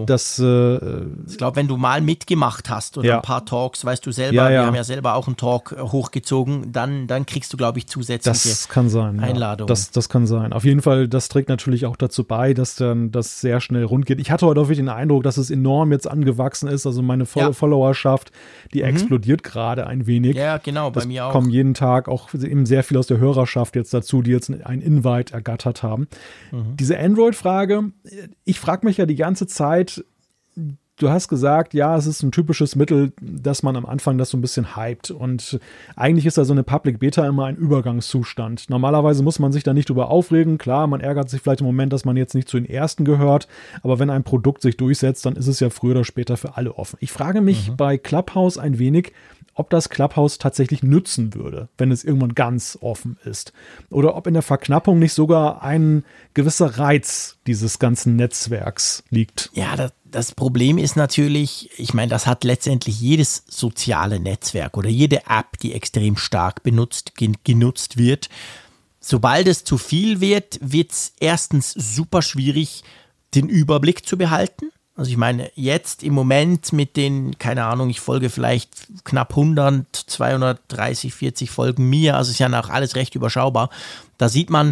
Ich glaube, wenn du mal mitgemacht hast oder ein paar Talks, weißt du selber, wir haben ja selber auch einen Talk hochgezogen, dann kriegst du, glaube ich, zusätzliche Einladungen. Das kann sein. Auf jeden Fall, das trägt natürlich auch dazu bei, dass dann das sehr schnell rund geht. Ich hatte heute auch wirklich den Eindruck, dass es enorm jetzt gewachsen ist, also meine Followerschaft, die explodiert gerade ein wenig. Ja, genau, bei mir auch. Kommen jeden Tag auch eben sehr viel aus der Hörerschaft jetzt dazu, die jetzt ein Invite ergattert haben. Diese Android-Frage, ich frage mich ja die ganze Zeit, du hast gesagt, ja, es ist ein typisches Mittel, dass man am Anfang das so ein bisschen hypt und eigentlich ist da so eine Public Beta immer ein Übergangszustand. Normalerweise muss man sich da nicht drüber aufregen. Klar, man ärgert sich vielleicht im Moment, dass man jetzt nicht zu den Ersten gehört, aber wenn ein Produkt sich durchsetzt, dann ist es ja früher oder später für alle offen. Ich frage mich bei Clubhouse ein wenig, ob das Clubhouse tatsächlich nützen würde, wenn es irgendwann ganz offen ist. Oder ob in der Verknappung nicht sogar ein gewisser Reiz dieses ganzen Netzwerks liegt. Ja, das Problem ist natürlich, ich meine, das hat letztendlich jedes soziale Netzwerk oder jede App, die extrem stark genutzt wird. Sobald es zu viel wird, wird es erstens super schwierig, den Überblick zu behalten. Also ich meine, jetzt im Moment mit den, keine Ahnung, ich folge vielleicht knapp 100, 230, 40 Folgen mir, also ist ja noch alles recht überschaubar. Da sieht man,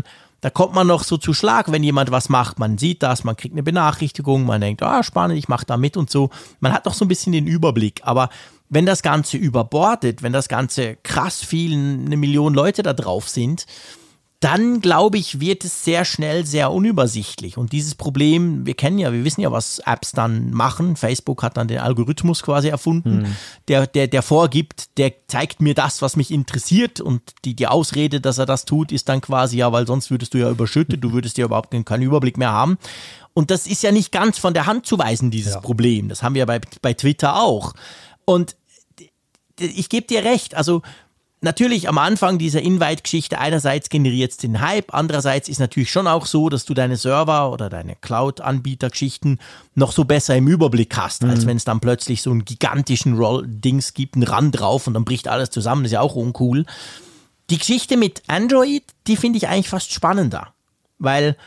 Da kommt man noch so zu Schlag, wenn jemand was macht. Man sieht das, man kriegt eine Benachrichtigung, man denkt, spannend, ich mache da mit und so. Man hat noch so ein bisschen den Überblick. Aber wenn das Ganze überbordet, wenn das Ganze krass viel, 1 Million Leute da drauf sind, dann, glaube ich, wird es sehr schnell sehr unübersichtlich. Und dieses Problem, wir wissen ja, was Apps dann machen. Facebook hat dann den Algorithmus quasi erfunden, der vorgibt, der zeigt mir das, was mich interessiert. Und die Ausrede, dass er das tut, ist dann quasi, weil sonst würdest du ja überschüttet, du würdest ja überhaupt keinen Überblick mehr haben. Und das ist ja nicht ganz von der Hand zu weisen, dieses Problem. Das haben wir bei Twitter auch. Und ich gebe dir recht, also natürlich am Anfang dieser Invite-Geschichte, einerseits generiert es den Hype, andererseits ist natürlich schon auch so, dass du deine Server oder deine Cloud-Anbieter-Geschichten noch so besser im Überblick hast, als wenn es dann plötzlich so einen gigantischen Dings gibt, einen Run drauf und dann bricht alles zusammen, das ist ja auch uncool. Die Geschichte mit Android, die finde ich eigentlich fast spannender, weil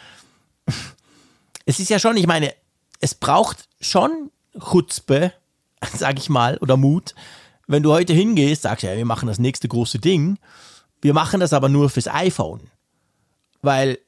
es ist ja schon, ich meine, es braucht schon Chutzpe, sag ich mal, oder Mut. Wenn du heute hingehst, sagst du, wir machen das nächste große Ding, wir machen das aber nur fürs iPhone. Weil,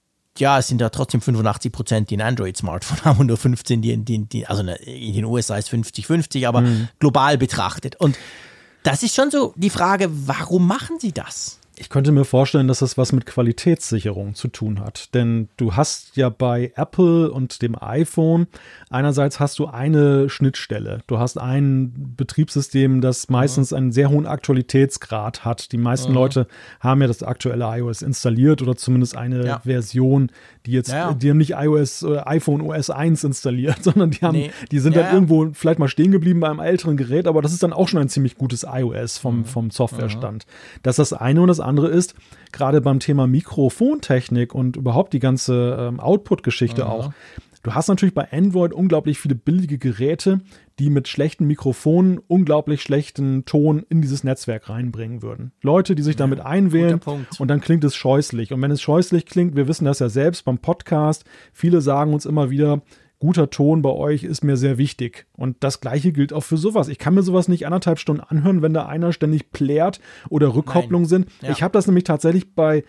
es sind ja trotzdem 85%, die ein Android-Smartphone haben und nur 15%, also in den USA ist 50-50, aber global betrachtet. Und das ist schon so die Frage, warum machen sie das? Ich könnte mir vorstellen, dass das was mit Qualitätssicherung zu tun hat. Denn du hast ja bei Apple und dem iPhone, einerseits hast du eine Schnittstelle. Du hast ein Betriebssystem, das meistens einen sehr hohen Aktualitätsgrad hat. Die meisten Leute haben ja das aktuelle iOS installiert oder zumindest eine Version, die jetzt, die haben nicht iPhone OS 1 installiert, sondern die sind dann irgendwo vielleicht mal stehen geblieben bei einem älteren Gerät, aber das ist dann auch schon ein ziemlich gutes iOS vom Softwarestand. Das ist das eine, und das andere ist, gerade beim Thema Mikrofontechnik und überhaupt die ganze Output-Geschichte auch, du hast natürlich bei Android unglaublich viele billige Geräte, die mit schlechten Mikrofonen unglaublich schlechten Ton in dieses Netzwerk reinbringen würden. Leute, die sich damit einwählen und dann klingt es scheußlich. Und wenn es scheußlich klingt, wir wissen das ja selbst beim Podcast, viele sagen uns immer wieder, guter Ton bei euch ist mir sehr wichtig. Und das Gleiche gilt auch für sowas. Ich kann mir sowas nicht 1,5 Stunden anhören, wenn da einer ständig plärt oder Rückkopplungen sind. Ja. Ich habe das nämlich tatsächlich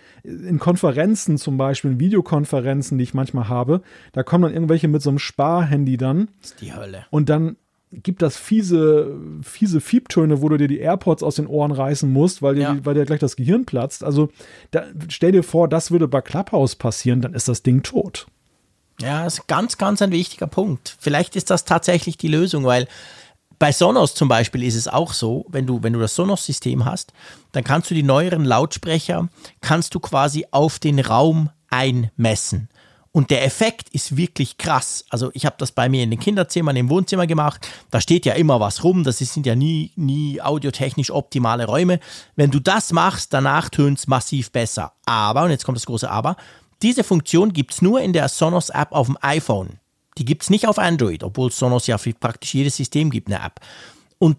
in Konferenzen zum Beispiel, in Videokonferenzen, die ich manchmal habe. Da kommen dann irgendwelche mit so einem Sparhandy dann. Das ist die Hölle. Und dann gibt das fiese Fiebtöne, wo du dir die AirPods aus den Ohren reißen musst, weil dir gleich das Gehirn platzt. Also stell dir vor, das würde bei Clubhouse passieren, dann ist das Ding tot. Ja, das ist ganz, ganz ein wichtiger Punkt. Vielleicht ist das tatsächlich die Lösung, weil bei Sonos zum Beispiel ist es auch so, wenn du das Sonos-System hast, dann kannst du die neueren Lautsprecher, quasi auf den Raum einmessen. Und der Effekt ist wirklich krass. Also ich habe das bei mir in den Kinderzimmern, im Wohnzimmer gemacht. Da steht ja immer was rum. Sind ja nie audiotechnisch optimale Räume. Wenn du das machst, danach tönt es massiv besser. Aber, und jetzt kommt das große Aber, diese Funktion gibt es nur in der Sonos-App auf dem iPhone. Die gibt es nicht auf Android, obwohl Sonos ja für praktisch jedes System gibt eine App. Und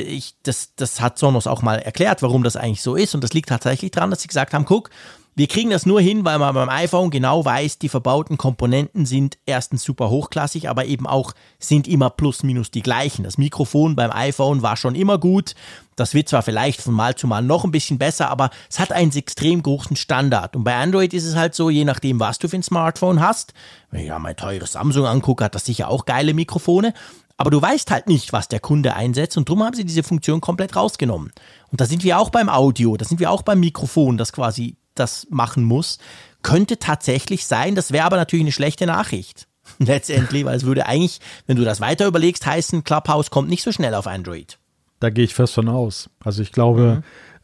das hat Sonos auch mal erklärt, warum das eigentlich so ist. Und das liegt tatsächlich daran, dass sie gesagt haben, guck, wir kriegen das nur hin, weil man beim iPhone genau weiß, die verbauten Komponenten sind erstens super hochklassig, aber eben auch sind immer plus minus die gleichen. Das Mikrofon beim iPhone war schon immer gut. Das wird zwar vielleicht von Mal zu Mal noch ein bisschen besser, aber es hat einen extrem großen Standard. Und bei Android ist es halt so, je nachdem, was du für ein Smartphone hast. Wenn ich ja mein teures Samsung angucke, hat das sicher auch geile Mikrofone. Aber du weißt halt nicht, was der Kunde einsetzt, und darum haben sie diese Funktion komplett rausgenommen. Und da sind wir auch beim Audio, da sind wir auch beim Mikrofon, das quasi das machen muss. Könnte tatsächlich sein, das wäre aber natürlich eine schlechte Nachricht. Letztendlich, weil es würde eigentlich, wenn du das weiter überlegst, heißen, Clubhouse kommt nicht so schnell auf Android. Da gehe ich fest von aus. Also ich glaube,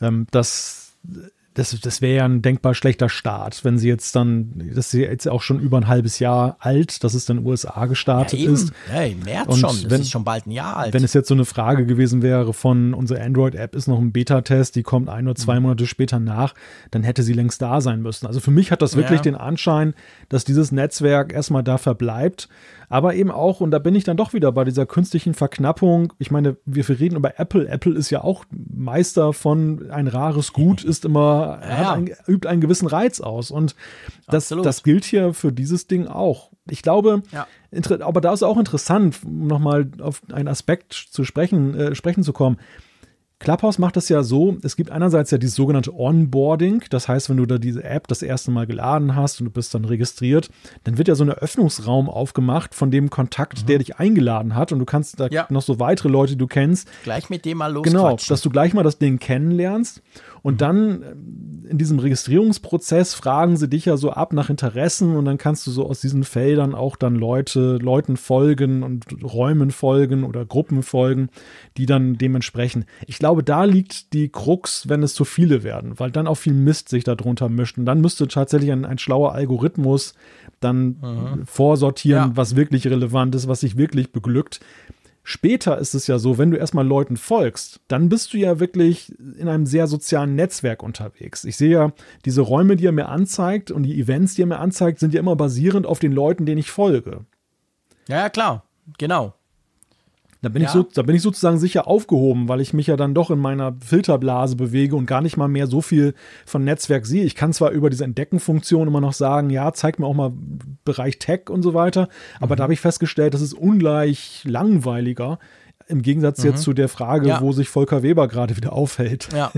das wäre ja ein denkbar schlechter Start, wenn sie jetzt dann, das ist jetzt auch schon über ein halbes Jahr alt, dass es dann in den USA gestartet ist. Ja, im März schon, das ist schon bald ein Jahr alt. Wenn es jetzt so eine Frage gewesen wäre von, unsere Android-App ist noch ein Beta-Test, die kommt 1 oder 2 Monate später nach, dann hätte sie längst da sein müssen. Also für mich hat das wirklich den Anschein, dass dieses Netzwerk erstmal da verbleibt, aber eben auch, und da bin ich dann doch wieder bei dieser künstlichen Verknappung. Ich meine, wir reden über Apple. Apple ist ja auch Meister von ein rares Gut, ist immer, übt einen gewissen Reiz aus. Und das gilt hier für dieses Ding auch. Ich glaube, aber da ist auch interessant, nochmal auf einen Aspekt zu sprechen zu kommen. Clubhouse macht das ja so, es gibt einerseits ja dieses sogenannte Onboarding, das heißt, wenn du da diese App das erste Mal geladen hast und du bist dann registriert, dann wird ja so ein Eröffnungsraum aufgemacht von dem Kontakt, der dich eingeladen hat und du kannst da noch so weitere Leute, die du kennst. Gleich mit dem mal losquatschen. Genau, dass du gleich mal das Ding kennenlernst. Und dann in diesem Registrierungsprozess fragen sie dich ja so ab nach Interessen und dann kannst du so aus diesen Feldern auch dann Leuten folgen und Räumen folgen oder Gruppen folgen, die dann dementsprechend. Ich glaube, da liegt die Krux, wenn es zu viele werden, weil dann auch viel Mist sich darunter mischt. Und dann müsste tatsächlich ein schlauer Algorithmus dann vorsortieren, was wirklich relevant ist, was sich wirklich beglückt. Später ist es ja so, wenn du erstmal Leuten folgst, dann bist du ja wirklich in einem sehr sozialen Netzwerk unterwegs. Ich sehe ja, diese Räume, die er mir anzeigt und die Events, die er mir anzeigt, sind ja immer basierend auf den Leuten, denen ich folge. Ja, klar, genau. Da bin ich sozusagen sicher aufgehoben, weil ich mich ja dann doch in meiner Filterblase bewege und gar nicht mal mehr so viel von Netzwerk sehe. Ich kann zwar über diese Entdecken-Funktion immer noch sagen, ja, zeig mir auch mal Bereich Tech und so weiter, aber da habe ich festgestellt, das ist ungleich langweiliger, im Gegensatz jetzt zu der Frage, wo sich Volker Weber gerade wieder aufhält. Ja.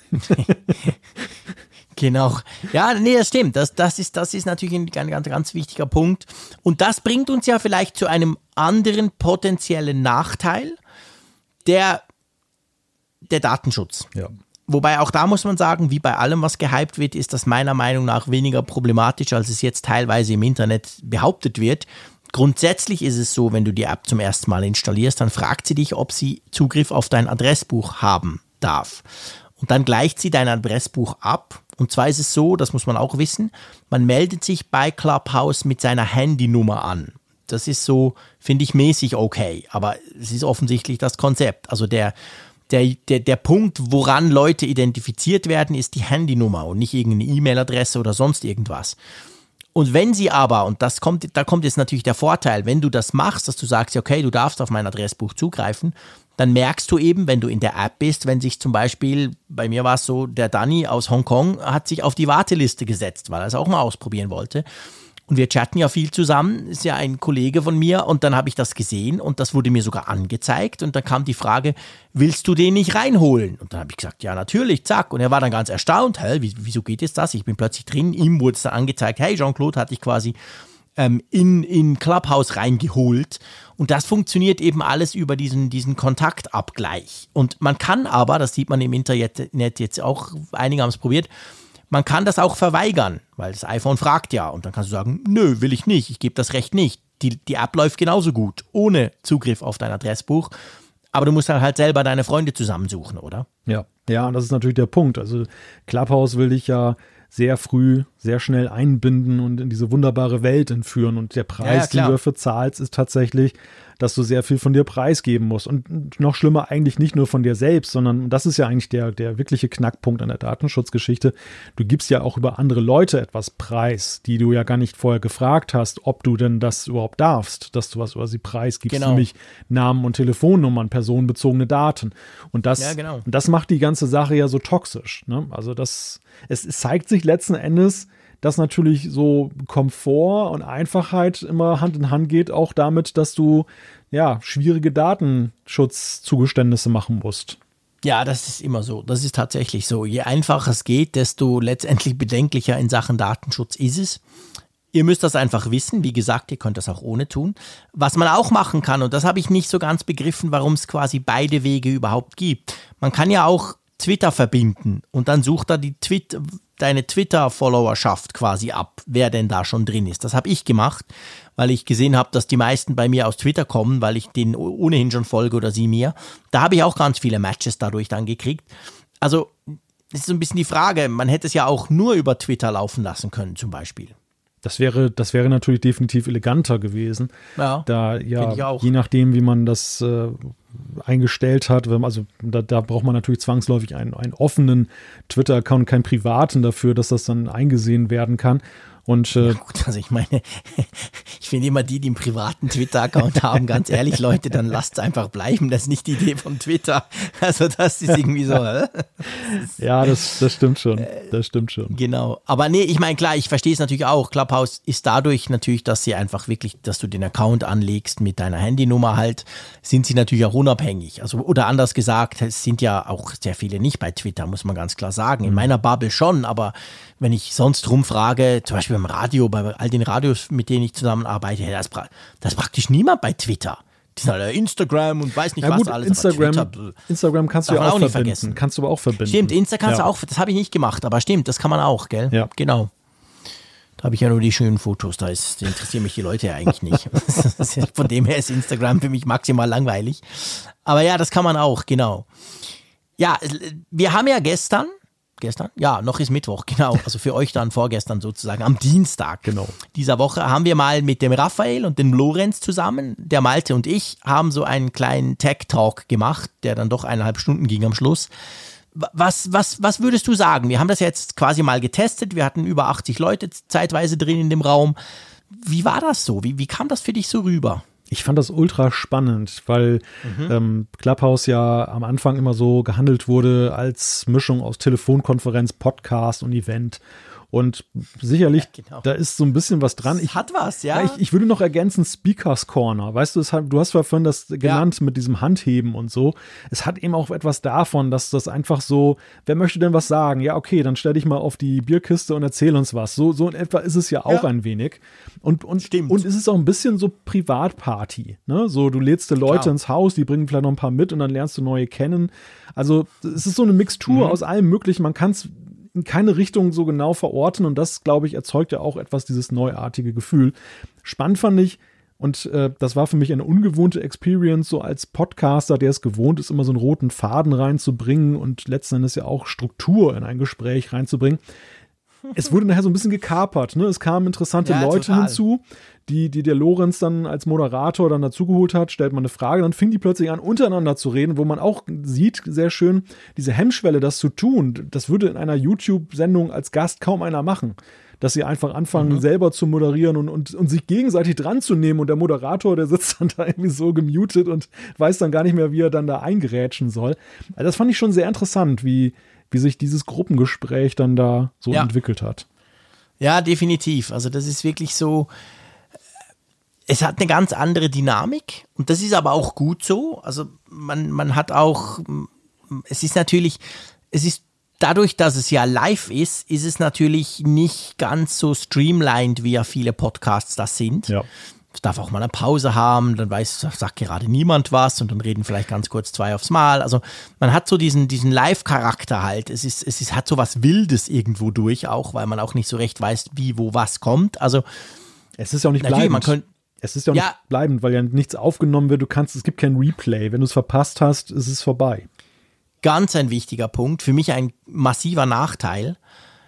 Genau. Ja, nee, das stimmt. Das ist natürlich ein ganz wichtiger Punkt. Und das bringt uns ja vielleicht zu einem anderen potenziellen Nachteil, der Datenschutz. Ja. Wobei auch da muss man sagen, wie bei allem, was gehypt wird, ist das meiner Meinung nach weniger problematisch, als es jetzt teilweise im Internet behauptet wird. Grundsätzlich ist es so, wenn du die App zum ersten Mal installierst, dann fragt sie dich, ob sie Zugriff auf dein Adressbuch haben darf. Und dann gleicht sie dein Adressbuch ab. Und zwar ist es so, das muss man auch wissen, man meldet sich bei Clubhouse mit seiner Handynummer an. Das ist so, finde ich, mäßig okay. Aber es ist offensichtlich das Konzept. Also der Punkt, woran Leute identifiziert werden, ist die Handynummer und nicht irgendeine E-Mail-Adresse oder sonst irgendwas. Und wenn sie aber, und da kommt jetzt natürlich der Vorteil, wenn du das machst, dass du sagst, okay, du darfst auf mein Adressbuch zugreifen, dann merkst du eben, wenn du in der App bist, wenn sich zum Beispiel, bei mir war es so, der Danny aus Hongkong hat sich auf die Warteliste gesetzt, weil er es auch mal ausprobieren wollte. Und wir chatten ja viel zusammen, ist ja ein Kollege von mir und dann habe ich das gesehen und das wurde mir sogar angezeigt und dann kam die Frage, willst du den nicht reinholen? Und dann habe ich gesagt, ja natürlich, zack. Und er war dann ganz erstaunt, wieso geht jetzt das? Ich bin plötzlich drin, ihm wurde es dann angezeigt, hey, Jean-Claude hat dich quasi in Clubhouse reingeholt. Und das funktioniert eben alles über diesen Kontaktabgleich. Und man kann aber, das sieht man im Internet jetzt auch, einige haben es probiert, man kann das auch verweigern, weil das iPhone fragt ja. Und dann kannst du sagen, nö, will ich nicht, ich gebe das Recht nicht. Die App läuft genauso gut, ohne Zugriff auf dein Adressbuch. Aber du musst dann halt selber deine Freunde zusammensuchen, oder? Ja, und das ist natürlich der Punkt. Also Clubhouse will dich ja sehr früh, sehr schnell einbinden und in diese wunderbare Welt entführen. Und der Preis, den du dafür zahlst, ist tatsächlich, dass du sehr viel von dir preisgeben musst. Und noch schlimmer eigentlich nicht nur von dir selbst, sondern das ist ja eigentlich der wirkliche Knackpunkt an der Datenschutzgeschichte. Du gibst ja auch über andere Leute etwas preis, die du ja gar nicht vorher gefragt hast, ob du denn das überhaupt darfst, dass du was über sie preisgibst, nämlich Namen und Telefonnummern, personenbezogene Daten. Und das macht die ganze Sache ja so toxisch. Ne? Also es zeigt sich letzten Endes, dass natürlich so Komfort und Einfachheit immer Hand in Hand geht, auch damit, dass du schwierige Datenschutzzugeständnisse machen musst. Ja, das ist immer so. Das ist tatsächlich so. Je einfacher es geht, desto letztendlich bedenklicher in Sachen Datenschutz ist es. Ihr müsst das einfach wissen. Wie gesagt, ihr könnt das auch ohne tun. Was man auch machen kann, und das habe ich nicht so ganz begriffen, warum es quasi beide Wege überhaupt gibt. Man kann ja auch Twitter verbinden und dann sucht da deine Twitter-Followerschaft quasi ab, wer denn da schon drin ist. Das habe ich gemacht, weil ich gesehen habe, dass die meisten bei mir aus Twitter kommen, weil ich denen ohnehin schon folge oder sie mir. Da habe ich auch ganz viele Matches dadurch dann gekriegt. Also, das ist so ein bisschen die Frage, man hätte es ja auch nur über Twitter laufen lassen können zum Beispiel. Das wäre natürlich definitiv eleganter gewesen. Ja, da je nachdem, wie man das eingestellt hat, also da braucht man natürlich zwangsläufig einen offenen Twitter-Account, keinen privaten dafür, dass das dann eingesehen werden kann. Und ja gut, also ich meine, ich finde immer die einen privaten Twitter-Account haben, ganz ehrlich, Leute, dann lasst es einfach bleiben. Das ist nicht die Idee von Twitter. Also das ist irgendwie so. Ja, das stimmt schon. Das stimmt schon. Genau. Aber nee, ich meine, klar, ich verstehe es natürlich auch. Clubhouse ist dadurch natürlich, dass sie einfach wirklich, dass du den Account anlegst mit deiner Handynummer halt, sind sie natürlich auch unabhängig. Also, oder anders gesagt, es sind ja auch sehr viele nicht bei Twitter, muss man ganz klar sagen. In meiner Bubble schon, aber wenn ich sonst rumfrage, zum Beispiel beim Radio, bei all den Radios, mit denen ich zusammenarbeite, da ist praktisch niemand bei Twitter. Die sind alle Instagram und weiß nicht was gut, alles. Instagram kannst du ja auch verbinden. Kannst du aber auch verbinden. Stimmt, Insta kannst du auch, das habe ich nicht gemacht, aber stimmt, das kann man auch, gell? Ja. Genau. Da habe ich ja nur die schönen Fotos, da interessieren mich die Leute ja eigentlich nicht. Von dem her ist Instagram für mich maximal langweilig. Aber ja, das kann man auch, genau. Ja, wir haben ja gestern? Ja, noch ist Mittwoch, genau. Also für euch dann vorgestern sozusagen, am Dienstag dieser Woche haben wir mal mit dem Raphael und dem Lorenz zusammen, der Malte und ich, haben so einen kleinen Tech-Talk gemacht, der dann doch 1,5 Stunden ging am Schluss. Was würdest du sagen? Wir haben das jetzt quasi mal getestet, wir hatten über 80 Leute zeitweise drin in dem Raum. Wie war das so? Wie kam das für dich so rüber? Ich fand das ultra spannend, weil Clubhouse ja am Anfang immer so gehandelt wurde als Mischung aus Telefonkonferenz, Podcast und Event. Und sicherlich, da ist so ein bisschen was dran. Hat was, ja. Ich würde noch ergänzen, Speakers Corner. Weißt du, du hast ja vorhin das genannt mit diesem Handheben und so. Es hat eben auch etwas davon, dass das einfach so, wer möchte denn was sagen? Ja, okay, dann stell dich mal auf die Bierkiste und erzähl uns was. So in etwa ist es ja auch ein wenig. Und es ist auch ein bisschen so Privatparty. Ne? So, du lädst die Leute ins Haus, die bringen vielleicht noch ein paar mit und dann lernst du neue kennen. Also, es ist so eine Mixtur aus allem Möglichen. Man kann es in keine Richtung so genau verorten und das, glaube ich, erzeugt ja auch etwas dieses neuartige Gefühl. Spannend fand ich, und das war für mich eine ungewohnte Experience, so als Podcaster, der es gewohnt ist, immer so einen roten Faden reinzubringen und letzten Endes ja auch Struktur in ein Gespräch reinzubringen. Es wurde nachher so ein bisschen gekapert, ne? Es kamen interessante Leute hinzu, die der Lorenz dann als Moderator dann dazugeholt hat, stellt man eine Frage, dann fing die plötzlich an, untereinander zu reden, wo man auch sieht, sehr schön, diese Hemmschwelle, das zu tun, das würde in einer YouTube-Sendung als Gast kaum einer machen. Dass sie einfach anfangen, selber zu moderieren und sich gegenseitig dran zu nehmen und der Moderator, der sitzt dann da irgendwie so gemutet und weiß dann gar nicht mehr, wie er dann da eingerätschen soll. Also das fand ich schon sehr interessant, wie sich dieses Gruppengespräch dann da so entwickelt hat. Ja, definitiv. Also das ist wirklich so, es hat eine ganz andere Dynamik und das ist aber auch gut so. Also man hat auch, es ist dadurch, dass es ja live ist es natürlich nicht ganz so streamlined, wie ja viele Podcasts das sind. Ja. Es darf auch mal eine Pause haben, dann sagt gerade niemand was und dann reden vielleicht ganz kurz 2 aufs Mal. Also man hat so diesen Live-Charakter halt. Es hat so was Wildes irgendwo durch auch, weil man auch nicht so recht weiß, wie, wo, was kommt. Also es ist ja auch nicht bleibend. Es ist ja auch nicht bleibend, weil ja nichts aufgenommen wird. Es gibt kein Replay. Wenn du es verpasst hast, ist es vorbei. Ganz ein wichtiger Punkt, für mich ein massiver Nachteil,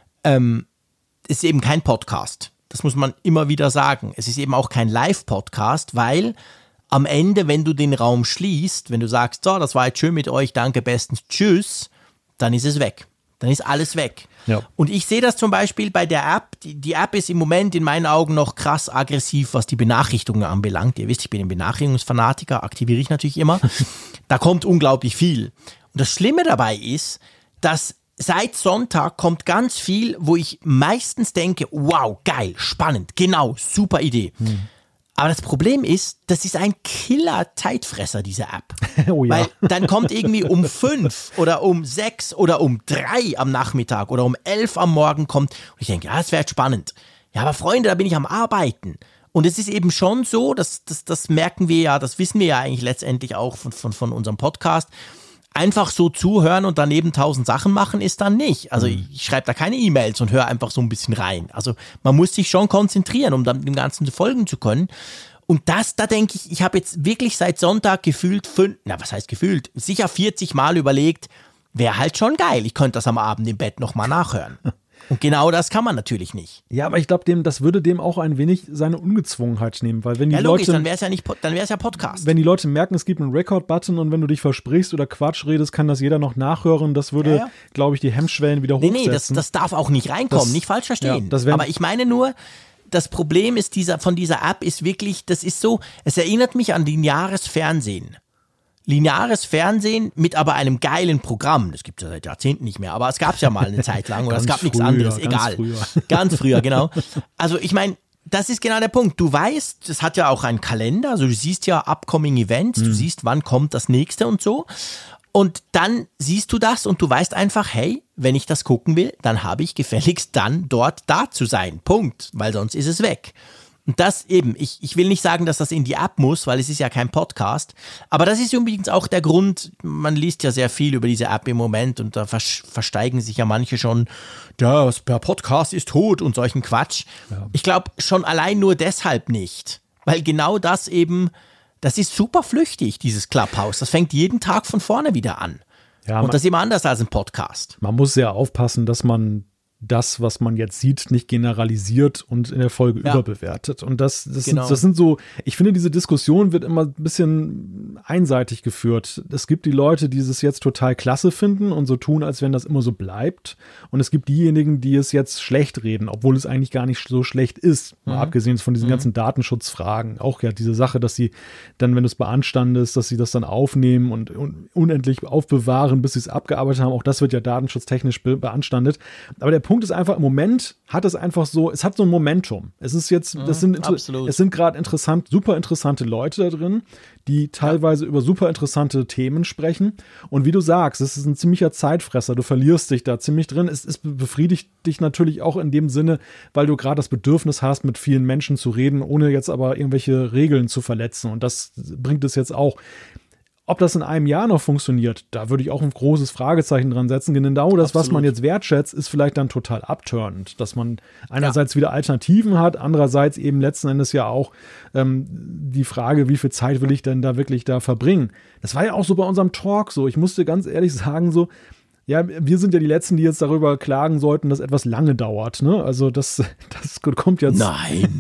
ist eben kein Podcast. Das muss man immer wieder sagen. Es ist eben auch kein Live-Podcast, weil am Ende, wenn du den Raum schließt, wenn du sagst, so, das war jetzt schön mit euch, danke, bestens, tschüss, dann ist es weg. Dann ist alles weg. Ja. Und ich sehe das zum Beispiel bei der App. Die App ist im Moment in meinen Augen noch krass aggressiv, was die Benachrichtigungen anbelangt. Ihr wisst, ich bin ein Benachrichtigungsfanatiker, aktiviere ich natürlich immer. Da kommt unglaublich viel. Und das Schlimme dabei ist, dass seit Sonntag kommt ganz viel, wo ich meistens denke, wow, geil, spannend, genau, super Idee. Aber das Problem ist, das ist ein Killer-Zeitfresser, diese App. Oh ja. Weil dann kommt irgendwie um 5 oder um 6 oder um 3 am Nachmittag oder um 11 am Morgen kommt. Und ich denke, ja, das wäre spannend. Ja, aber Freunde, da bin ich am Arbeiten. Und es ist eben schon so, das merken wir ja, das wissen wir ja eigentlich letztendlich auch von unserem Podcast. Einfach so zuhören und daneben 1000 Sachen machen ist dann nicht. Also ich schreibe da keine E-Mails und höre einfach so ein bisschen rein. Also man muss sich schon konzentrieren, um dann dem Ganzen folgen zu können. Und da denke ich habe jetzt wirklich seit Sonntag sicher 40 Mal überlegt, wäre halt schon geil. Ich könnte das am Abend im Bett nochmal nachhören. Und genau das kann man natürlich nicht. Ja, aber ich glaube, das würde dem auch ein wenig seine Ungezwungenheit nehmen, weil wenn die Leute, dann wäre es ja Podcast. Wenn die Leute merken, es gibt einen Record-Button und wenn du dich versprichst oder Quatsch redest, kann das jeder noch nachhören. Das würde, glaube ich, die Hemmschwellen wieder hochsetzen. Nee, das darf auch nicht reinkommen, nicht falsch verstehen. Ja, aber ich meine nur, das Problem ist von dieser App ist wirklich, das ist so, es erinnert mich an lineares Fernsehen. Lineares Fernsehen mit aber einem geilen Programm. Das gibt es ja seit Jahrzehnten nicht mehr, aber es gab es ja mal eine Zeit lang oder es gab nichts anderes, egal. Ganz früher, genau. Also ich meine, das ist genau der Punkt. Du weißt, es hat ja auch einen Kalender, also du siehst ja upcoming Events, du siehst, wann kommt das nächste und so. Und dann siehst du das und du weißt einfach, hey, wenn ich das gucken will, dann habe ich gefälligst dann dort da zu sein. Punkt. Weil sonst ist es weg. Und das eben, ich will nicht sagen, dass das in die App muss, weil es ist ja kein Podcast. Aber das ist übrigens auch der Grund, man liest ja sehr viel über diese App im Moment und da versteigen sich ja manche schon, ja, der Podcast ist tot und solchen Quatsch. Ja. Ich glaube schon allein nur deshalb nicht. Weil genau das eben, das ist super flüchtig, dieses Clubhouse. Das fängt jeden Tag von vorne wieder an. Ja, und das ist immer anders als ein Podcast. Man muss sehr aufpassen, dass man das, was man jetzt sieht, nicht generalisiert und in der Folge überbewertet. Und das sind so, ich finde, diese Diskussion wird immer ein bisschen einseitig geführt. Es gibt die Leute, die es jetzt total klasse finden und so tun, als wenn das immer so bleibt. Und es gibt diejenigen, die es jetzt schlecht reden, obwohl es eigentlich gar nicht so schlecht ist. Mal abgesehen von diesen ganzen Datenschutzfragen. Auch ja diese Sache, dass sie dann, wenn du es beanstandest, dass sie das dann aufnehmen und unendlich aufbewahren, bis sie es abgearbeitet haben. Auch das wird ja datenschutztechnisch beanstandet. Aber der Punkt ist einfach, im Moment hat es einfach so, es hat so ein Momentum. Es ist jetzt, es sind gerade super interessante Leute da drin, die teilweise über super interessante Themen sprechen. Und wie du sagst, es ist ein ziemlicher Zeitfresser. Du verlierst dich da ziemlich drin. Es befriedigt dich natürlich auch in dem Sinne, weil du gerade das Bedürfnis hast, mit vielen Menschen zu reden, ohne jetzt aber irgendwelche Regeln zu verletzen. Und das bringt es jetzt auch. Ob das in einem Jahr noch funktioniert, da würde ich auch ein großes Fragezeichen dran setzen. Genau das, was man jetzt wertschätzt, ist vielleicht dann total abturnend, dass man einerseits wieder Alternativen hat, andererseits eben letzten Endes ja auch die Frage, wie viel Zeit will ich denn da wirklich da verbringen? Das war ja auch so bei unserem Talk so. Ich musste ganz ehrlich sagen so, ja, wir sind ja die Letzten, die jetzt darüber klagen sollten, dass etwas lange dauert. Ne? Also das kommt jetzt... Nein.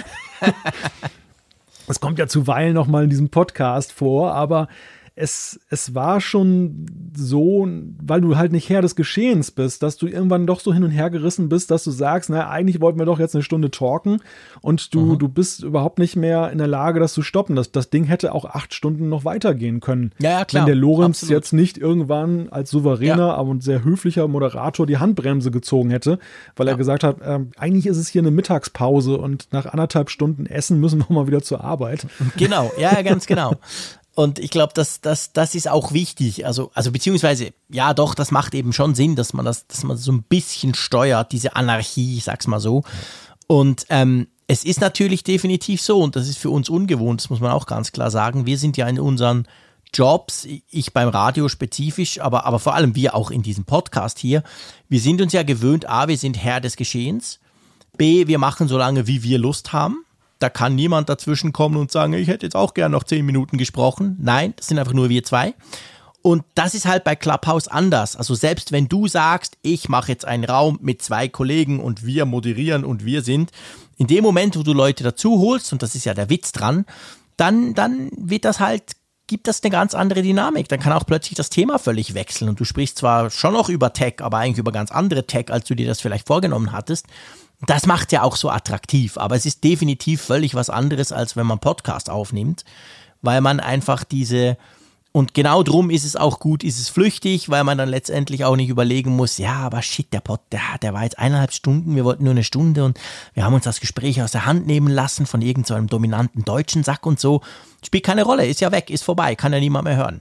Es kommt ja zuweilen noch mal in diesem Podcast vor, aber es war schon so, weil du halt nicht Herr des Geschehens bist, dass du irgendwann doch so hin und her gerissen bist, dass du sagst, na, eigentlich wollten wir doch jetzt eine Stunde talken und du bist überhaupt nicht mehr in der Lage, das zu stoppen. Das Ding hätte auch 8 Stunden noch weitergehen können. Ja, klar. Wenn der Lorenz jetzt nicht irgendwann als souveräner, aber ein sehr höflicher Moderator die Handbremse gezogen hätte, weil er gesagt hat, eigentlich ist es hier eine Mittagspause und nach 1,5 Stunden Essen müssen wir mal wieder zur Arbeit. Genau, ja, ganz genau. Und ich glaube, das ist auch wichtig. Also beziehungsweise, ja doch, das macht eben schon Sinn, dass man so ein bisschen steuert, diese Anarchie, ich sag's mal so. Und es ist natürlich definitiv so, und das ist für uns ungewohnt, das muss man auch ganz klar sagen, wir sind ja in unseren Jobs, ich beim Radio spezifisch, aber vor allem wir auch in diesem Podcast hier, wir sind uns ja gewöhnt, A, wir sind Herr des Geschehens, B, wir machen so lange, wie wir Lust haben. Da kann niemand dazwischen kommen und sagen, ich hätte jetzt auch gern noch 10 Minuten gesprochen. Nein, das sind einfach nur wir zwei. Und das ist halt bei Clubhouse anders. Also selbst wenn du sagst, ich mache jetzt einen Raum mit 2 Kollegen und wir moderieren und wir sind, in dem Moment, wo du Leute dazu holst, und das ist ja der Witz dran, dann wird das halt, gibt das eine ganz andere Dynamik. Dann kann auch plötzlich das Thema völlig wechseln. Und du sprichst zwar schon noch über Tech, aber eigentlich über ganz andere Tech, als du dir das vielleicht vorgenommen hattest. Das macht ja auch so attraktiv, aber es ist definitiv völlig was anderes, als wenn man Podcast aufnimmt, weil man einfach und genau drum ist es auch gut, ist es flüchtig, weil man dann letztendlich auch nicht überlegen muss, ja, aber shit, der war jetzt 1,5 Stunden, wir wollten nur 1 Stunde und wir haben uns das Gespräch aus der Hand nehmen lassen von irgend so einem dominanten deutschen Sack und so. Spielt keine Rolle, ist ja weg, ist vorbei, kann ja niemand mehr hören.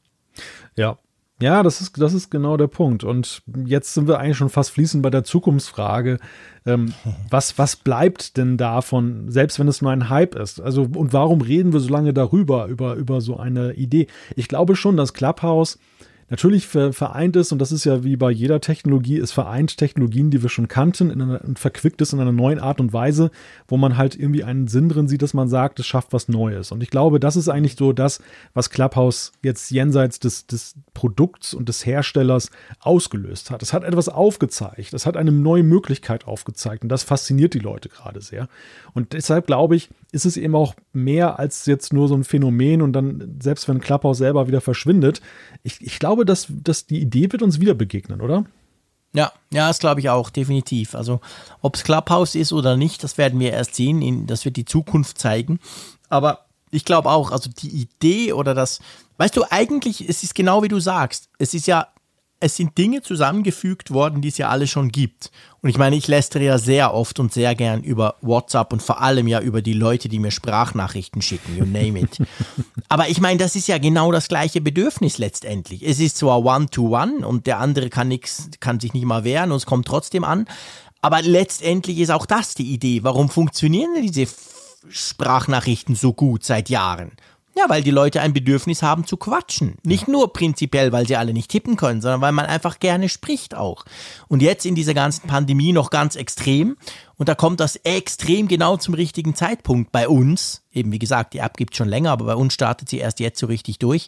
Ja, das ist genau der Punkt. Und jetzt sind wir eigentlich schon fast fließend bei der Zukunftsfrage. Was bleibt denn davon, selbst wenn es nur ein Hype ist? Also, und warum reden wir so lange darüber, über so eine Idee? Ich glaube schon, dass Clubhouse natürlich vereint ist, und das ist ja wie bei jeder Technologie, es vereint Technologien, die wir schon kannten, und verquickt es in einer neuen Art und Weise, wo man halt irgendwie einen Sinn drin sieht, dass man sagt, es schafft was Neues. Und ich glaube, das ist eigentlich so das, was Clubhouse jetzt jenseits des Produkts und des Herstellers ausgelöst hat. Es hat etwas aufgezeigt, es hat eine neue Möglichkeit aufgezeigt, und das fasziniert die Leute gerade sehr. Und deshalb glaube ich, ist es eben auch mehr als jetzt nur so ein Phänomen, und dann, selbst wenn Clubhouse selber wieder verschwindet, ich glaube, dass die Idee wird uns wieder begegnen, oder? Ja, das glaube ich auch, definitiv. Also ob es Clubhouse ist oder nicht, das werden wir erst sehen, das wird die Zukunft zeigen. Aber ich glaube auch, also die Idee oder das, weißt du, eigentlich, es ist genau wie du sagst, es ist ja es sind Dinge zusammengefügt worden, die es ja alle schon gibt. Und ich meine, ich lästere ja sehr oft und sehr gern über WhatsApp und vor allem ja über die Leute, die mir Sprachnachrichten schicken, you name it. Aber ich meine, das ist ja genau das gleiche Bedürfnis letztendlich. Es ist zwar One-to-One und der andere kann sich nicht mal wehren und es kommt trotzdem an. Aber letztendlich ist auch das die Idee. Warum funktionieren denn diese Sprachnachrichten so gut seit Jahren? Ja, weil die Leute ein Bedürfnis haben zu quatschen. Nicht nur prinzipiell, weil sie alle nicht tippen können, sondern weil man einfach gerne spricht auch. Und jetzt in dieser ganzen Pandemie noch ganz extrem. Und da kommt das extrem genau zum richtigen Zeitpunkt bei uns. Eben wie gesagt, die App gibt es schon länger, aber bei uns startet sie erst jetzt so richtig durch.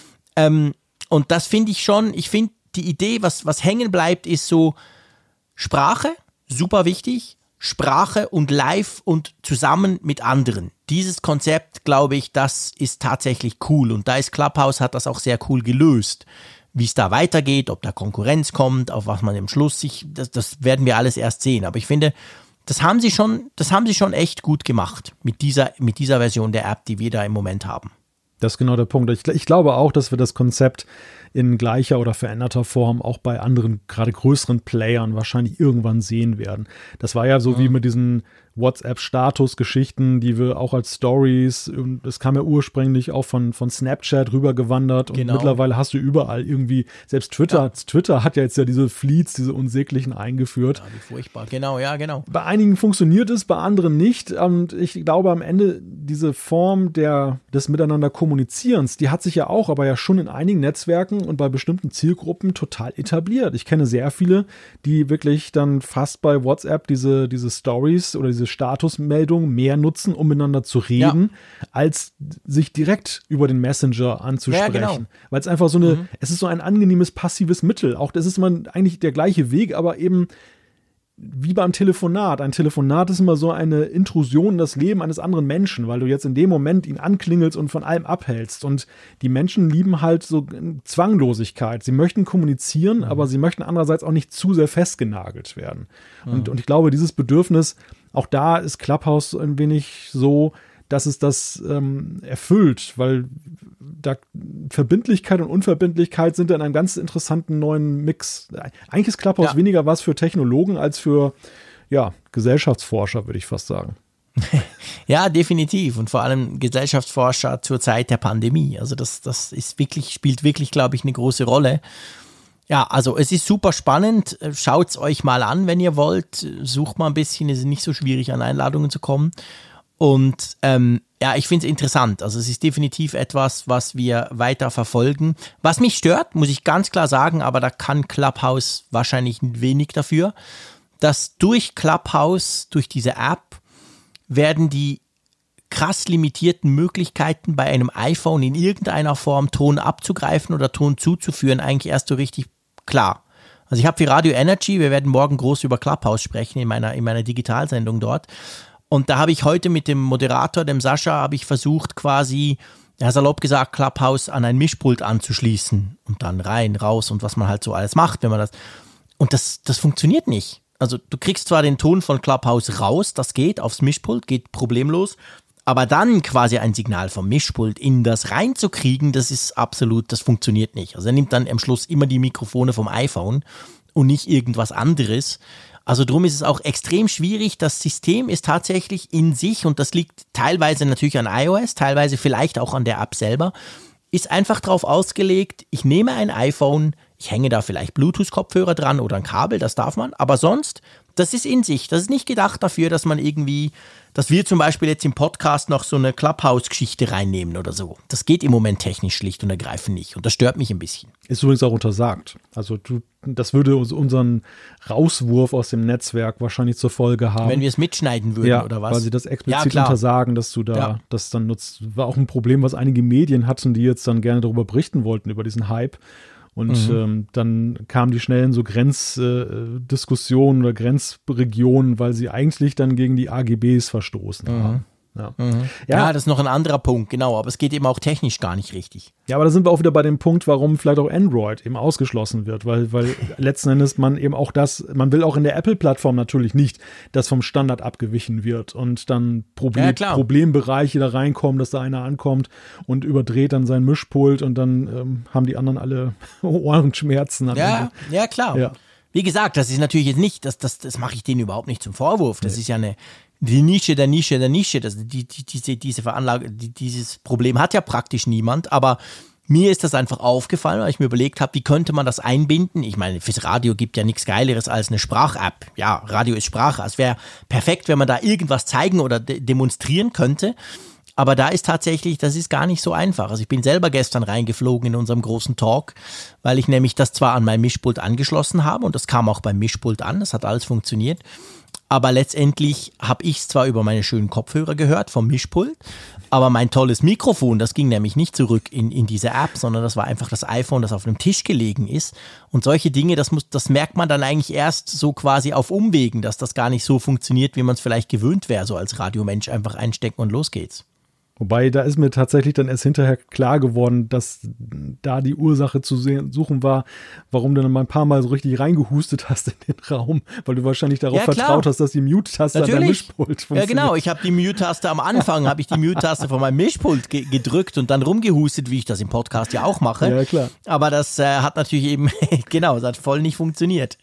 Und das finde ich schon, ich finde die Idee, was hängen bleibt, ist so Sprache, super wichtig. Sprache und live und zusammen mit anderen. Dieses Konzept, glaube ich, das ist tatsächlich cool. Und da ist Clubhouse, hat das auch sehr cool gelöst. Wie es da weitergeht, ob da Konkurrenz kommt, auf was man im Schluss das werden wir alles erst sehen. Aber ich finde, das haben sie schon echt gut gemacht mit dieser Version der App, die wir da im Moment haben. Das ist genau der Punkt. Ich glaube auch, dass wir das Konzept in gleicher oder veränderter Form auch bei anderen, gerade größeren Playern wahrscheinlich irgendwann sehen werden. Das war ja so wie mit diesen WhatsApp-Status-Geschichten, die wir auch als Stories, das kam ja ursprünglich auch von Snapchat rübergewandert und mittlerweile hast du überall irgendwie, selbst Twitter, ja. Twitter hat ja jetzt ja diese Fleets, diese unsäglichen eingeführt. Ja, wie furchtbar, genau, ja, genau. Bei einigen funktioniert es, bei anderen nicht und ich glaube am Ende diese Form des Miteinander Kommunizierens, die hat sich ja auch, aber ja schon in einigen Netzwerken und bei bestimmten Zielgruppen total etabliert. Ich kenne sehr viele, die wirklich dann fast bei WhatsApp diese Stories oder diese Statusmeldungen mehr nutzen, um miteinander zu reden, als sich direkt über den Messenger anzusprechen. Ja, genau. Weil es einfach es ist so ein angenehmes, passives Mittel. Auch das ist eigentlich der gleiche Weg, aber eben wie beim Telefonat. Ein Telefonat ist immer so eine Intrusion in das Leben eines anderen Menschen, weil du jetzt in dem Moment ihn anklingelst und von allem abhältst. Und die Menschen lieben halt so Zwanglosigkeit. Sie möchten kommunizieren, aber sie möchten andererseits auch nicht zu sehr festgenagelt werden. Und ich glaube, dieses Bedürfnis, auch da ist Clubhouse ein wenig so, dass es das erfüllt, weil da Verbindlichkeit und Unverbindlichkeit sind in einem ganz interessanten neuen Mix. Eigentlich ist Clubhouse weniger was für Technologen als für Gesellschaftsforscher, würde ich fast sagen. Ja, definitiv. Und vor allem Gesellschaftsforscher zur Zeit der Pandemie. Also das spielt wirklich, glaube ich, eine große Rolle. Ja, also es ist super spannend. Schaut es euch mal an, wenn ihr wollt. Sucht mal ein bisschen, es ist nicht so schwierig, an Einladungen zu kommen. Und ich finde es interessant. Also es ist definitiv etwas, was wir weiter verfolgen. Was mich stört, muss ich ganz klar sagen, aber da kann Clubhouse wahrscheinlich wenig dafür, dass durch Clubhouse, durch diese App, werden die krass limitierten Möglichkeiten bei einem iPhone in irgendeiner Form Ton abzugreifen oder Ton zuzuführen eigentlich erst so richtig klar. Also ich habe für Radio Energy, wir werden morgen groß über Clubhouse sprechen in meiner Digitalsendung dort. Und da habe ich heute mit dem Moderator, dem Sascha, habe ich versucht quasi, salopp gesagt, Clubhouse an ein Mischpult anzuschließen und dann rein, raus und was man halt so alles macht, wenn man das. Und das funktioniert nicht. Also du kriegst zwar den Ton von Clubhouse raus, das geht, aufs Mischpult, geht problemlos, aber dann quasi ein Signal vom Mischpult in das reinzukriegen, das funktioniert nicht. Also er nimmt dann am Schluss immer die Mikrofone vom iPhone und nicht irgendwas anderes. Also drum ist es auch extrem schwierig. Das System ist tatsächlich in sich, und das liegt teilweise natürlich an iOS, teilweise vielleicht auch an der App selber, ist einfach darauf ausgelegt, ich nehme ein iPhone, ich hänge da vielleicht Bluetooth-Kopfhörer dran oder ein Kabel, das darf man, aber sonst, das ist in sich. Das ist nicht gedacht dafür, dass man irgendwie, dass wir zum Beispiel jetzt im Podcast noch so eine Clubhouse-Geschichte reinnehmen oder so. Das geht im Moment technisch schlicht und ergreifend nicht und das stört mich ein bisschen. Ist übrigens auch untersagt. Also das würde unseren Rauswurf aus dem Netzwerk wahrscheinlich zur Folge haben. Wenn wir es mitschneiden würden oder was? Weil sie das explizit untersagen, dass du da das dann nutzt. War auch ein Problem, was einige Medien hatten, die jetzt dann gerne darüber berichten wollten, über diesen Hype. Und dann kamen die schnell in so Grenzdiskussionen oder Grenzregionen, weil sie eigentlich dann gegen die AGBs verstoßen haben. Ja, das ist noch ein anderer Punkt, genau, aber es geht eben auch technisch gar nicht richtig. Ja, aber da sind wir auch wieder bei dem Punkt, warum vielleicht auch Android eben ausgeschlossen wird, weil letzten Endes man eben auch man will auch in der Apple-Plattform natürlich nicht, dass vom Standard abgewichen wird und dann Problembereiche da reinkommen, dass da einer ankommt und überdreht dann sein Mischpult und dann haben die anderen alle Ohrenschmerzen. Ja, klar. Ja. Wie gesagt, das ist natürlich jetzt nicht, das mache ich denen überhaupt nicht zum Vorwurf, das ist ja die Nische der Nische der Nische. Diese Veranlage, dieses Problem hat ja praktisch niemand, aber mir ist das einfach aufgefallen, weil ich mir überlegt habe, wie könnte man das einbinden? Ich meine, fürs Radio gibt ja nichts Geileres als eine Sprach-App. Ja, Radio ist Sprache. Es wäre perfekt, wenn man da irgendwas zeigen oder demonstrieren könnte. Aber da ist tatsächlich, das ist gar nicht so einfach. Also ich bin selber gestern reingeflogen in unserem großen Talk, weil ich nämlich das zwar an mein Mischpult angeschlossen habe und das kam auch beim Mischpult an, das hat alles funktioniert. Aber letztendlich habe ich es zwar über meine schönen Kopfhörer gehört vom Mischpult, aber mein tolles Mikrofon, das ging nämlich nicht zurück in diese App, sondern das war einfach das iPhone, das auf einem Tisch gelegen ist. Und solche Dinge, das merkt man dann eigentlich erst so quasi auf Umwegen, dass das gar nicht so funktioniert, wie man es vielleicht gewöhnt wäre, so als Radiomensch einfach einstecken und los geht's. Wobei, da ist mir tatsächlich dann erst hinterher klar geworden, dass da die Ursache zu suchen war, warum du dann mal ein paar Mal so richtig reingehustet hast in den Raum, weil du wahrscheinlich darauf vertraut hast, dass die Mute-Taste an deinem Mischpult funktioniert. Ja, genau. Ich habe die Mute-Taste am Anfang, habe ich die Mute-Taste von meinem Mischpult gedrückt und dann rumgehustet, wie ich das im Podcast ja auch mache. Ja, klar. Aber das hat natürlich eben, das hat voll nicht funktioniert.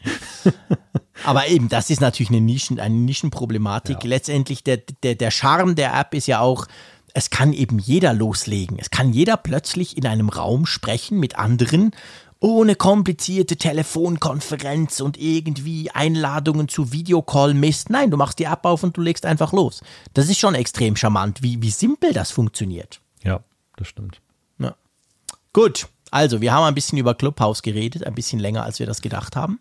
Aber eben, das ist natürlich eine Nischenproblematik. Ja. Letztendlich, der Charme der App ist ja auch, es kann eben jeder loslegen. Es kann jeder plötzlich in einem Raum sprechen mit anderen, ohne komplizierte Telefonkonferenz und irgendwie Einladungen zu Videocall-Mist. Nein, du machst die App auf und du legst einfach los. Das ist schon extrem charmant, wie simpel das funktioniert. Ja, das stimmt. Ja. Gut, also wir haben ein bisschen über Clubhouse geredet, ein bisschen länger, als wir das gedacht haben.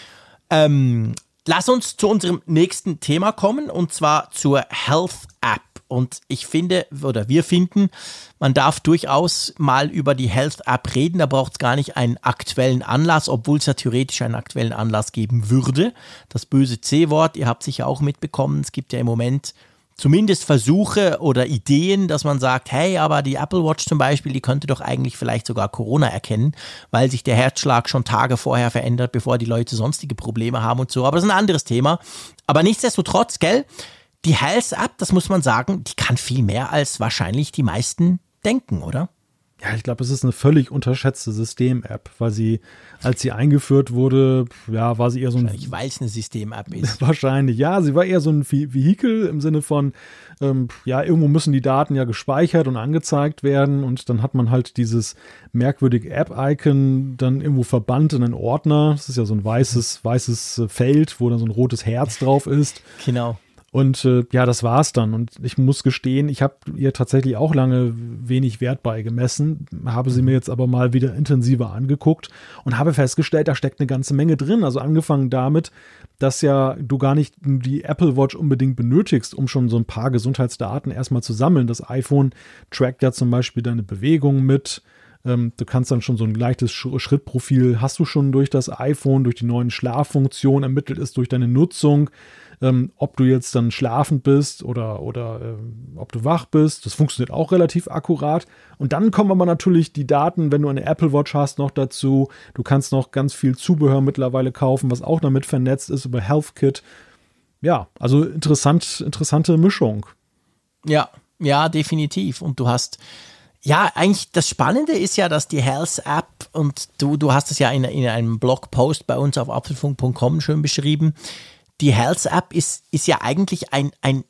Lass uns zu unserem nächsten Thema kommen, und zwar zur Health App. Und ich finde, oder wir finden, man darf durchaus mal über die Health App reden. Da braucht es gar nicht einen aktuellen Anlass, obwohl es ja theoretisch einen aktuellen Anlass geben würde. Das böse C-Wort, ihr habt sicher auch mitbekommen, es gibt ja im Moment zumindest Versuche oder Ideen, dass man sagt, hey, aber die Apple Watch zum Beispiel, die könnte doch eigentlich vielleicht sogar Corona erkennen, weil sich der Herzschlag schon Tage vorher verändert, bevor die Leute sonstige Probleme haben und so. Aber das ist ein anderes Thema. Aber nichtsdestotrotz, gell, die Health App, das muss man sagen, die kann viel mehr als wahrscheinlich die meisten denken, oder? Ja, ich glaube, es ist eine völlig unterschätzte System-App, weil sie, als sie eingeführt wurde, ja, war sie eher so ein... Weil es eine System-App ist. Wahrscheinlich, ja, sie war eher so ein Vehikel im Sinne von, irgendwo müssen die Daten ja gespeichert und angezeigt werden, und dann hat man halt dieses merkwürdige App-Icon dann irgendwo verbannt in einen Ordner. Das ist ja so ein weißes Feld, wo dann so ein rotes Herz drauf ist. Genau. Und das war's dann. Und ich muss gestehen, ich habe ihr tatsächlich auch lange wenig Wert beigemessen, habe sie mir jetzt aber mal wieder intensiver angeguckt und habe festgestellt, da steckt eine ganze Menge drin. Also angefangen damit, dass ja du gar nicht die Apple Watch unbedingt benötigst, um schon so ein paar Gesundheitsdaten erstmal zu sammeln. Das iPhone trackt ja zum Beispiel deine Bewegungen mit. Du kannst dann schon so ein leichtes Schrittprofil, hast du schon durch das iPhone, durch die neuen Schlaffunktionen, ermittelt ist durch deine Nutzung, ob du jetzt dann schlafend bist oder ob du wach bist. Das funktioniert auch relativ akkurat. Und dann kommen aber natürlich die Daten, wenn du eine Apple Watch hast, noch dazu. Du kannst noch ganz viel Zubehör mittlerweile kaufen, was auch damit vernetzt ist über HealthKit. Ja, also interessante Mischung. Ja, definitiv. Und du hast... Ja, eigentlich das Spannende ist ja, dass die Health App, und du hast es ja in einem Blogpost bei uns auf apfelfunk.com schön beschrieben, die Health App ist ja eigentlich ein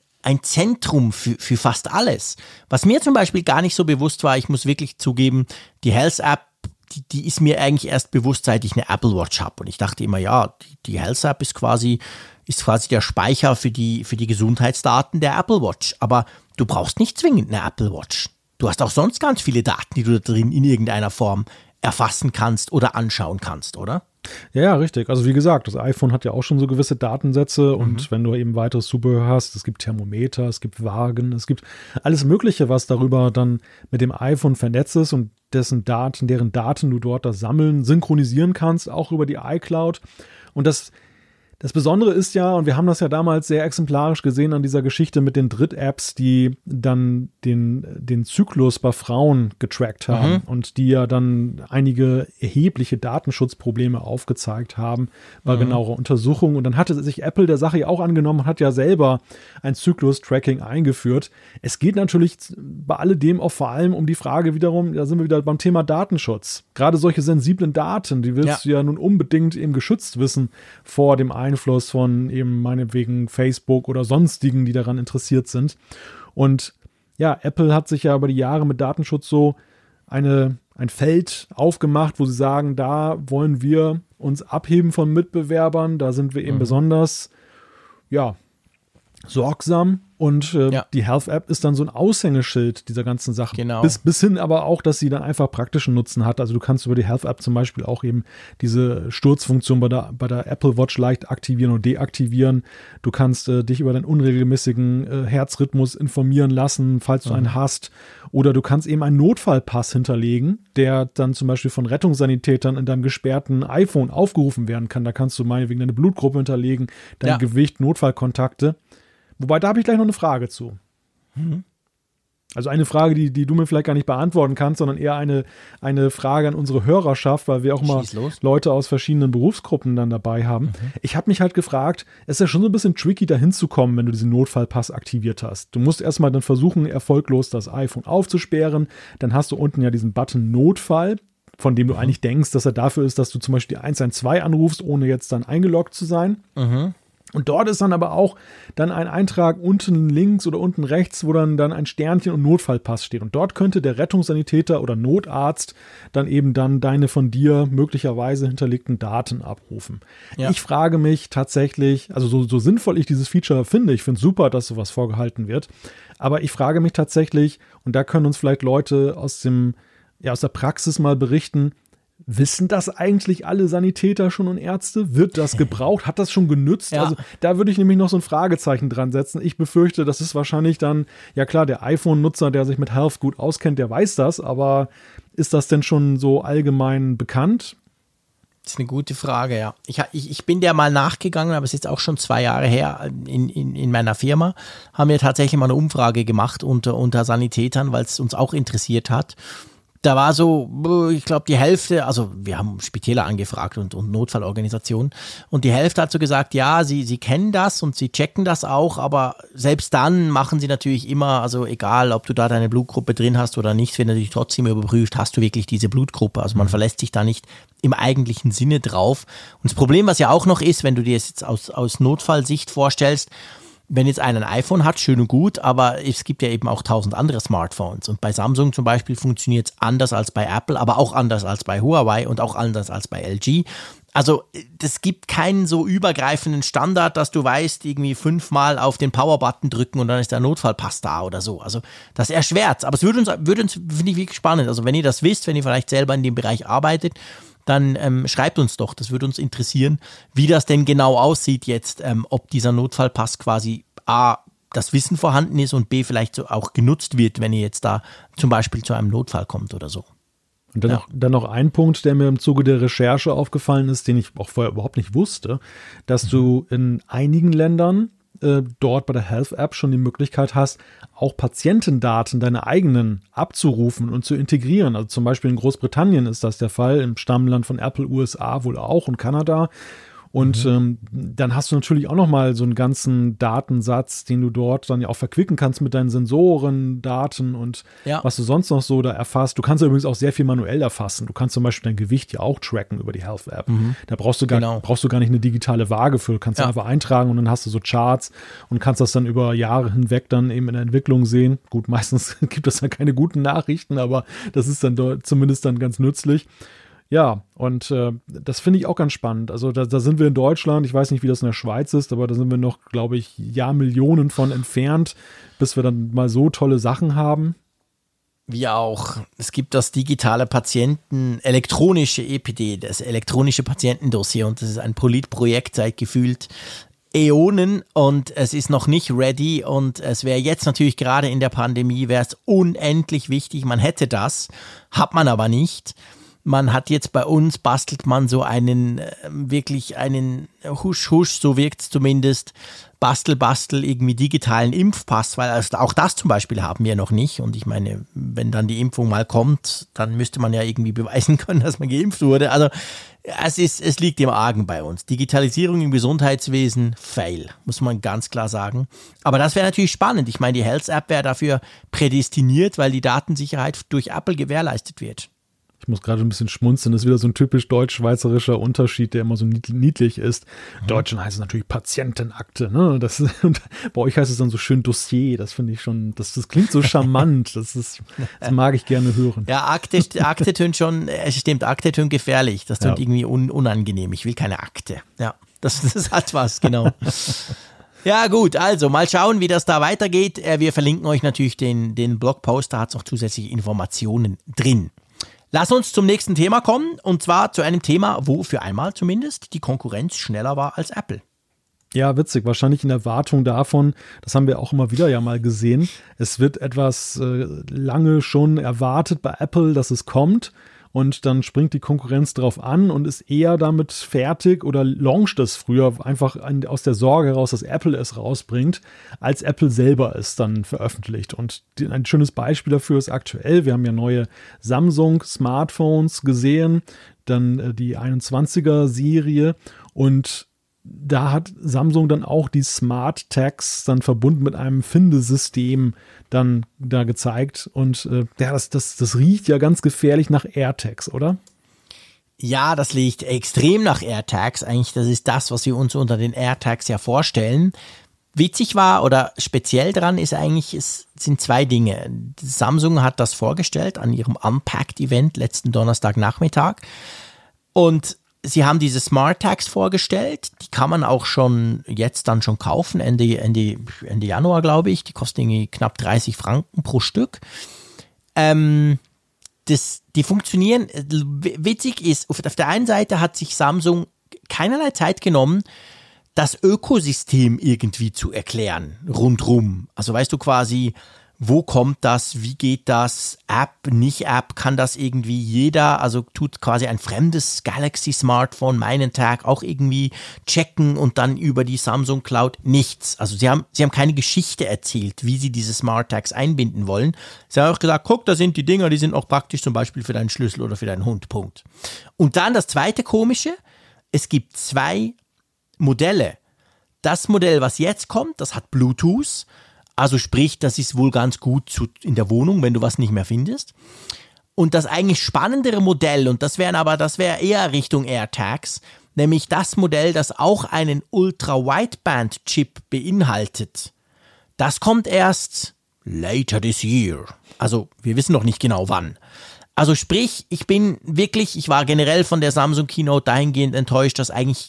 Zentrum für fast alles. Was mir zum Beispiel gar nicht so bewusst war, ich muss wirklich zugeben, die Health App, die ist mir eigentlich erst bewusst, seit ich eine Apple Watch habe. Und ich dachte immer, ja, die Health App ist quasi der Speicher für die Gesundheitsdaten der Apple Watch. Aber du brauchst nicht zwingend eine Apple Watch. Du hast auch sonst ganz viele Daten, die du da drin in irgendeiner Form erfassen kannst oder anschauen kannst, oder? Ja, richtig. Also wie gesagt, das iPhone hat ja auch schon so gewisse Datensätze, und wenn du eben weiteres Zubehör hast, es gibt Thermometer, es gibt Waagen, es gibt alles Mögliche, was darüber dann mit dem iPhone vernetzt ist und deren Daten du dort das sammeln, synchronisieren kannst, auch über die iCloud. Und das Das Besondere ist ja, und wir haben das ja damals sehr exemplarisch gesehen an dieser Geschichte mit den Dritt-Apps, die dann den Zyklus bei Frauen getrackt haben und die ja dann einige erhebliche Datenschutzprobleme aufgezeigt haben bei genauerer Untersuchung. Und dann hatte sich Apple der Sache ja auch angenommen und hat ja selber ein Zyklus-Tracking eingeführt. Es geht natürlich bei alledem auch vor allem um die Frage wiederum, da sind wir wieder beim Thema Datenschutz. Gerade solche sensiblen Daten, die willst du ja nun unbedingt eben geschützt wissen vor dem Einfluss von eben meinetwegen Facebook oder sonstigen, die daran interessiert sind. Und ja, Apple hat sich ja über die Jahre mit Datenschutz so ein Feld aufgemacht, wo sie sagen, da wollen wir uns abheben von Mitbewerbern, da sind wir eben besonders, sorgsam. Und die Health-App ist dann so ein Aushängeschild dieser ganzen Sache. Genau. Bis hin aber auch, dass sie dann einfach praktischen Nutzen hat. Also du kannst über die Health-App zum Beispiel auch eben diese Sturzfunktion bei der Apple Watch leicht aktivieren und deaktivieren. Du kannst dich über deinen unregelmäßigen Herzrhythmus informieren lassen, falls du einen hast. Oder du kannst eben einen Notfallpass hinterlegen, der dann zum Beispiel von Rettungssanitätern in deinem gesperrten iPhone aufgerufen werden kann. Da kannst du meinetwegen deine Blutgruppe hinterlegen, dein Gewicht, Notfallkontakte. Wobei, da habe ich gleich noch eine Frage zu. Also eine Frage, die du mir vielleicht gar nicht beantworten kannst, sondern eher eine Frage an unsere Hörerschaft, weil wir auch mal Leute aus verschiedenen Berufsgruppen dann dabei haben. Ich habe mich halt gefragt, es ist ja schon so ein bisschen tricky, da hinzukommen, wenn du diesen Notfallpass aktiviert hast. Du musst erstmal dann versuchen, erfolglos das iPhone aufzusperren. Dann hast du unten ja diesen Button Notfall, von dem du eigentlich denkst, dass er dafür ist, dass du zum Beispiel die 112 anrufst, ohne jetzt dann eingeloggt zu sein. Und dort ist dann aber auch dann ein Eintrag unten links oder unten rechts, wo dann ein Sternchen und Notfallpass steht. Und dort könnte der Rettungssanitäter oder Notarzt dann eben dann deine von dir möglicherweise hinterlegten Daten abrufen. Ja. Ich frage mich tatsächlich, also so sinnvoll ich dieses Feature finde, ich finde es super, dass sowas vorgehalten wird, aber ich frage mich tatsächlich, und da können uns vielleicht Leute aus der Praxis mal berichten, wissen das eigentlich alle Sanitäter schon und Ärzte? Wird das gebraucht? Hat das schon genützt? Ja. Also da würde ich nämlich noch so ein Fragezeichen dran setzen. Ich befürchte, das ist wahrscheinlich dann, ja klar, der iPhone-Nutzer, der sich mit Health gut auskennt, der weiß das, aber ist das denn schon so allgemein bekannt? Das ist eine gute Frage, ja. Ich bin der mal nachgegangen, aber es ist jetzt auch schon 2 Jahre her. In meiner Firma haben wir tatsächlich mal eine Umfrage gemacht unter Sanitätern, weil es uns auch interessiert hat. Da war so, ich glaube, die Hälfte, also wir haben Spitäler angefragt und Notfallorganisationen und die Hälfte hat so gesagt, ja, sie kennen das und sie checken das auch, aber selbst dann machen sie natürlich immer, also egal, ob du da deine Blutgruppe drin hast oder nicht, wird natürlich trotzdem überprüft, hast du wirklich diese Blutgruppe, also man verlässt sich da nicht im eigentlichen Sinne drauf. Und das Problem, was ja auch noch ist, wenn du dir es jetzt aus Notfallsicht vorstellst, wenn jetzt einer ein iPhone hat, schön und gut, aber es gibt ja eben auch 1000 andere Smartphones. Und bei Samsung zum Beispiel funktioniert es anders als bei Apple, aber auch anders als bei Huawei und auch anders als bei LG. Also es gibt keinen so übergreifenden Standard, dass du weißt, irgendwie 5-mal auf den Power-Button drücken und dann ist der Notfallpass da oder so. Also das erschwert es. Aber es würde uns, finde ich, wirklich spannend. Also wenn ihr das wisst, wenn ihr vielleicht selber in dem Bereich arbeitet, dann schreibt uns doch, das würde uns interessieren, wie das denn genau aussieht jetzt, ob dieser Notfallpass quasi A, das Wissen vorhanden ist und B, vielleicht so auch genutzt wird, wenn ihr jetzt da zum Beispiel zu einem Notfall kommt oder so. Und dann noch ein Punkt, der mir im Zuge der Recherche aufgefallen ist, den ich auch vorher überhaupt nicht wusste, dass du in einigen Ländern dort bei der Health-App schon die Möglichkeit hast, auch Patientendaten, deine eigenen, abzurufen und zu integrieren. Also zum Beispiel in Großbritannien ist das der Fall, im Stammland von Apple, USA wohl auch und Kanada. Und dann hast du natürlich auch nochmal so einen ganzen Datensatz, den du dort dann ja auch verquicken kannst mit deinen Sensoren, Daten und was du sonst noch so da erfasst. Du kannst ja übrigens auch sehr viel manuell erfassen. Du kannst zum Beispiel dein Gewicht ja auch tracken über die Health-App. Da brauchst du gar nicht eine digitale Waage für. Du kannst einfach eintragen und dann hast du so Charts und kannst das dann über Jahre hinweg dann eben in der Entwicklung sehen. Gut, meistens gibt es dann keine guten Nachrichten, aber das ist dann zumindest dann ganz nützlich. Ja, und das finde ich auch ganz spannend. Also da sind wir in Deutschland, ich weiß nicht, wie das in der Schweiz ist, aber da sind wir noch, glaube ich, Millionen von entfernt, bis wir dann mal so tolle Sachen haben. Wir auch. Es gibt das digitale elektronische EPD, das elektronische Patientendossier, und das ist ein Politprojekt seit gefühlt Äonen und es ist noch nicht ready und es wäre jetzt natürlich gerade in der Pandemie, wäre es unendlich wichtig, man hätte das, hat man aber nicht. man hat jetzt bei uns, bastelt man so wirklich einen Husch, so wirkt es zumindest, Bastel, irgendwie digitalen Impfpass, weil also auch das zum Beispiel haben wir noch nicht. Und ich meine, wenn dann die Impfung mal kommt, dann müsste man ja irgendwie beweisen können, dass man geimpft wurde. Also es liegt im Argen bei uns. Digitalisierung im Gesundheitswesen, fail, muss man ganz klar sagen. Aber das wäre natürlich spannend. Ich meine, die Health-App wäre dafür prädestiniert, weil die Datensicherheit durch Apple gewährleistet wird. Ich muss gerade ein bisschen schmunzeln. Das ist wieder so ein typisch deutsch-schweizerischer Unterschied, der immer so niedlich ist. Im Deutschen heißt es natürlich Patientenakte. Ne? Und bei euch heißt es dann so schön Dossier. Das finde ich schon, das klingt so charmant. Das mag ich gerne hören. Ja, Akte tönt schon, stimmt, Akte tönt gefährlich. Das tönt irgendwie unangenehm. Ich will keine Akte. Ja, das hat was, genau. Ja gut, also mal schauen, wie das da weitergeht. Wir verlinken euch natürlich den Blogpost, da hat es auch zusätzliche Informationen drin. Lass uns zum nächsten Thema kommen, und zwar zu einem Thema, wo für einmal zumindest die Konkurrenz schneller war als Apple. Ja, witzig. Wahrscheinlich in Erwartung davon, das haben wir auch immer wieder ja mal gesehen, es wird etwas lange schon erwartet bei Apple, dass es kommt. Und dann springt die Konkurrenz drauf an und ist eher damit fertig oder launcht es früher einfach aus der Sorge heraus, dass Apple es rausbringt, als Apple selber es dann veröffentlicht. Und ein schönes Beispiel dafür ist aktuell, wir haben ja neue Samsung-Smartphones gesehen, dann die 21er-Serie, und da hat Samsung dann auch die Smart Tags dann verbunden mit einem Findesystem dann da gezeigt. Und das riecht ja ganz gefährlich nach AirTags, oder? Ja, das riecht extrem nach AirTags. Eigentlich, das ist das, was wir uns unter den AirTags ja vorstellen. Witzig war oder speziell dran ist eigentlich, es sind zwei Dinge. Samsung hat das vorgestellt an ihrem Unpacked-Event letzten Donnerstagnachmittag. Und sie haben diese Smart Tags vorgestellt, die kann man auch jetzt kaufen, Ende Januar, glaube ich. Die kosten irgendwie knapp 30 Franken pro Stück. Die funktionieren, witzig ist, auf der einen Seite hat sich Samsung keinerlei Zeit genommen, das Ökosystem irgendwie zu erklären, rundrum. Also weißt du quasi, wo kommt das, wie geht das, App, nicht App, kann das irgendwie jeder, also tut quasi ein fremdes Galaxy-Smartphone meinen Tag auch irgendwie checken und dann über die Samsung Cloud nichts. Also sie haben keine Geschichte erzählt, wie sie diese Smart Tags einbinden wollen. Sie haben auch gesagt, guck, da sind die Dinger, die sind auch praktisch zum Beispiel für deinen Schlüssel oder für deinen Hund, Punkt. Und dann das zweite Komische, es gibt zwei Modelle. Das Modell, was jetzt kommt, das hat Bluetooth. Also sprich, das ist wohl ganz gut in der Wohnung, wenn du was nicht mehr findest. Und das eigentlich spannendere Modell, und das wäre eher Richtung AirTags, nämlich das Modell, das auch einen Ultra-Wideband-Chip beinhaltet. Das kommt erst later this year. Also wir wissen noch nicht genau wann. Also sprich, ich war generell von der Samsung Keynote dahingehend enttäuscht, dass eigentlich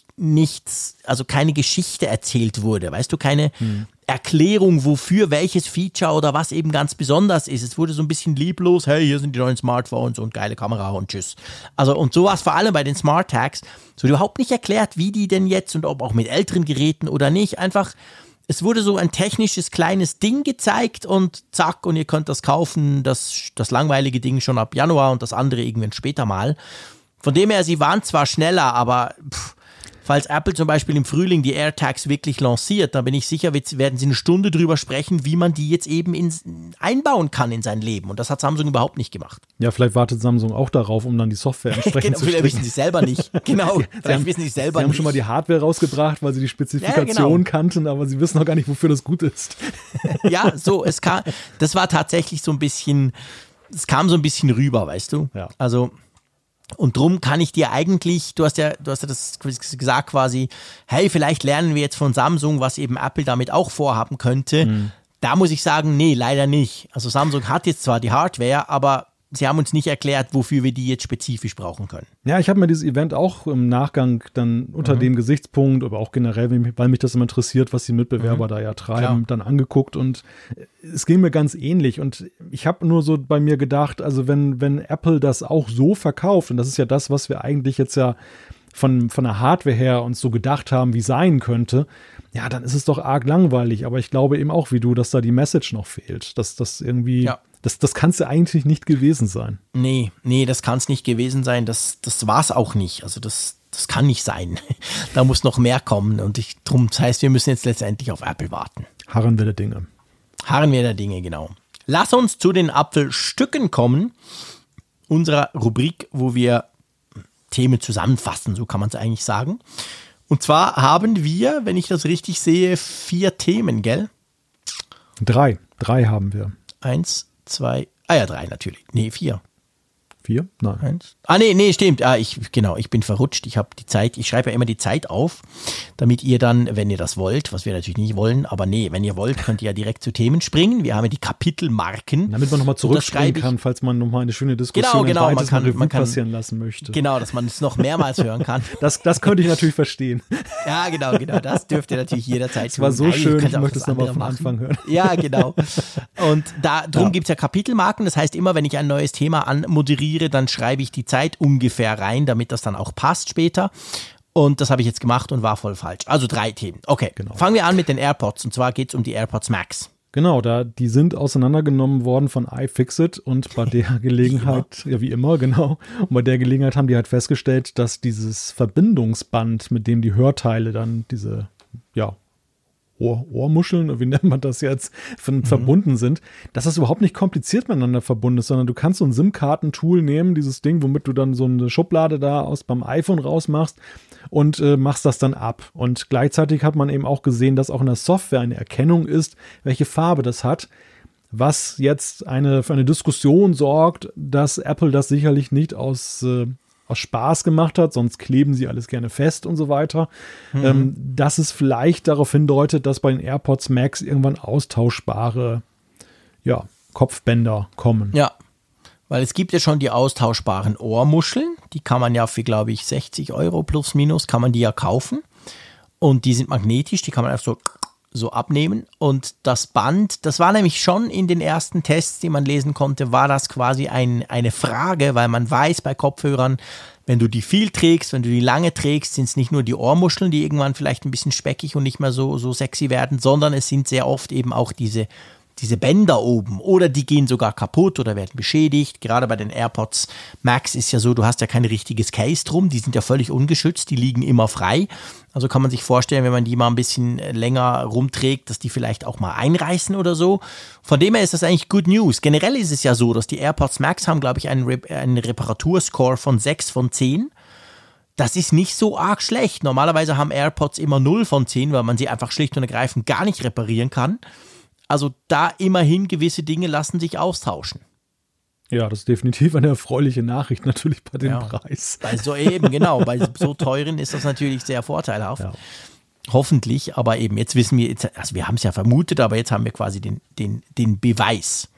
keine Geschichte erzählt wurde. Weißt du, keine Erklärung, wofür welches Feature oder was eben ganz besonders ist. Es wurde so ein bisschen lieblos, hey, hier sind die neuen Smartphones und geile Kamera und tschüss. Also und sowas vor allem bei den Smart Tags, so überhaupt nicht erklärt, wie die denn jetzt und ob auch mit älteren Geräten oder nicht, einfach es wurde so ein technisches kleines Ding gezeigt und zack, und ihr könnt das kaufen, das langweilige Ding schon ab Januar und das andere irgendwann später mal. Von dem her, sie waren zwar schneller, aber falls Apple zum Beispiel im Frühling die AirTags wirklich lanciert, dann bin ich sicher, werden sie eine Stunde drüber sprechen, wie man die jetzt eben einbauen kann in sein Leben. Und das hat Samsung überhaupt nicht gemacht. Ja, vielleicht wartet Samsung auch darauf, um dann die Software entsprechend zu vielleicht wissen sie selber nicht. Genau, sie haben schon mal die Hardware rausgebracht, weil sie die Spezifikation kannten, aber sie wissen noch gar nicht, wofür das gut ist. Ja, so, das war tatsächlich so ein bisschen, es kam so ein bisschen rüber, weißt du? Ja. Also und drum kann ich dir eigentlich, du hast ja das gesagt quasi, hey, vielleicht lernen wir jetzt von Samsung, was eben Apple damit auch vorhaben könnte. Da muss ich sagen, nee, leider nicht. Also Samsung hat jetzt zwar die Hardware, aber sie haben uns nicht erklärt, wofür wir die jetzt spezifisch brauchen können. Ja, ich habe mir dieses Event auch im Nachgang dann unter dem Gesichtspunkt, aber auch generell, weil mich das immer interessiert, was die Mitbewerber da ja treiben, dann angeguckt, und es ging mir ganz ähnlich, und ich habe nur so bei mir gedacht, also wenn Apple das auch so verkauft, und das ist ja das, was wir eigentlich jetzt ja von der Hardware her uns so gedacht haben, wie sein könnte, ja, dann ist es doch arg langweilig, aber ich glaube eben auch wie du, dass da die Message noch fehlt, dass das irgendwie Das kann es ja eigentlich nicht gewesen sein. Nee, das kann es nicht gewesen sein. Das war es auch nicht. Also das kann nicht sein. Da muss noch mehr kommen. Und das heißt, wir müssen jetzt letztendlich auf Apple warten. Harren wir der Dinge. Genau. Lass uns zu den Apfelstücken kommen. Unserer Rubrik, wo wir Themen zusammenfassen, so kann man es eigentlich sagen. Und zwar haben wir, wenn ich das richtig sehe, 4 Themen, gell? 3 haben wir. 1, 2, 3 natürlich. Nee, 4. 4? Nein. 1. Nee, stimmt. Ich bin verrutscht. Ich habe die Zeit, ich schreibe ja immer die Zeit auf, damit ihr dann, wenn ihr das wollt, was wir natürlich nicht wollen, aber nee, wenn ihr wollt, könnt ihr ja direkt zu Themen springen. Wir haben ja die Kapitelmarken. Damit man nochmal zurückspringen kann, falls man nochmal eine schöne Diskussion man kann passieren lassen möchte. Genau, dass man es noch mehrmals hören kann. Das könnte ich natürlich verstehen. Ja, genau. Das dürft ihr natürlich jederzeit tun. Es war so schön, ich möchte es nochmal vom Anfang hören. Ja, genau. Und darum gibt es ja Kapitelmarken. Das heißt, immer wenn ich ein neues Thema anmoderiere, dann schreibe ich die Zeit ungefähr rein, damit das dann auch passt später. Und das habe ich jetzt gemacht und war voll falsch. Also 3 Themen. Okay, genau. Fangen wir an mit den AirPods. Und zwar geht es um die AirPods Max. Genau, die sind auseinandergenommen worden von iFixit und bei der Gelegenheit, wie immer, genau. Und bei der Gelegenheit haben die halt festgestellt, dass dieses Verbindungsband, mit dem die Hörteile dann diese, Ohrmuscheln, wie nennt man das jetzt, verbunden sind, dass das überhaupt nicht kompliziert miteinander verbunden ist, sondern du kannst so ein SIM-Karten-Tool nehmen, dieses Ding, womit du dann so eine Schublade da beim iPhone rausmachst und machst das dann ab. Und gleichzeitig hat man eben auch gesehen, dass auch in der Software eine Erkennung ist, welche Farbe das hat, was jetzt für eine Diskussion sorgt, dass Apple das sicherlich nicht aus Spaß gemacht hat, sonst kleben sie alles gerne fest und so weiter, dass es vielleicht darauf hindeutet, dass bei den AirPods Max irgendwann austauschbare Kopfbänder kommen. Ja, weil es gibt ja schon die austauschbaren Ohrmuscheln, die kann man ja für, glaube ich, 60 € plus minus, kann man die ja kaufen und die sind magnetisch, die kann man einfach so abnehmen und das Band, das war nämlich schon in den ersten Tests, die man lesen konnte, war das quasi eine Frage, weil man weiß bei Kopfhörern, wenn du die viel trägst, wenn du die lange trägst, sind es nicht nur die Ohrmuscheln, die irgendwann vielleicht ein bisschen speckig und nicht mehr so sexy werden, sondern es sind sehr oft eben auch diese Bänder oben oder die gehen sogar kaputt oder werden beschädigt. Gerade bei den AirPods Max ist ja so, du hast ja kein richtiges Case drum, die sind ja völlig ungeschützt, die liegen immer frei. Also kann man sich vorstellen, wenn man die mal ein bisschen länger rumträgt, dass die vielleicht auch mal einreißen oder so. Von dem her ist das eigentlich Good News. Generell ist es ja so, dass die AirPods Max haben, glaube ich, einen Reparaturscore von 6 von 10. Das ist nicht so arg schlecht. Normalerweise haben AirPods immer 0 von 10, weil man sie einfach schlicht und ergreifend gar nicht reparieren kann. Also da immerhin gewisse Dinge lassen sich austauschen. Ja, das ist definitiv eine erfreuliche Nachricht natürlich bei dem Preis. Bei so teuren ist das natürlich sehr vorteilhaft. Ja. Hoffentlich, aber eben jetzt wissen wir, also wir haben es ja vermutet, aber jetzt haben wir quasi den Beweis.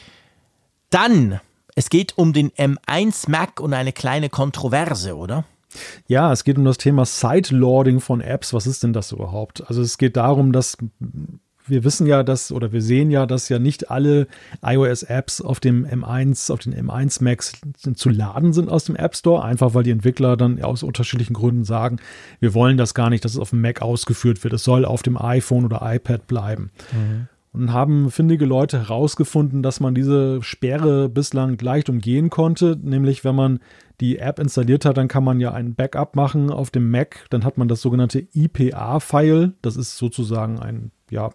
Dann, es geht um den M1 Mac und eine kleine Kontroverse, oder? Ja, es geht um das Thema Sideloading von Apps. Was ist denn das überhaupt? Also es geht darum, dass wir wissen ja, wir sehen ja, dass ja nicht alle iOS-Apps auf den M1 Macs zu laden sind aus dem App Store, einfach weil die Entwickler dann aus unterschiedlichen Gründen sagen, wir wollen das gar nicht, dass es auf dem Mac ausgeführt wird. Es soll auf dem iPhone oder iPad bleiben. Mhm. Und haben findige Leute herausgefunden, dass man diese Sperre bislang leicht umgehen konnte, nämlich wenn man die App installiert hat, dann kann man ja ein Backup machen auf dem Mac, dann hat man das sogenannte IPA-File, das ist sozusagen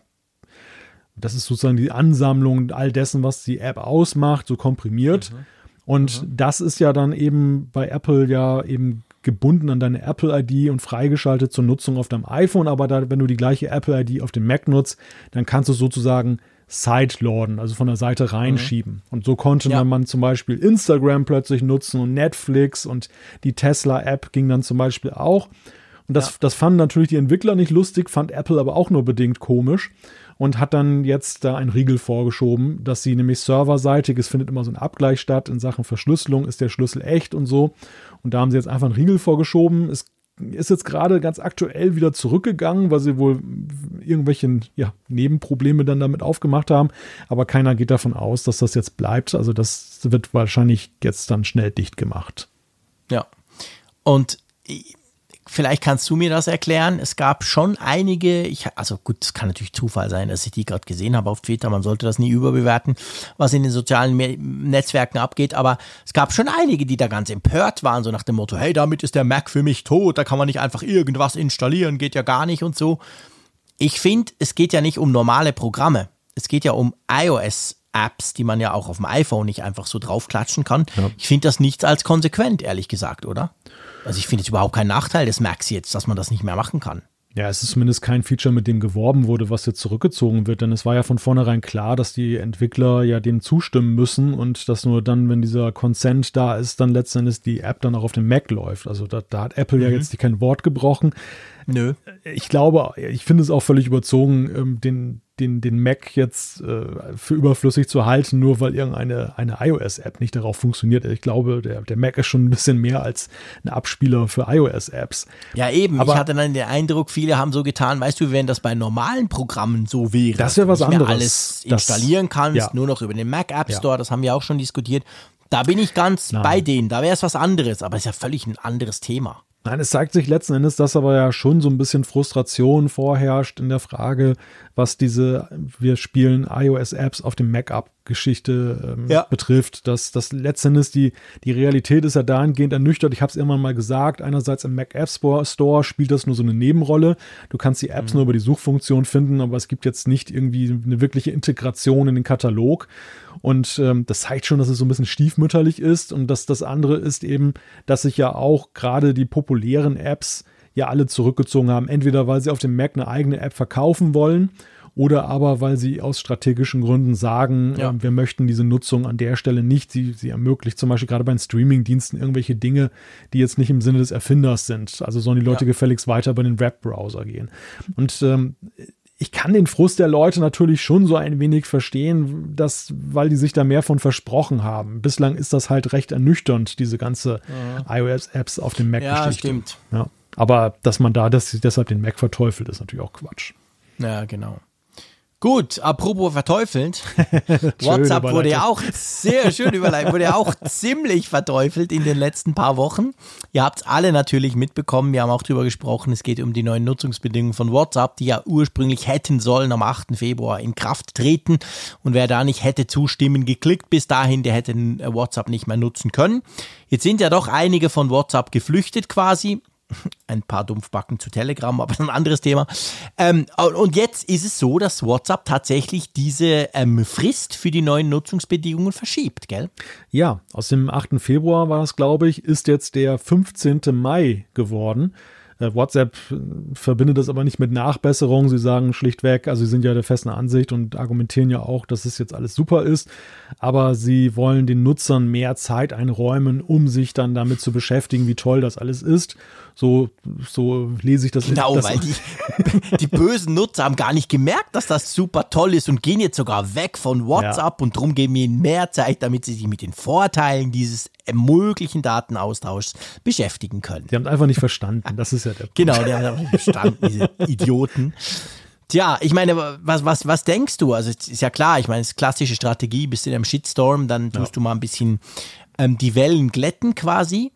die Ansammlung all dessen, was die App ausmacht, so komprimiert. Und das ist ja dann eben bei Apple ja eben gebunden an deine Apple-ID und freigeschaltet zur Nutzung auf deinem iPhone. Aber wenn du die gleiche Apple-ID auf dem Mac nutzt, dann kannst du sozusagen sideloaden, also von der Seite reinschieben. Und so konnte man zum Beispiel Instagram plötzlich nutzen und Netflix und die Tesla-App ging dann zum Beispiel auch. Und das fanden natürlich die Entwickler nicht lustig, fand Apple aber auch nur bedingt komisch und hat dann jetzt da einen Riegel vorgeschoben, dass sie nämlich serverseitig, es findet immer so ein Abgleich statt in Sachen Verschlüsselung, ist der Schlüssel echt und so. Und da haben sie jetzt einfach einen Riegel vorgeschoben. Es ist jetzt gerade ganz aktuell wieder zurückgegangen, weil sie wohl irgendwelche Nebenprobleme dann damit aufgemacht haben. Aber keiner geht davon aus, dass das jetzt bleibt. Also das wird wahrscheinlich jetzt dann schnell dicht gemacht. Ja. Und vielleicht kannst du mir das erklären. Es gab schon einige, also gut, es kann natürlich Zufall sein, dass ich die gerade gesehen habe auf Twitter. Man sollte das nie überbewerten, was in den sozialen Netzwerken abgeht. Aber es gab schon einige, die da ganz empört waren, so nach dem Motto, hey, damit ist der Mac für mich tot, da kann man nicht einfach irgendwas installieren, geht ja gar nicht und so. Ich finde, es geht ja nicht um normale Programme. Es geht ja um iOS-Apps, die man ja auch auf dem iPhone nicht einfach so draufklatschen kann. Ja. Ich finde das nichts als konsequent, ehrlich gesagt, oder? Also ich finde es überhaupt kein Nachteil des Macs jetzt, dass man das nicht mehr machen kann. Ja, es ist zumindest kein Feature, mit dem geworben wurde, was jetzt zurückgezogen wird, denn es war ja von vornherein klar, dass die Entwickler ja dem zustimmen müssen und dass nur dann, wenn dieser Consent da ist, dann letztendlich die App dann auch auf dem Mac läuft. Also da hat Apple ja jetzt kein Wort gebrochen. Nö. Ich glaube, ich finde es auch völlig überzogen, den Mac jetzt für überflüssig zu halten, nur weil irgendeine iOS-App nicht darauf funktioniert. Ich glaube, der Mac ist schon ein bisschen mehr als ein Abspieler für iOS-Apps. Ja, eben. Aber ich hatte dann den Eindruck, viele haben so getan, weißt du, wenn das bei normalen Programmen so wäre, das wäre was anderes. Alles installieren kannst, nur noch über den Mac App Store, das haben wir auch schon diskutiert. Da bin ich ganz bei denen. Da wäre es was anderes, aber es ist ja völlig ein anderes Thema. Nein, es zeigt sich letzten Endes, dass aber ja schon so ein bisschen Frustration vorherrscht in der Frage, was wir spielen iOS-Apps auf dem Mac-App-Geschichte betrifft. Dass letzten Endes die Realität ist ja dahingehend ernüchtert. Ich habe es irgendwann mal gesagt, einerseits im Mac App Store spielt das nur so eine Nebenrolle. Du kannst die Apps nur über die Suchfunktion finden, aber es gibt jetzt nicht irgendwie eine wirkliche Integration in den Katalog. Und das zeigt schon, dass es so ein bisschen stiefmütterlich ist. Und das andere ist eben, dass sich ja auch gerade die populären Apps ja alle zurückgezogen haben. Entweder weil sie auf dem Mac eine eigene App verkaufen wollen oder aber weil sie aus strategischen Gründen sagen, wir möchten diese Nutzung an der Stelle nicht. Sie ermöglicht zum Beispiel gerade bei den Streaming-Diensten irgendwelche Dinge, die jetzt nicht im Sinne des Erfinders sind. Also sollen die Leute gefälligst weiter bei den Webbrowser gehen. Und ich kann den Frust der Leute natürlich schon so ein wenig verstehen, weil die sich da mehr von versprochen haben. Bislang ist das halt recht ernüchternd, diese ganze iOS-Apps auf dem Mac-Geschichte. Ja, stimmt. Ja. Aber dass man deshalb den Mac verteufelt, ist natürlich auch Quatsch. Ja, genau. Gut, apropos verteufelt, WhatsApp wurde ja auch sehr schön überleitet, wurde ja auch ziemlich verteufelt in den letzten paar Wochen. Ihr habt es alle natürlich mitbekommen, wir haben auch drüber gesprochen, es geht um die neuen Nutzungsbedingungen von WhatsApp, die ja ursprünglich hätten sollen am 8. Februar in Kraft treten und wer da nicht hätte zustimmen geklickt bis dahin, der hätte WhatsApp nicht mehr nutzen können. Jetzt sind ja doch einige von WhatsApp geflüchtet quasi. Ein paar Dumpfbacken zu Telegram, aber ein anderes Thema. Und jetzt ist es so, dass WhatsApp tatsächlich diese Frist für die neuen Nutzungsbedingungen verschiebt, gell? Ja, aus dem 8. Februar war das, glaube ich, ist jetzt der 15. Mai geworden. WhatsApp verbindet das aber nicht mit Nachbesserung. Sie sagen schlichtweg, also sie sind ja der festen Ansicht und argumentieren ja auch, dass es jetzt alles super ist, aber sie wollen den Nutzern mehr Zeit einräumen, um sich dann damit zu beschäftigen, wie toll das alles ist. So lese ich das. Genau, weil die bösen Nutzer haben gar nicht gemerkt, dass das super toll ist und gehen jetzt sogar weg von WhatsApp und darum geben wir ihnen mehr Zeit, damit sie sich mit den Vorteilen dieses möglichen Datenaustauschs beschäftigen können. Die haben es einfach nicht verstanden, das ist ja der Punkt. Genau, die haben es einfach nicht verstanden, diese Idioten. Tja, ich meine, was denkst du? Also es ist ja klar, ich meine, es ist klassische Strategie, bist du in einem Shitstorm, dann tust du mal ein bisschen die Wellen glätten quasi.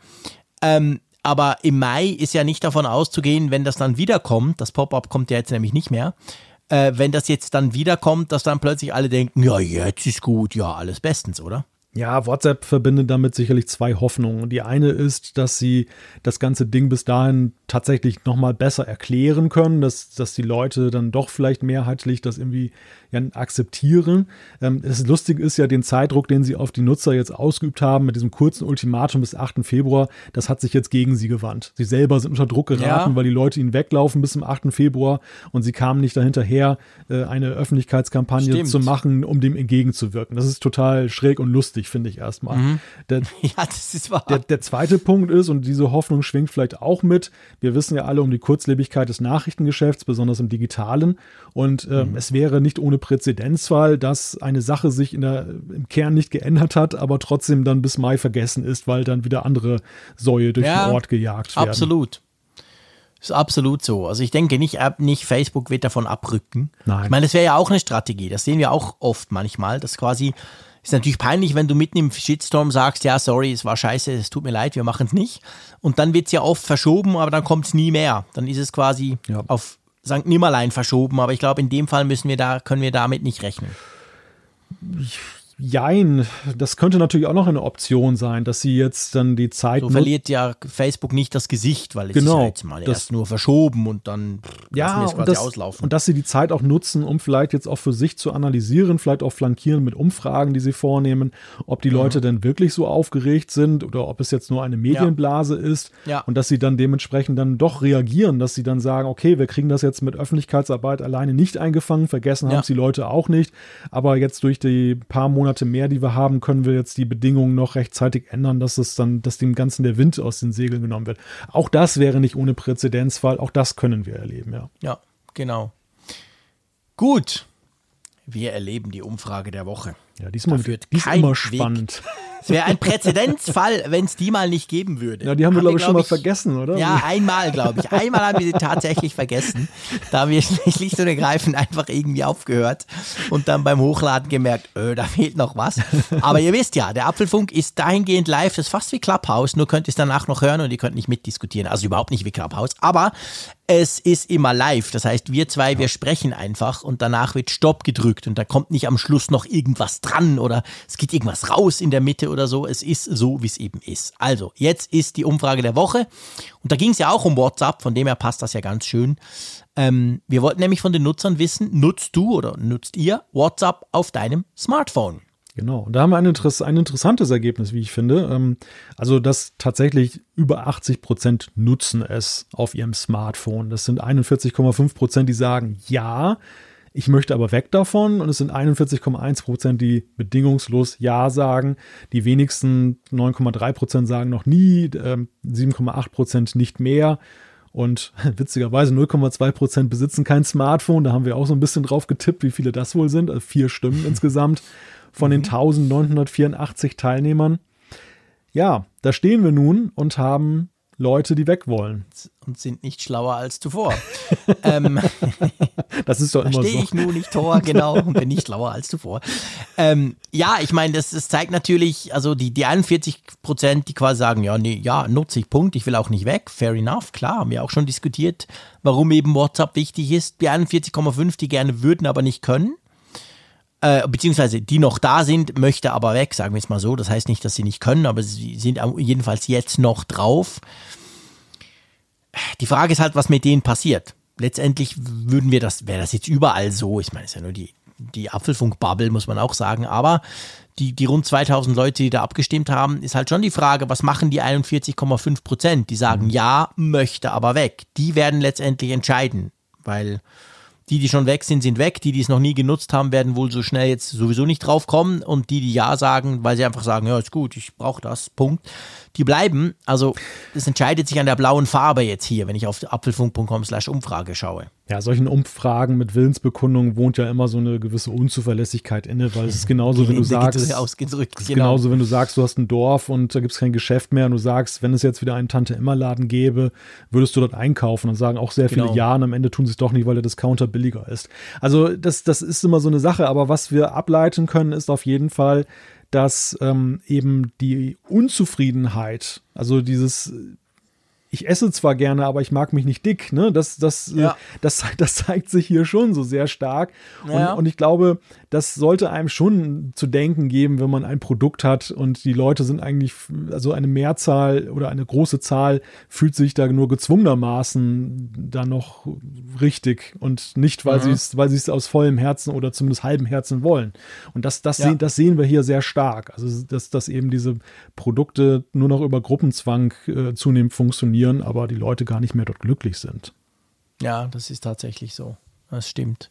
Aber im Mai ist ja nicht davon auszugehen, wenn das dann wiederkommt, das Pop-up kommt ja jetzt nämlich nicht mehr, wenn das jetzt dann wiederkommt, dass dann plötzlich alle denken, ja, jetzt ist gut, ja, alles bestens, oder? Ja, WhatsApp verbindet damit sicherlich zwei Hoffnungen. Die eine ist, dass sie das ganze Ding bis dahin tatsächlich nochmal besser erklären können, dass die Leute dann doch vielleicht mehrheitlich das irgendwie akzeptieren. Das Lustige ist ja, den Zeitdruck, den sie auf die Nutzer jetzt ausgeübt haben, mit diesem kurzen Ultimatum bis 8. Februar, das hat sich jetzt gegen sie gewandt. Sie selber sind unter Druck geraten, weil die Leute ihnen weglaufen bis zum 8. Februar und sie kamen nicht dahinterher, eine Öffentlichkeitskampagne zu machen, um dem entgegenzuwirken. Das ist total schräg und lustig, finde ich erstmal. Ja, das ist wahr. Der zweite Punkt ist, und diese Hoffnung schwingt vielleicht auch mit, wir wissen ja alle um die Kurzlebigkeit des Nachrichtengeschäfts, besonders im Digitalen. Und es wäre nicht ohne Präzedenzfall, dass eine Sache sich im Kern nicht geändert hat, aber trotzdem dann bis Mai vergessen ist, weil dann wieder andere Säue durch den Ort gejagt werden. Absolut. Ist absolut so. Also ich denke nicht Facebook wird davon abrücken. Nein. Ich meine, das wäre ja auch eine Strategie. Das sehen wir auch oft manchmal, dass quasi Ist natürlich peinlich, wenn du mitten im Shitstorm sagst, ja, sorry, es war scheiße, es tut mir leid, wir machen es nicht. Und dann wird es ja oft verschoben, aber dann kommt es nie mehr. Dann ist es quasi auf St. Nimmerlein verschoben. Aber ich glaube, in dem Fall können wir damit nicht rechnen. Jein, das könnte natürlich auch noch eine Option sein, dass sie jetzt dann die Zeit... So verliert ja Facebook nicht das Gesicht, weil es ist ja jetzt mal erst nur verschoben und dann lassen wir es quasi auslaufen. Und dass sie die Zeit auch nutzen, um vielleicht jetzt auch für sich zu analysieren, vielleicht auch flankieren mit Umfragen, die sie vornehmen, ob die Leute denn wirklich so aufgeregt sind oder ob es jetzt nur eine Medienblase ist und dass sie dann dementsprechend dann doch reagieren, dass sie dann sagen, okay, wir kriegen das jetzt mit Öffentlichkeitsarbeit alleine nicht eingefangen, vergessen haben es die Leute auch nicht, aber jetzt durch die paar Monate mehr, die wir haben, können wir jetzt die Bedingungen noch rechtzeitig ändern, dass dem Ganzen der Wind aus den Segeln genommen wird. Auch das wäre nicht ohne Präzedenzfall, auch das können wir erleben, ja. Ja, genau. Gut, wir erleben die Umfrage der Woche. Ja, diesmal wird immer spannend. Es wäre ein Präzedenzfall, wenn es die mal nicht geben würde. Ja, die haben wir, glaube ich, schon mal vergessen, oder? Ja, einmal, glaube ich. Einmal haben wir sie tatsächlich vergessen. Da haben wir schlicht und ergreifend einfach irgendwie aufgehört und dann beim Hochladen gemerkt, da fehlt noch was. Aber ihr wisst ja, der Apfelfunk ist dahingehend live, das ist fast wie Clubhouse, nur könnt ihr es danach noch hören und ihr könnt nicht mitdiskutieren. Also überhaupt nicht wie Clubhouse, aber es ist immer live. Das heißt, wir zwei, wir sprechen einfach und danach wird Stopp gedrückt und da kommt nicht am Schluss noch irgendwas dran oder es geht irgendwas raus in der Mitte oder so. Es ist so, wie es eben ist. Also, jetzt ist die Umfrage der Woche und da ging es ja auch um WhatsApp, von dem her passt das ja ganz schön. Wir wollten nämlich von den Nutzern wissen, nutzt ihr WhatsApp auf deinem Smartphone? Genau, und da haben wir ein interessantes Ergebnis, wie ich finde. Also, dass tatsächlich über 80% nutzen es auf ihrem Smartphone. Das sind 41,5%, die sagen ja, ich möchte aber weg davon. Und es sind 41,1%, die bedingungslos ja sagen. Die wenigsten 9,3% sagen noch nie, 7,8% nicht mehr. Und witzigerweise 0,2% besitzen kein Smartphone. Da haben wir auch so ein bisschen drauf getippt, wie viele das wohl sind. Also 4 Stimmen insgesamt von den 1984 Teilnehmern. Ja, da stehen wir nun und haben Leute, die weg wollen. Und sind nicht schlauer als zuvor. Das ist doch immer so. Da stehe ich nun nicht Tor, genau, und bin nicht schlauer als zuvor. Ja, ich meine, das zeigt natürlich, also die 41%, die quasi sagen, nutze ich, Punkt, ich will auch nicht weg, fair enough, klar, haben wir auch schon diskutiert, warum eben WhatsApp wichtig ist. Die 41,5%, die gerne würden, aber nicht können. Beziehungsweise die noch da sind, möchte aber weg, sagen wir es mal so. Das heißt nicht, dass sie nicht können, aber sie sind jedenfalls jetzt noch drauf. Die Frage ist halt, was mit denen passiert. Letztendlich wäre das jetzt überall so. Ich meine, es ist ja nur die Apfelfunk-Bubble, muss man auch sagen. Aber die rund 2000 Leute, die da abgestimmt haben, ist halt schon die Frage, was machen die 41,5%? Die sagen, ja, möchte aber weg. Die werden letztendlich entscheiden, weil die schon weg sind, sind weg. Die es noch nie genutzt haben, werden wohl so schnell jetzt sowieso nicht drauf kommen. Und die ja sagen, weil sie einfach sagen, ja, ist gut, ich brauche das, Punkt. Die bleiben. Also das entscheidet sich an der blauen Farbe jetzt hier, wenn ich auf apfelfunk.com/Umfrage schaue. Ja, solchen Umfragen mit Willensbekundungen wohnt ja immer so eine gewisse Unzuverlässigkeit inne, weil es ist genauso, wenn du sagst, genauso, wenn du sagst, du hast ein Dorf und da gibt es kein Geschäft mehr und du sagst, wenn es jetzt wieder einen Tante-Emma-Laden gäbe, würdest du dort einkaufen und sagen auch sehr viele Ja und am Ende tun sie es doch nicht, weil der Discounter billiger ist. Also das ist immer so eine Sache, aber was wir ableiten können, ist auf jeden Fall, dass eben die Unzufriedenheit, also dieses ich esse zwar gerne, aber ich mag mich nicht dick, ne? Das zeigt sich hier schon so sehr stark. Und ich glaube, das sollte einem schon zu denken geben, wenn man ein Produkt hat und die Leute sind eigentlich, also eine Mehrzahl oder eine große Zahl fühlt sich da nur gezwungenermaßen da noch richtig und nicht, weil sie es aus vollem Herzen oder zumindest halbem Herzen wollen. Und das sehen wir hier sehr stark. Also, dass eben diese Produkte nur noch über Gruppenzwang zunehmend funktionieren, aber die Leute gar nicht mehr dort glücklich sind. Ja, das ist tatsächlich so. Das stimmt.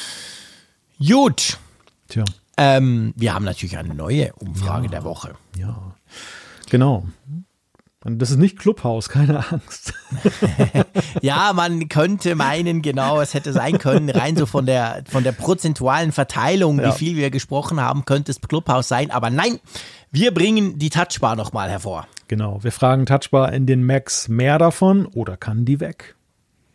Gut. Tja. Wir haben natürlich eine neue Umfrage der Woche. Ja, genau. Und das ist nicht Clubhouse, keine Angst. Ja, man könnte meinen, genau, es hätte sein können, rein so von der prozentualen Verteilung, wie viel wir gesprochen haben, könnte es Clubhouse sein. Aber nein, wir bringen die Touchbar nochmal hervor. Genau, wir fragen Touchbar in den Macs mehr davon oder kann die weg?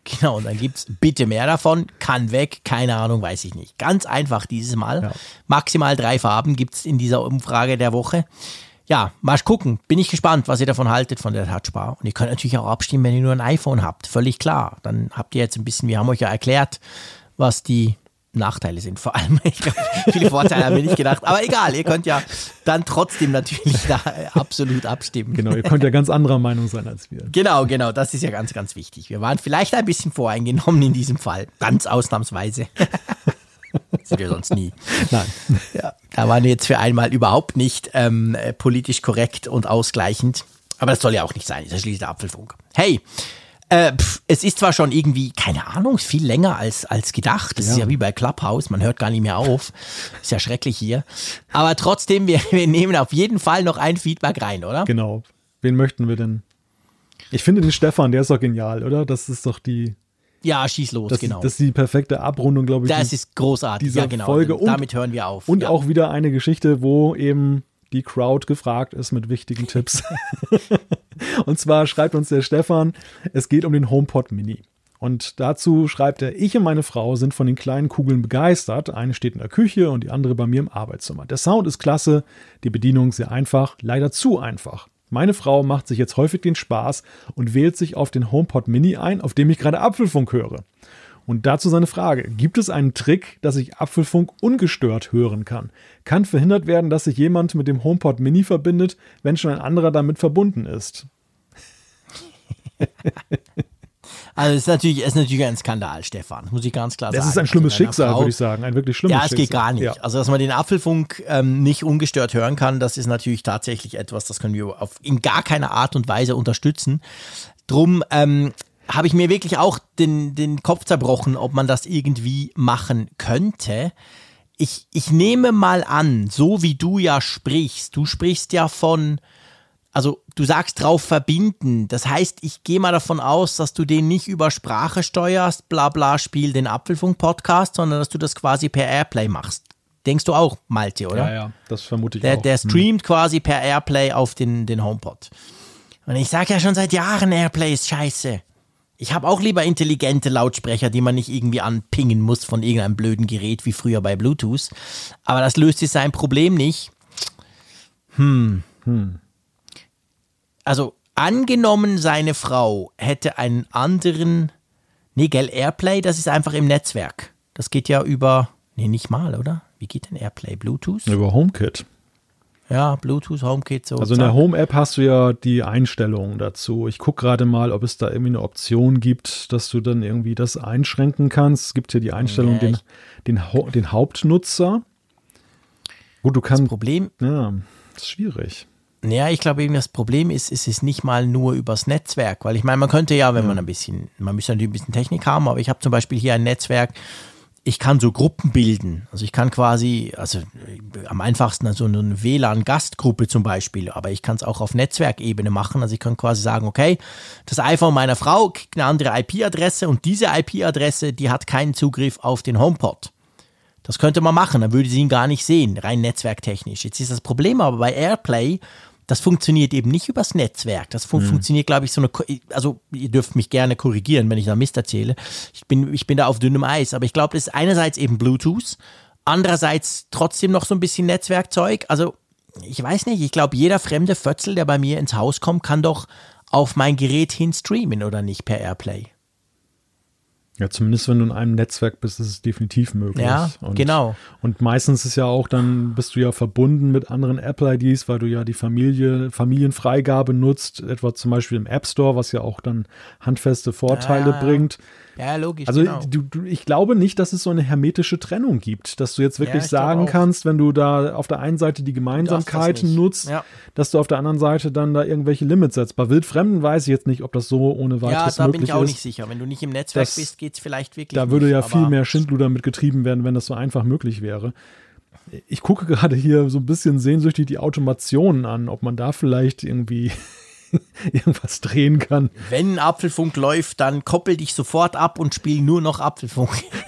Genau, und dann gibt es bitte mehr davon, kann weg, keine Ahnung, weiß ich nicht. Ganz einfach dieses Mal. Ja. Maximal 3 Farben gibt es in dieser Umfrage der Woche. Ja, mal gucken. Bin ich gespannt, was ihr davon haltet von der Touchbar. Und ihr könnt natürlich auch abstimmen, wenn ihr nur ein iPhone habt. Völlig klar. Dann habt ihr jetzt ein bisschen, wir haben euch ja erklärt, was die Nachteile sind. Vor allem, ich glaube, viele Vorteile haben wir nicht gedacht. Aber egal, ihr könnt ja dann trotzdem natürlich da absolut abstimmen. Genau, ihr könnt ja ganz anderer Meinung sein als wir. Genau, das ist ja ganz, ganz wichtig. Wir waren vielleicht ein bisschen voreingenommen in diesem Fall. Ganz ausnahmsweise. Sind wir sonst nie. Nein. Ja, da waren wir jetzt für einmal überhaupt nicht politisch korrekt und ausgleichend. Aber das soll ja auch nicht sein. Das ist ja schließlich der Apfelfunk. Hey, es ist zwar schon irgendwie, keine Ahnung, viel länger als gedacht. Das ist ja wie bei Clubhouse. Man hört gar nicht mehr auf. Ist ja schrecklich hier. Aber trotzdem, wir nehmen auf jeden Fall noch ein Feedback rein, oder? Genau. Wen möchten wir denn? Ich finde den Stefan, der ist doch genial, oder? Das ist doch die... Ja, schieß los, genau. Das ist die perfekte Abrundung, glaube ich. Das ist großartig, dieser Folge. Und damit hören wir auf. Und auch wieder eine Geschichte, wo eben die Crowd gefragt ist mit wichtigen Tipps. Und zwar schreibt uns der Stefan, es geht um den HomePod Mini. Und dazu schreibt er, ich und meine Frau sind von den kleinen Kugeln begeistert. Eine steht in der Küche und die andere bei mir im Arbeitszimmer. Der Sound ist klasse, die Bedienung sehr einfach, leider zu einfach. Meine Frau macht sich jetzt häufig den Spaß und wählt sich auf den HomePod Mini ein, auf dem ich gerade Apfelfunk höre. Und dazu seine Frage, gibt es einen Trick, dass ich Apfelfunk ungestört hören kann? Kann verhindert werden, dass sich jemand mit dem HomePod Mini verbindet, wenn schon ein anderer damit verbunden ist? Also es ist natürlich ein Skandal, Stefan, muss ich ganz klar sagen. Das ist ein schlimmes Schicksal, würde ich sagen, ein wirklich schlimmes Schicksal. Ja, es geht gar nicht. Ja. Also dass man den Apfelfunk nicht ungestört hören kann, das ist natürlich tatsächlich etwas, das können wir in gar keiner Art und Weise unterstützen. Drum habe ich mir wirklich auch den Kopf zerbrochen, ob man das irgendwie machen könnte. Ich nehme mal an, so wie du ja sprichst, du sprichst ja von... Also du sagst drauf verbinden, das heißt, ich gehe mal davon aus, dass du den nicht über Sprache steuerst, bla bla, spiel den Apfelfunk-Podcast, sondern dass du das quasi per Airplay machst. Denkst du auch, Malte, oder? Ja, das vermute ich auch. Der streamt quasi per Airplay auf den HomePod. Und ich sage ja schon seit Jahren, Airplay ist scheiße. Ich habe auch lieber intelligente Lautsprecher, die man nicht irgendwie anpingen muss von irgendeinem blöden Gerät wie früher bei Bluetooth. Aber das löst sich sein Problem nicht. Also angenommen, seine Frau hätte einen anderen, Airplay, das ist einfach im Netzwerk. Das geht ja über, nicht mal, oder? Wie geht denn Airplay? Bluetooth? Über HomeKit. Ja, Bluetooth, HomeKit, so. Also in der Home-App hast du ja die Einstellungen dazu. Ich gucke gerade mal, ob es da irgendwie eine Option gibt, dass du dann irgendwie das einschränken kannst. Es gibt hier die Einstellung, den Hauptnutzer. Gut, du kannst. Das Problem? Ja, das ist schwierig. Ja, ich glaube eben, das Problem ist, es ist nicht mal nur übers Netzwerk, weil ich meine, man könnte ja, wenn man müsste natürlich ein bisschen Technik haben, aber ich habe zum Beispiel hier ein Netzwerk, ich kann so Gruppen bilden, also ich kann quasi, also am einfachsten so eine WLAN-Gastgruppe zum Beispiel, aber ich kann es auch auf Netzwerkebene machen, also ich kann quasi sagen, okay, das iPhone meiner Frau kriegt eine andere IP-Adresse und diese IP-Adresse, die hat keinen Zugriff auf den HomePod. Das könnte man machen, dann würde sie ihn gar nicht sehen, rein netzwerktechnisch. Jetzt ist das Problem aber bei Airplay, das funktioniert eben nicht übers Netzwerk. Das funktioniert, glaube ich, also ihr dürft mich gerne korrigieren, wenn ich da Mist erzähle. Ich bin da auf dünnem Eis, aber ich glaube, das ist einerseits eben Bluetooth, andererseits trotzdem noch so ein bisschen Netzwerkzeug. Also ich weiß nicht, ich glaube, jeder fremde Fötzel, der bei mir ins Haus kommt, kann doch auf mein Gerät hin streamen oder nicht per Airplay. Ja, zumindest wenn du in einem Netzwerk bist, ist es definitiv möglich. Ja, genau. Und meistens ist ja auch, dann bist du ja verbunden mit anderen Apple-IDs, weil du ja die Familienfreigabe nutzt, etwa zum Beispiel im App Store, was ja auch dann handfeste Vorteile bringt. Ja, logisch. Also genau. Ich glaube nicht, dass es so eine hermetische Trennung gibt, dass du jetzt wirklich sagen kannst, wenn du da auf der einen Seite die Gemeinsamkeiten nutzt, dass du auf der anderen Seite dann da irgendwelche Limits setzt. Bei Wildfremden weiß ich jetzt nicht, ob das so ohne weiteres möglich ist. Ja, da bin ich auch nicht sicher. Wenn du nicht im Netzwerk bist, geht es vielleicht wirklich Da würde ja viel mehr Schindluder mit getrieben werden, wenn das so einfach möglich wäre. Ich gucke gerade hier so ein bisschen sehnsüchtig die Automationen an, ob man da vielleicht irgendwie irgendwas drehen kann. Wenn Apfelfunk läuft, dann koppel dich sofort ab und spiel nur noch Apfelfunk.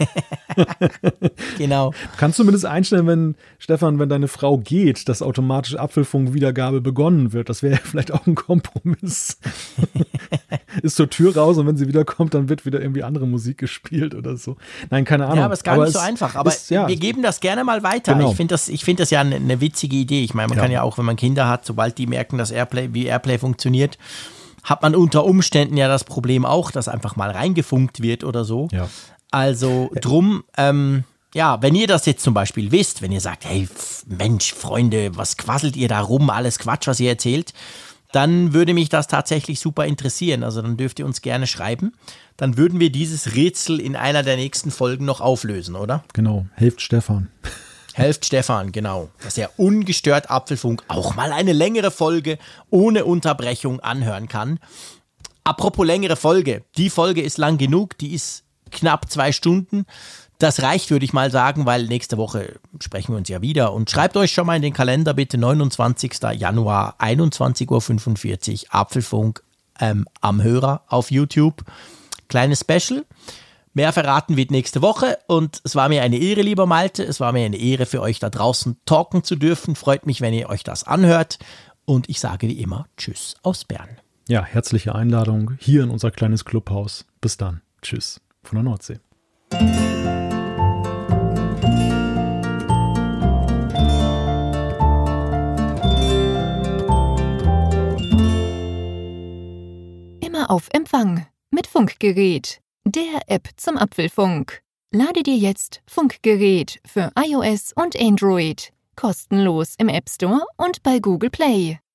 Genau. Du kannst zumindest einstellen, wenn deine Frau geht, dass automatisch Apfelfunk-Wiedergabe begonnen wird. Das wäre vielleicht auch ein Kompromiss. Ist zur Tür raus und wenn sie wiederkommt, dann wird wieder irgendwie andere Musik gespielt oder so. Nein, keine Ahnung. Ja, aber es ist gar nicht so einfach. Aber wir geben das gerne mal weiter. Genau. Ich finde das ja eine witzige Idee. Ich meine, man kann ja auch, wenn man Kinder hat, sobald die merken, dass wie Airplay funktioniert, hat man unter Umständen ja das Problem auch, dass einfach mal reingefunkt wird oder so. Ja. Also drum, wenn ihr das jetzt zum Beispiel wisst, wenn ihr sagt, hey, Mensch, Freunde, was quasselt ihr da rum, alles Quatsch, was ihr erzählt, dann würde mich das tatsächlich super interessieren. Also dann dürft ihr uns gerne schreiben. Dann würden wir dieses Rätsel in einer der nächsten Folgen noch auflösen, oder? Genau, helft Stefan. Helft Stefan, genau. Dass er ungestört Apfelfunk auch mal eine längere Folge ohne Unterbrechung anhören kann. Apropos längere Folge. Die Folge ist lang genug, die ist knapp 2 Stunden. Das reicht, würde ich mal sagen, weil nächste Woche sprechen wir uns ja wieder. Und schreibt euch schon mal in den Kalender bitte 29. Januar, 21.45 Uhr, Apfelfunk am Hörer auf YouTube. Kleines Special. Mehr verraten wird nächste Woche. Und es war mir eine Ehre, lieber Malte. Es war mir eine Ehre, für euch da draußen talken zu dürfen. Freut mich, wenn ihr euch das anhört. Und ich sage wie immer Tschüss aus Bern. Ja, herzliche Einladung hier in unser kleines Clubhaus. Bis dann. Tschüss von der Nordsee. Immer auf Empfang mit Funkgerät, der App zum Apfelfunk. Lade dir jetzt Funkgerät für iOS und Android kostenlos im App Store und bei Google Play.